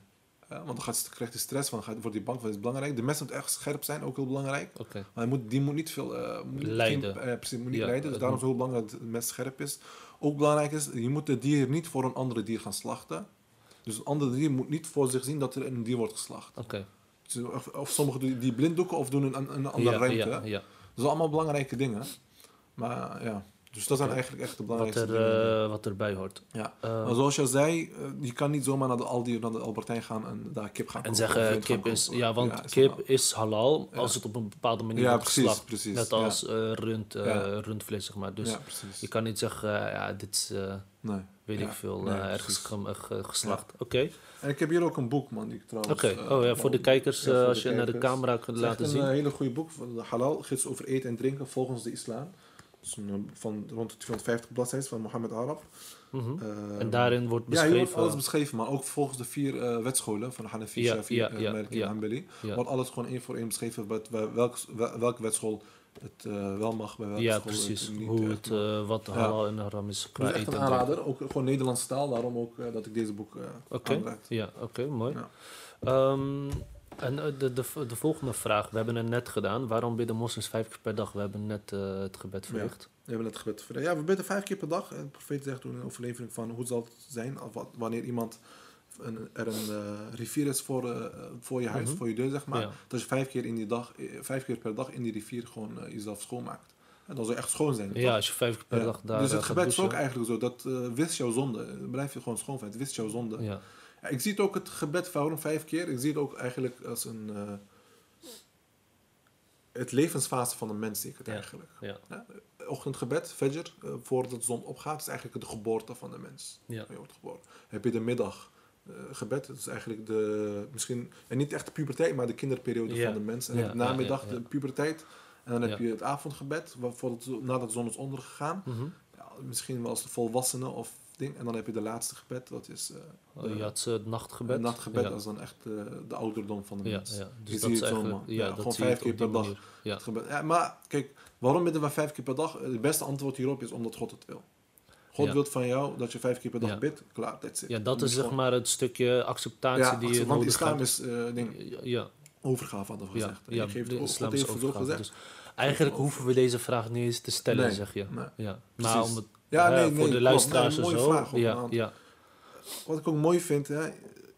Uh, want dan gaat, krijgt hij stress van, gaat, wordt hij bang van, is belangrijk. De mes moet echt scherp zijn, ook heel belangrijk. Okay. Maar hij moet, die moet niet veel... Uh, moet niet leiden. Geen, uh, precies, moet niet ja, leiden. Dus daarom is het heel belangrijk dat het mes scherp is. Ook belangrijk is, je moet het dier niet voor een ander dier gaan slachten. Dus een ander dier moet niet voor zich zien dat er een dier wordt geslacht. Okay. Dus of, of sommigen die, die blinddoeken of doen een, een andere ja, ruimte. Ja, ja. Dat zijn allemaal belangrijke dingen. Maar ja... Dus dat zijn okay. eigenlijk echt de belangrijkste wat er, dingen. Uh, wat erbij hoort. Ja. Uh, maar zoals je al zei, je kan niet zomaar naar de Aldi of naar de Albertijn gaan en daar kip gaan en kopen. En zeggen kip is... Ja, want ja, is kip halal. is halal als ja. het op een bepaalde manier ja, wordt precies, geslacht. Precies, Net als ja. uh, rund, uh, ja. rundvlees, zeg maar. Dus ja, je kan niet zeggen, uh, ja, dit is... Uh, nee. Weet ja. ik veel, nee, uh, ergens ge- ge- geslacht. Ja. Oké. Okay. En ik heb hier ook een boek, man, die ik trouwens... Oké, okay. uh, oh ja, voor de kijkers, ja, voor als de je kijkers. naar de camera kunt laten zien. Het is een hele goede boek, van de Halal, gids over eten en drinken volgens de islam. Van rond de tweehonderdvijftig bladzijden van Mohammed Arab. Mm-hmm. Uh, en daarin wordt beschreven... Ja, hier wordt alles beschreven, maar ook volgens de vier uh, wetscholen van Hanafi, ja, Shafi, ja, uh, ja, Maliki ja, en Hanbali. Ja. Wordt alles gewoon één voor één beschreven bij welke, welke wetschool het uh, wel mag, bij welke ja, school precies. het niet. Hoe het, uh, wat halal ja. en haram is qua eten. Het is echt een aanrader, ook gewoon Nederlandse taal, daarom ook uh, dat ik deze boek uh, okay. aanraad. Ja, oké, okay, mooi. Ja. Um, En de, de, de volgende vraag, we hebben het net gedaan. Waarom bidden moslims vijf keer per dag? We hebben net uh, het gebed verricht. Ja, we hebben het gebed verricht. Ja, we bidden vijf keer per dag. En de profeet zegt toen in een overlevering van hoe zal het zijn of wat, wanneer iemand een, er een uh, rivier is voor, uh, voor je huis, mm-hmm. voor je deur, zeg maar. Ja. Dat je vijf keer, in die dag, vijf keer per dag in die rivier gewoon uh, jezelf schoonmaakt. En dat zou echt schoon zijn. Ja, toch? Als je vijf keer per ja. dag daar Dus het uh, gebed is ook eigenlijk zo. Dat uh, wist jouw zonde. Blijf je gewoon schoon van. Het wist jouw zonde. Ja. Ja, ik zie het ook het gebed vouwen vijf keer. Ik zie het ook eigenlijk als een... Uh, het levensfase van een mens zie ik het ja. eigenlijk. Ja. Ja, ochtendgebed, fajr, uh, voordat de zon opgaat, is eigenlijk de geboorte van de mens. Ja. Je wordt geboren. Heb je de middag uh, gebed, dat is eigenlijk de... misschien en niet echt de puberteit, maar de kinderperiode ja. van de mens. En ja. heb je de namiddag ja, ja, ja. de puberteit. En dan heb ja. je het avondgebed, voordat, nadat de zon is ondergegaan. Mm-hmm. Ja, misschien wel als de volwassenen of... ding. En dan heb je de laatste gebed, dat is uh, de, oh, je had het nachtgebed. Het nachtgebed, ja. dat is dan echt uh, de ouderdom van de ja, mens. Ja. Dus je dat ziet is het zo, man. Ja, ja, dat gewoon vijf keer per dag. Ja. Het gebed. Ja, maar kijk, waarom bidden we vijf keer per dag? Het beste antwoord hierop is omdat God het wil. God ja. wil van jou dat je vijf keer per dag ja. bidt. Klaar, that's it. Ja, dat is zeg maar het stukje acceptatie ja, die je want nodig islam hebt. is uh, ding, ja. overgave, hadden we gezegd. Ja, je geeft de islam is overgave. Dus eigenlijk hoeven we deze vraag niet eens te stellen, nee, zeg je. Nee, ja. Maar om het, ja, nee, uh, voor nee, de luisteraars en zo. Vraag ook, ja, ja. Wat ik ook mooi vind, hè,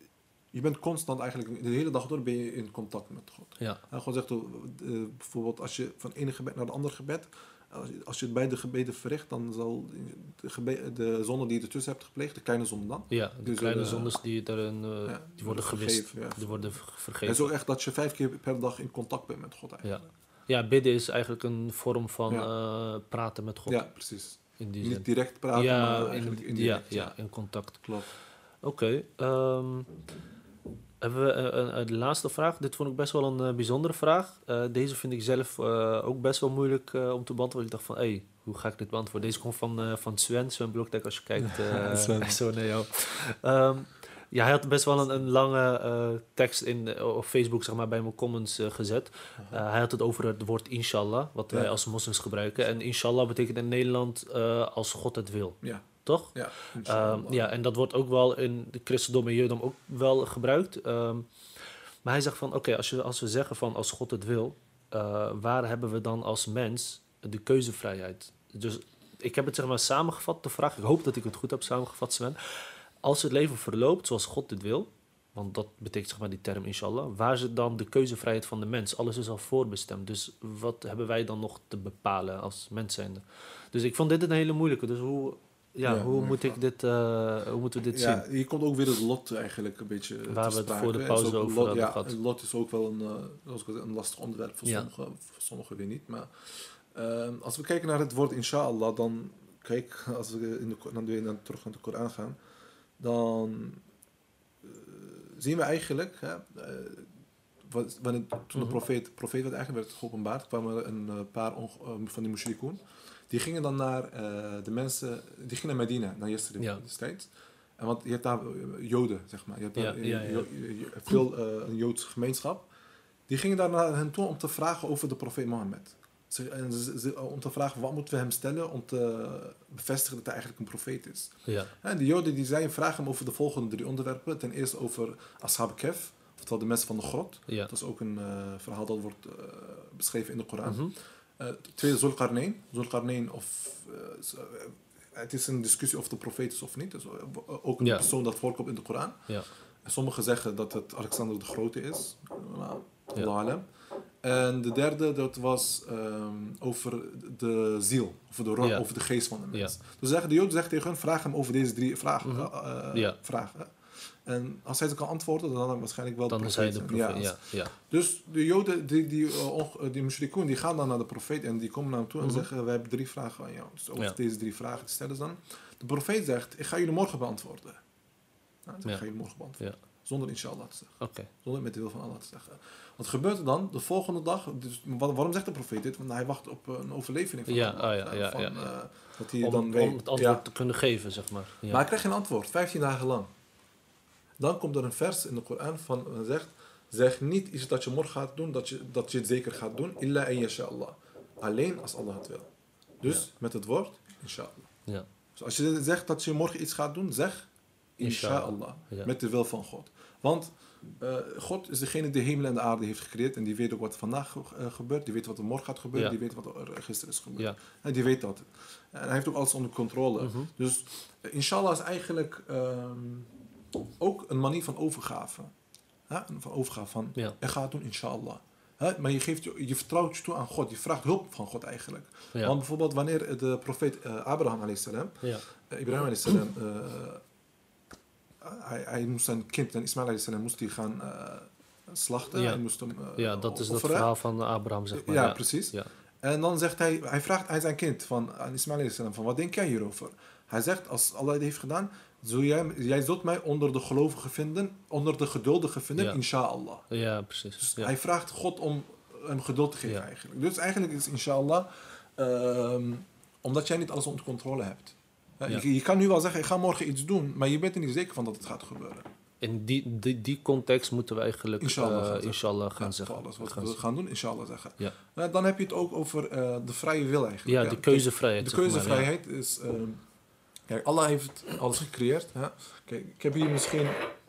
je bent constant eigenlijk, de hele dag door ben je in contact met God. Ja. En gewoon zegt, uh, bijvoorbeeld als je van ene gebed naar de andere gebed, als je, als je het beide gebeden verricht, dan zal de, gebe- de zonde die je ertussen hebt gepleegd, de kleine zonde dan. Ja, de dus kleine uh, zondes die, daarin, uh, ja, die worden gewist, ja. die worden vergeven. En zo echt dat je vijf keer per dag in contact bent met God eigenlijk. Ja, ja bidden is eigenlijk een vorm van ja. uh, praten met God. Ja, precies. In die Niet zin. direct praten, ja, maar in, eigenlijk indirect. Ja, ja, in contact. Klopt. Oké. Okay, um, hebben we uh, uh, de laatste vraag. Dit vond ik best wel een uh, bijzondere vraag. Uh, deze vind ik zelf uh, ook best wel moeilijk uh, om te beantwoorden. Ik dacht van, hé, hey, hoe ga ik dit beantwoorden? Deze komt van, uh, van Sven, Sven Bloktek, als je kijkt. Uh, zo naar jou. Um, ja, hij had best wel een, een lange uh, tekst in, uh, op Facebook, zeg maar, bij mijn comments uh, gezet. Uh, hij had het over het woord inshallah, wat ja. wij als moslims gebruiken. En inshallah betekent in Nederland uh, als God het wil. Ja. Toch? Ja, um, ja, en dat wordt ook wel in de christendom en judendom ook wel gebruikt. Um, maar hij zegt van, oké, okay, als, als we zeggen van als God het wil, uh, waar hebben we dan als mens de keuzevrijheid? Dus ik heb het zeg maar samengevat, de vraag. Ik hoop dat ik het goed heb samengevat, Sven. Als het leven verloopt zoals God dit wil, want dat betekent zeg maar die term inshallah, waar zit dan de keuzevrijheid van de mens? Alles is al voorbestemd. Dus wat hebben wij dan nog te bepalen als mens zijnde? Dus ik vond dit een hele moeilijke. Dus hoe... Ja, ja, hoe, moet ik dit, uh, hoe moeten we dit ja, zien? Hier komt ook weer het lot eigenlijk een beetje waar te we het sprake. voor de pauze over lot, hadden ja, gehad. Het lot is ook wel een, uh, zoals ik zei, een lastig onderwerp voor ja. sommigen, voor sommigen weer niet. Maar uh, als we kijken naar het woord inshallah, dan kijk, als we in de, dan weer naar, terug naar de Koran gaan, dan uh, zien we eigenlijk, hè, uh, wat, wanneer, toen mm-hmm. de profeet, profeet werd eigenlijk werd geopenbaard, kwamen er een uh, paar onge- uh, van die mushrikoen. Die gingen dan naar uh, de mensen, die gingen naar Medina, naar Yathrib ja. destijds. En want je hebt daar uh, Joden, zeg maar. Je hebt daar ja, ja, ja. Jo- jo- veel uh, een Joodse gemeenschap. Die gingen daar naar hen toe om te vragen over de profeet Mohammed. Ze, en ze, ze- om te vragen wat moeten we hem stellen om te bevestigen dat hij eigenlijk een profeet is. Ja. En de Joden die zeiden, vragen hem over de volgende drie onderwerpen. Ten eerste over Ashab Kef, oftewel de mensen van de grot. Ja. Dat is ook een uh, verhaal dat wordt uh, beschreven in de Koran. Mhm. Uh, tweede, Zulkarnein. Zulkarnein of... Uh, uh, het is een discussie of de profeet is of niet. Dus, uh, ook een Ja. persoon dat voorkomt in de Koran. Ja. Sommigen zeggen dat het Alexander de Grote is. Nou, Ja. Allah alam. En de derde, dat was um, over de ziel, over de, ro- Ja. over de geest van de mens. Ja. Dus zeggen, de Joden zegt tegen hen, vraag hem over deze drie vragen. Mhm. uh, Ja. vragen. En als hij ze kan antwoorden, dan had hij waarschijnlijk wel Dan de is hij de profeet. profeet. Ja. Ja. Dus de Joden, die, die, uh, on- die mushrikoen, die gaan dan naar de profeet en die komen naar hem toe en Mhm. zeggen, wij hebben drie vragen aan jou. Dus over Ja. deze drie vragen stellen ze dan. De profeet zegt, ik ga jullie morgen beantwoorden. Nou, ik Ja. ga jullie morgen beantwoorden. Ja. Zonder inshallah te zeggen. Oké. Zonder met de wil van Allah te zeggen. Wat gebeurt er dan? De volgende dag, dus, wa- waarom zegt de profeet dit? Want hij wacht op uh, een overlevering van Ja, Allah. ah, ja, ja, van, ja. uh, dat hij Om, dan weet. om het antwoord Ja. te kunnen geven, zeg maar. Ja. Maar hij krijgt geen antwoord, vijftien dagen lang. Dan komt er een vers in de Koran van uh, zegt, zeg niet iets dat je morgen gaat doen, dat je, dat je het zeker gaat doen, illa en yasha'Allah. Alleen als Allah het wil. Dus Ja. met het woord, inshallah. Ja. Dus als je zegt dat je morgen iets gaat doen, zeg inshallah. Ja. Met de wil van God. Want uh, God is degene die de hemel en de aarde heeft gecreëerd. En die weet ook wat vandaag uh, gebeurt. Die weet wat er morgen gaat gebeuren. Ja. Die weet wat er gisteren is gebeurd. Ja. En die weet dat. En hij heeft ook alles onder controle. Mhm. Dus uh, inshallah is eigenlijk um, ook een manier van overgave. Huh? Van overgave van, Ja. ik ga het doen inshallah. Huh? Maar je, geeft, je, je vertrouwt je toe aan God. Je vraagt hulp van God eigenlijk. Ja. Want bijvoorbeeld wanneer de profeet uh, Abraham alayhi salam, Ja. uh, Ibrahim alayhi salam, uh, hij, hij moest zijn kind, en Ismail alayhi salam, moest hij gaan uh, slachten. Ja. Hij moest hem uh, Ja, dat is het offeren. verhaal van Abraham, zeg maar. Ja, Ja. precies. Ja. En dan zegt hij, hij vraagt aan zijn kind, van, aan Ismail alayhi salam, van wat denk jij hierover? Hij zegt, als Allah het heeft gedaan, zul jij, jij zult mij onder de gelovigen vinden, onder de geduldigen vinden, Ja. inshallah. Ja, precies. Dus Ja. hij vraagt God om hem geduld te geven Ja. eigenlijk. Dus eigenlijk is inshallah, um, omdat jij niet alles onder controle hebt. Ja, Ja. je, je kan nu wel zeggen, ik ga morgen iets doen, maar je bent er niet zeker van dat het gaat gebeuren. In die, die, die context moeten we eigenlijk Inshallah uh, gaan zeggen. inshallah gaan Ja, zeggen. voor alles wat Gaan we zeggen. gaan doen, inshallah zeggen. Ja. Nou, dan heb je het ook over uh, de vrije wil eigenlijk. Ja, de keuzevrijheid. De zeg maar, keuzevrijheid is... Um, kijk, Allah heeft alles gecreëerd. Hè? Kijk, ik heb hier misschien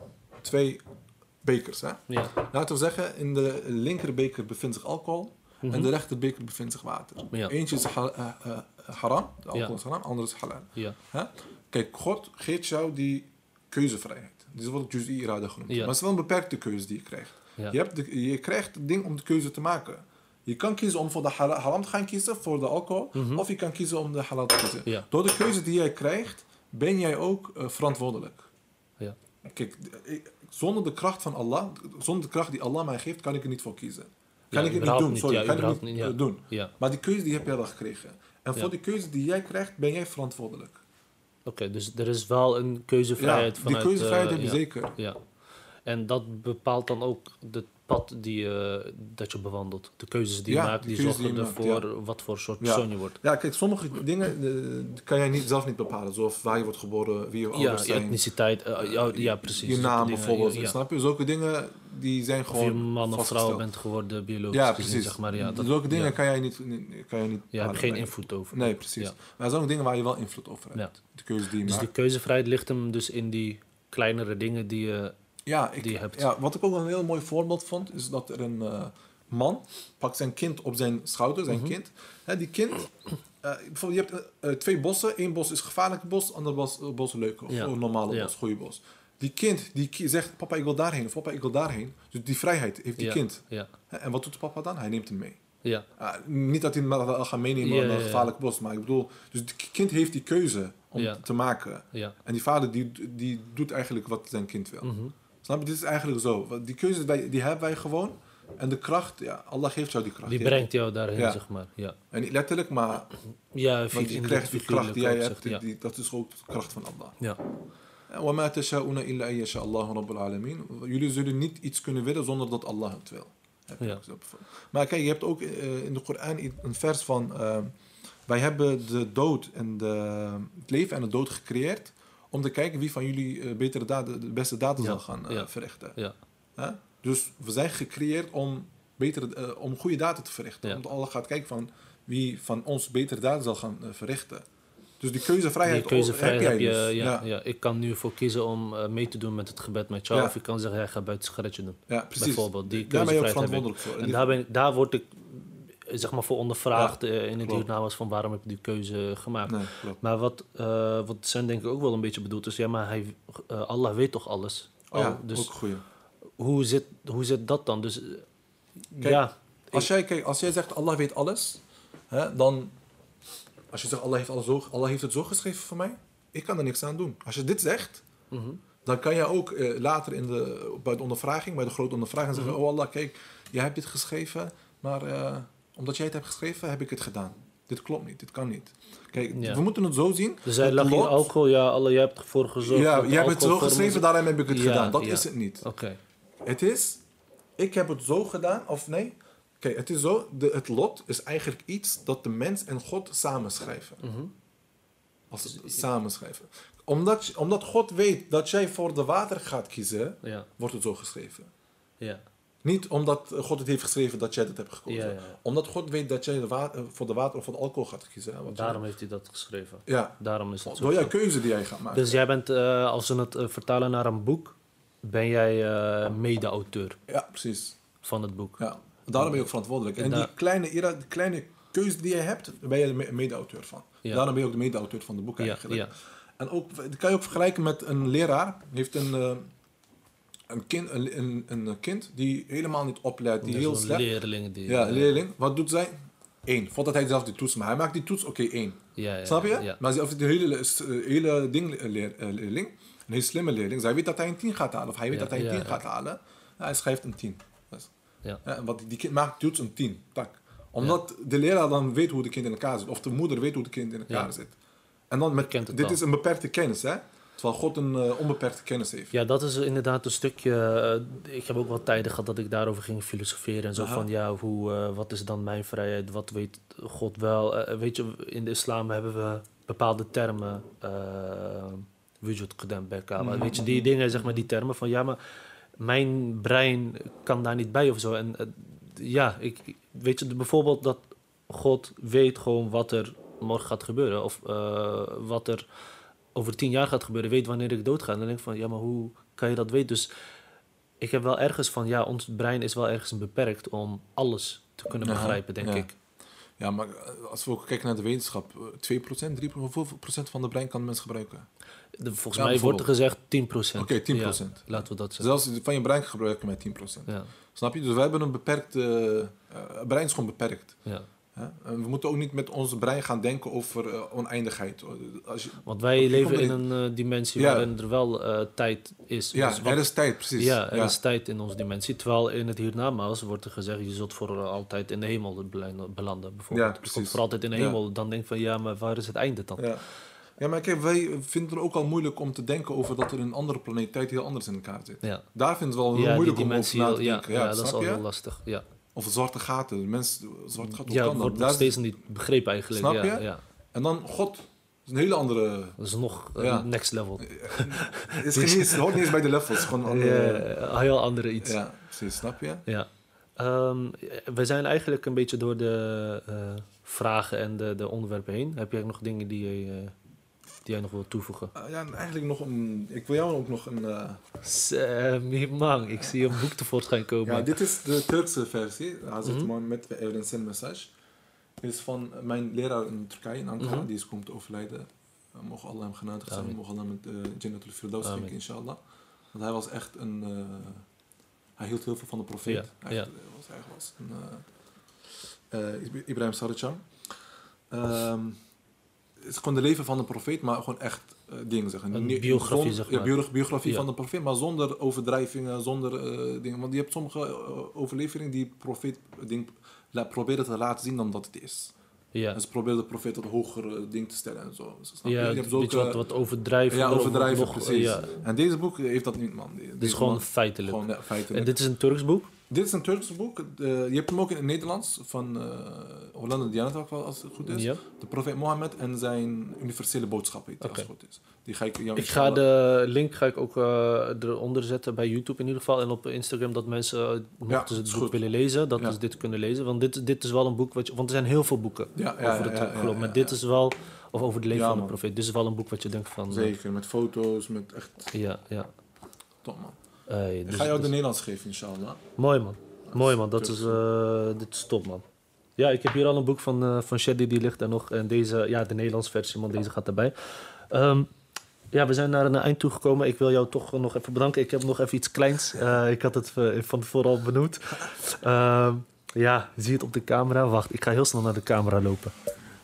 twee bekers. Hè? Ja. Ja. Laten we zeggen, in de linkerbeker bevindt zich alcohol. Mhm. En de rechterbeker bevindt zich water. Ja. Eentje is ha- uh, uh, haram, de alcohol Ja. is haram, andere is halal. Ja. Hè? Kijk, God geeft jou die keuzevrijheid. Die wordt juz'i irada genoemd. Ja. Maar het is wel een beperkte keuze die je krijgt. Ja. Je, hebt de, je krijgt het ding om de keuze te maken. Je kan kiezen om voor de hara- haram te gaan kiezen, voor de alcohol. Mhm. Of je kan kiezen om de halal te kiezen. Ja. Door de keuze die jij krijgt, ben jij ook uh, verantwoordelijk. Ja. Kijk, ik- zonder de kracht van Allah, zonder de kracht die Allah mij geeft, kan ik er niet voor kiezen. Kan Ja, ik het niet überhaupt doen, niet. sorry, Ja, kan ik het überhaupt niet niet, ja. uh, doen. Ja. Maar die keuze die heb jij wel gekregen. En Ja. voor die keuze die jij krijgt, ben jij verantwoordelijk. Oké, dus er is wel een keuzevrijheid Ja, vanuit... die keuzevrijheid uh, heb je ja. zeker. Ja. En dat bepaalt dan ook het pad die, uh, dat je bewandelt. De keuzes die Ja, je maakt, die die keuzes zorgen die je maakt, ervoor wat voor soort Ja. persoon je wordt. Ja, kijk, sommige dingen uh, kan jij niet, zelf niet bepalen. Zoals waar je wordt geboren, wie je Ja, ouders je zijn. etniciteit, uh, ja, ja, precies. Je Zulke naam dingen, bijvoorbeeld, ja. snap je? Zulke dingen die zijn Of gewoon je man of vrouw vastgesteld. bent geworden, biologisch Ja, gezien, precies. zeg maar. Ja, dat, Zulke dingen ja. kan jij niet, niet, kan jij niet Ja, heb je geen bepalen. invloed over. Nee, precies. Ja. Maar er zijn ook dingen waar je wel invloed over hebt. Ja. De keuze die je Dus maakt. de keuzevrijheid ligt hem dus in die kleinere dingen die je... Ja, ik, die je hebt. ja, wat ik ook een heel mooi voorbeeld vond, is dat er een uh, man pakt zijn kind op zijn schouder, zijn Mhm. kind. Hè, die kind, uh, bijvoorbeeld je hebt uh, twee bossen. Eén bos is een gevaarlijk bos, ander bos, uh, bos een leuke, of Ja. een normale Ja. bos, goede bos. Die kind die ki- zegt, papa ik wil daarheen, of papa ik wil daarheen. Dus die vrijheid heeft die ja, kind. Ja, Hè, en wat doet papa dan? Hij neemt hem mee. ja, Uh, niet dat hij hem al gaat meenemen Ja, naar ja, een ja. gevaarlijk bos, maar ik bedoel, dus het kind heeft die keuze om Ja. te maken. ja. En die vader die, die doet eigenlijk wat zijn kind wil. Mhm. Snap je? Dit is eigenlijk zo. Want die keuzes wij, die hebben wij gewoon. En de kracht, ja, Allah geeft jou die kracht. Die Ja. brengt jou daarheen, Ja. zeg maar. Ja, En niet letterlijk, maar ja want je figuurlijk- krijgt die kracht die jij figuurlijk hebt, ook die, gezegd, die- dat is ook de kracht van Allah. Ja. En وَمَا تَشَاءُونَ إِلَّا أَن يَشَاءَ اللَّهُ رَبُّ الْعَالَمِينَ. Jullie zullen niet iets kunnen willen zonder dat Allah het wil. Heb je Ja. ook gezegd. Maar kijk, je hebt ook uh, in de Koran een vers van... Uh, wij hebben de dood en de, het leven en de dood gecreëerd... om te kijken wie van jullie uh, betere daden, de beste daden Ja. zal gaan uh, Ja. verrichten. Ja. Hè? Dus we zijn gecreëerd om, betere, uh, om goede daden te verrichten. Ja. Omdat Allah gaat kijken van wie van ons beter daden zal gaan uh, verrichten. Dus die keuzevrijheid, Die keuzevrijheid heb heb jij je, dus. ja, Ja. ja. Ik kan nu ervoor kiezen om uh, mee te doen met het gebed met jou. Ja. Of ik kan zeggen, jij gaat buiten sigaretje doen. Ja, precies. Bijvoorbeeld, die Daar ben je ook keuzevrijheid heb ik. verantwoordelijk voor. En En die- daar, ben, ik- daar word ik eh, zeg maar voor ondervraagd Ja, uh, in het klopt. hiernaast van waarom heb ik die keuze gemaakt. Nee, klopt. Maar wat, uh, wat Sen denk ik ook wel een beetje bedoelt is, ja, maar hij, uh, Allah weet toch alles? Oh ja, Al, dus ook een goeie. hoe zit, hoe zit dat dan? Dus uh, Kijk, ja, Als jij, kijk, als jij zegt Allah weet alles, hè, dan... Als je zegt Allah heeft, alles zo, Allah heeft het zo geschreven voor mij, ik kan er niks aan doen. Als je dit zegt, mhm. dan kan je ook eh, later in de, bij de ondervraging, bij de grote ondervraging zeggen... Mhm. Oh Allah, kijk, jij hebt dit geschreven, maar uh, omdat jij het hebt geschreven, heb ik het gedaan. Dit klopt niet, dit kan niet. Kijk, Ja. we moeten het zo zien. Dus hij het lag in lot- alcohol, ja, Allah, jij hebt ervoor gezorgd. Ja, dat jij hebt het zo alcohol voor geschreven, ons- daarom heb ik het Ja, gedaan. Dat ja. is het niet. Oké, Het is, ik heb het zo gedaan, of nee? Kijk, het is zo, de, het lot is eigenlijk iets dat de mens en God samenschrijven. mhm. Als het samenschrijven. Omdat, je- omdat God weet dat jij voor de water gaat kiezen, ja, wordt het zo geschreven. ja, Niet omdat God het heeft geschreven dat jij dat hebt gekozen. Ja, ja, ja. Omdat God weet dat jij de wa- eh, voor de water of voor de alcohol gaat kiezen. hè, wat je- daarom heeft hij dat geschreven. Ja, Daarom is het zo. door jouw keuze die jij gaat maken. Dus jij bent, uh, als we het uh, vertalen naar een boek, ben jij uh, mede-auteur Ja, precies. van het boek. Ja. Daarom ben je ook verantwoordelijk. En En die daar- kleine, ira- die kleine keuze die jij hebt, ben je de me- mede-auteur van. Ja. Daarom ben je ook de mede-auteur van de boek Ja, eigenlijk. ja. En ook, dat kan je ook vergelijken met een leraar. Die heeft een, eh, een, kind, een, een, een kind die helemaal niet opleidt, die Ja, heel zo'n slecht... leerling die... Ja, uh, leerling. Wat doet zij? Eén. Voordat hij zelf die toets maakt. Hij maakt die toets, oké, één. ja, ja, Snap je? Ja. Maar als hij een hele, eh, hele ding, leer, eh, leerling, een hele slimme leerling, zij weet dat hij een tien gaat halen. Of hij weet Ja, dat hij een ja, tien ja. gaat halen. Ja, hij schrijft een tien. Dus, Ja. ja, en wat die kind maakt, toets een tien. Tak. Omdat de leraar dan weet hoe de kind in elkaar zit. Of de moeder weet hoe de kind in elkaar Ja. zit. En dan met, Kent het dit al. is een beperkte kennis, hè? Terwijl God een eh, onbeperkte kennis heeft. Ja, dat is inderdaad een stukje. uh, ik heb ook wel tijden gehad dat ik daarover ging filosoferen en zo Aha. van ja, hoe, uh, wat is dan mijn vrijheid? Wat weet God wel? Uh, weet je, in de islam hebben we bepaalde termen. Wujud qadam beka. Maar weet je, die dingen, zeg maar, die termen van ja, maar mijn brein kan daar niet bij of zo. En uh, ja, ik, ik- weet je, bijvoorbeeld dat God weet gewoon wat er morgen gaat gebeuren. Of uh, wat er over tien jaar gaat gebeuren, weet wanneer ik doodga. En dan denk ik van, ja, maar hoe kan je dat weten? Dus ik heb wel ergens van, ja, ons brein is wel ergens beperkt om alles te kunnen Aha, begrijpen, denk ja. ik. Ja, maar eh, als we ook kijken naar de wetenschap, eh, twee procent, drie procent, hoeveel procent van de brein kan de mens gebruiken? De, volgens Ja, mij wordt er bijvoorbeeld. gezegd tien procent. Oké, tien procent. Ja, laten we dat zeggen. Zelfs van je brein gebruiken met tien procent. Ja, Snap je? Dus we hebben een beperkte... eh brein is gewoon beperkt. ja. Hè? En we moeten ook niet met ons brein gaan denken over eh, oneindigheid. Als je, Want wij je leven komt in in- een uh, dimensie Ja. waarin er wel uh, tijd is. ja, Dus wat- er is tijd, precies. ja, er is tijd in onze dimensie. Terwijl in het hiernamaals wordt er gezegd, je zult voor altijd in de hemel belanden, bijvoorbeeld. Ja, Je precies. komt voor altijd in de Ja. hemel. Dan denk ik van, ja, maar waar is het einde dan? Ja. Ja, maar kijk, wij vinden het ook al moeilijk om te denken over dat er een andere planeet tijd heel anders in elkaar zit. Ja. Daar vinden ze wel heel Ja, die moeilijk om over dimensie, na te ja, denken. ja, Ja, dat is snap al je? heel lastig. Ja, Of zwarte gaten. De mens, zwarte gaten, hoe ja kan wordt dat? nog Daar is- steeds niet begrepen eigenlijk. Snap ja, je? Ja. En dan God. Dat is een hele andere... Dat is nog uh, Ja. next level. Het is geen eens- het hoort niet eens bij de levels. Gewoon een andere... Ja, heel andere iets. Ja. Ja, precies. Snap je? Ehm, we zijn eigenlijk een beetje door de uh, vragen en de, de onderwerpen heen. Heb jij nog dingen die, je, uh, die jij nog wilt toevoegen? Uh, ja, en eigenlijk nog een... Ik wil jou ook nog een... Uh, Sammy man, ik zie een boek tevoorschijn komen. ja, dit is de Turkse versie. Hazret Mhm. Mohammed ve Evrensel Mesaj. Dit is van mijn leraar in Turkije, in Ankara. Mhm. Die is komt te overlijden. Uh, mogen Allah hem genadig zijn. Amen. Mogen Allah met uh, Jannatul Firdaus Amen. schenken, inshallah. Want hij was echt een... Uh, hij hield heel veel van de profeet. Ja, Hij ja. was, hij was een... Uh, uh, Ibrahim Sarıçam. Um, het is gewoon de leven van de profeet, maar gewoon echt uh, dingen zeggen. Een Niet- biografie, zonder- zeg Ja, maar. bio- biografie Ja. van de profeet, maar zonder overdrijvingen, zonder uh, dingen. Want je hebt sommige uh, overleveringen die profeet ding, la, proberen te laten zien dan dat het is. Ja, En ze proberen de profeet tot hoger uh, ding te stellen en zo. Snap je? ja Je een hebt beetje ook, wat, uh, wat overdrijven. ja, of overdrijven, nog- precies. Ja, En deze boek heeft dat niet, man. Die- het is deze gewoon man- feitelijk. Gewoon, ja, feitelijk. En dit is een Turks boek? Dit is een Turks boek. Uh, je hebt hem ook in het Nederlands van uh, Hollande Diana, ook wel, als het goed is. Ja. De profeet Mohammed en zijn universele boodschap, heet die, Oké. als het goed is. Die ga ik jou Ik ga de link ga ik ook uh, eronder zetten bij YouTube in ieder geval. En op Instagram dat mensen, uh, mochten Ja, ze het is boek goed. willen lezen, dat Ja. ze dit kunnen lezen. Want dit, dit is wel een boek, wat je, want er zijn heel veel boeken Ja, ja, over het ja, ja, geloof. ja, Maar ja, dit ja. is wel, of over het leven Ja, van de man. profeet. Dit is wel een boek wat je denkt van... uh, Zeker, met foto's, met echt ja, ja. top, man. Hey, Ik dus- ga jou de dus- Nederlands geven, inshallah. Mooi man. Mooi man, dat Turks. is, uh, dit is top man. Ja, ik heb hier al een boek van, uh, van Shadi, die ligt er nog. En deze, ja, de Nederlandse versie, man, deze gaat erbij. Um, ja, we zijn naar een eind toegekomen. Ik wil jou toch nog even bedanken. Ik heb nog even iets kleins. Uh, ik had het uh, van tevoren al benoemd. Uh, ja, zie je het op de camera? Wacht, ik ga heel snel naar de camera lopen.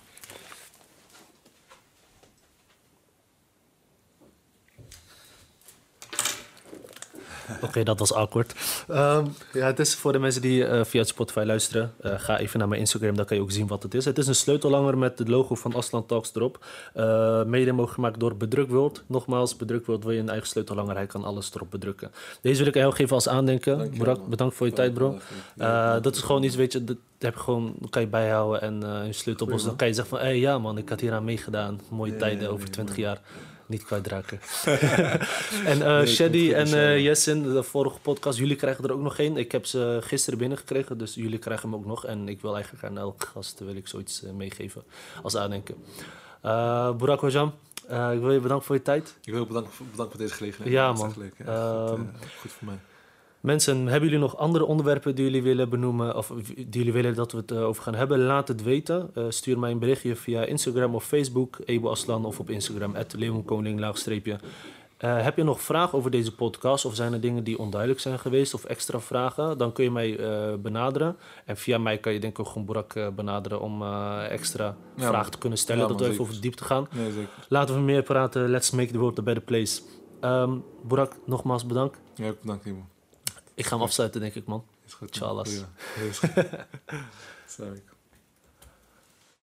Oké, okay, dat was awkward. Um, ja, het is voor de mensen die uh, via Spotify luisteren. Uh, ga even naar mijn Instagram, dan kan je ook zien wat het is. Het is een sleutelhanger met het logo van Aslan Talks erop. Uh, mede mogelijk gemaakt door Bedrukworld. Nogmaals, Bedrukworld wil je een eigen sleutelhanger. Hij kan alles erop bedrukken. Deze wil ik jou geven als aandenken. Burak, bedankt voor je tijd, bro. Uh, dat is gewoon iets, weet je, dat heb je gewoon, kan je bijhouden. En uh, een sleutelbos, dan kan je zeggen van, hé hey, ja man, ik had hier aan meegedaan. Mooie ja, tijden, ja, over twintig nee, jaar. Niet kwijtraken. en uh, nee, Shadi en uh, Jessin, de vorige podcast, jullie krijgen er ook nog één. Ik heb ze gisteren binnengekregen, dus jullie krijgen hem ook nog. En ik wil eigenlijk aan elke gast wil ik zoiets uh, meegeven als aandenken. Uh, Burak Hojam, uh, ik wil je bedanken voor je tijd. Ik wil je bedanken, bedanken voor deze gelegenheid. Ja, man. Leuk, ja. Uh, goed, uh, goed voor mij. Mensen, hebben jullie nog andere onderwerpen die jullie willen benoemen of die jullie willen dat we het uh, over gaan hebben? Laat het weten. Uh, stuur mij een berichtje via Instagram of Facebook, Ebo Aslan, of op Instagram, at leeuwenkoning, laagstreepje. Uh, heb je nog vragen over deze podcast of zijn er dingen die onduidelijk zijn geweest of extra vragen? Dan kun je mij uh, benaderen. En via mij kan je denk ik ook gewoon Burak uh, benaderen om uh, extra ja, vragen man. te kunnen stellen. Ja, dat man, we even over diep te gaan. Nee, zeker. Laten we meer praten. Let's make the world a better place. Um, Burak, nogmaals bedankt. Ja, bedankt Ebo. Ik ga hem afsluiten, denk ik, man. Is goed. Inshallah. Ja, is goed. Sorry.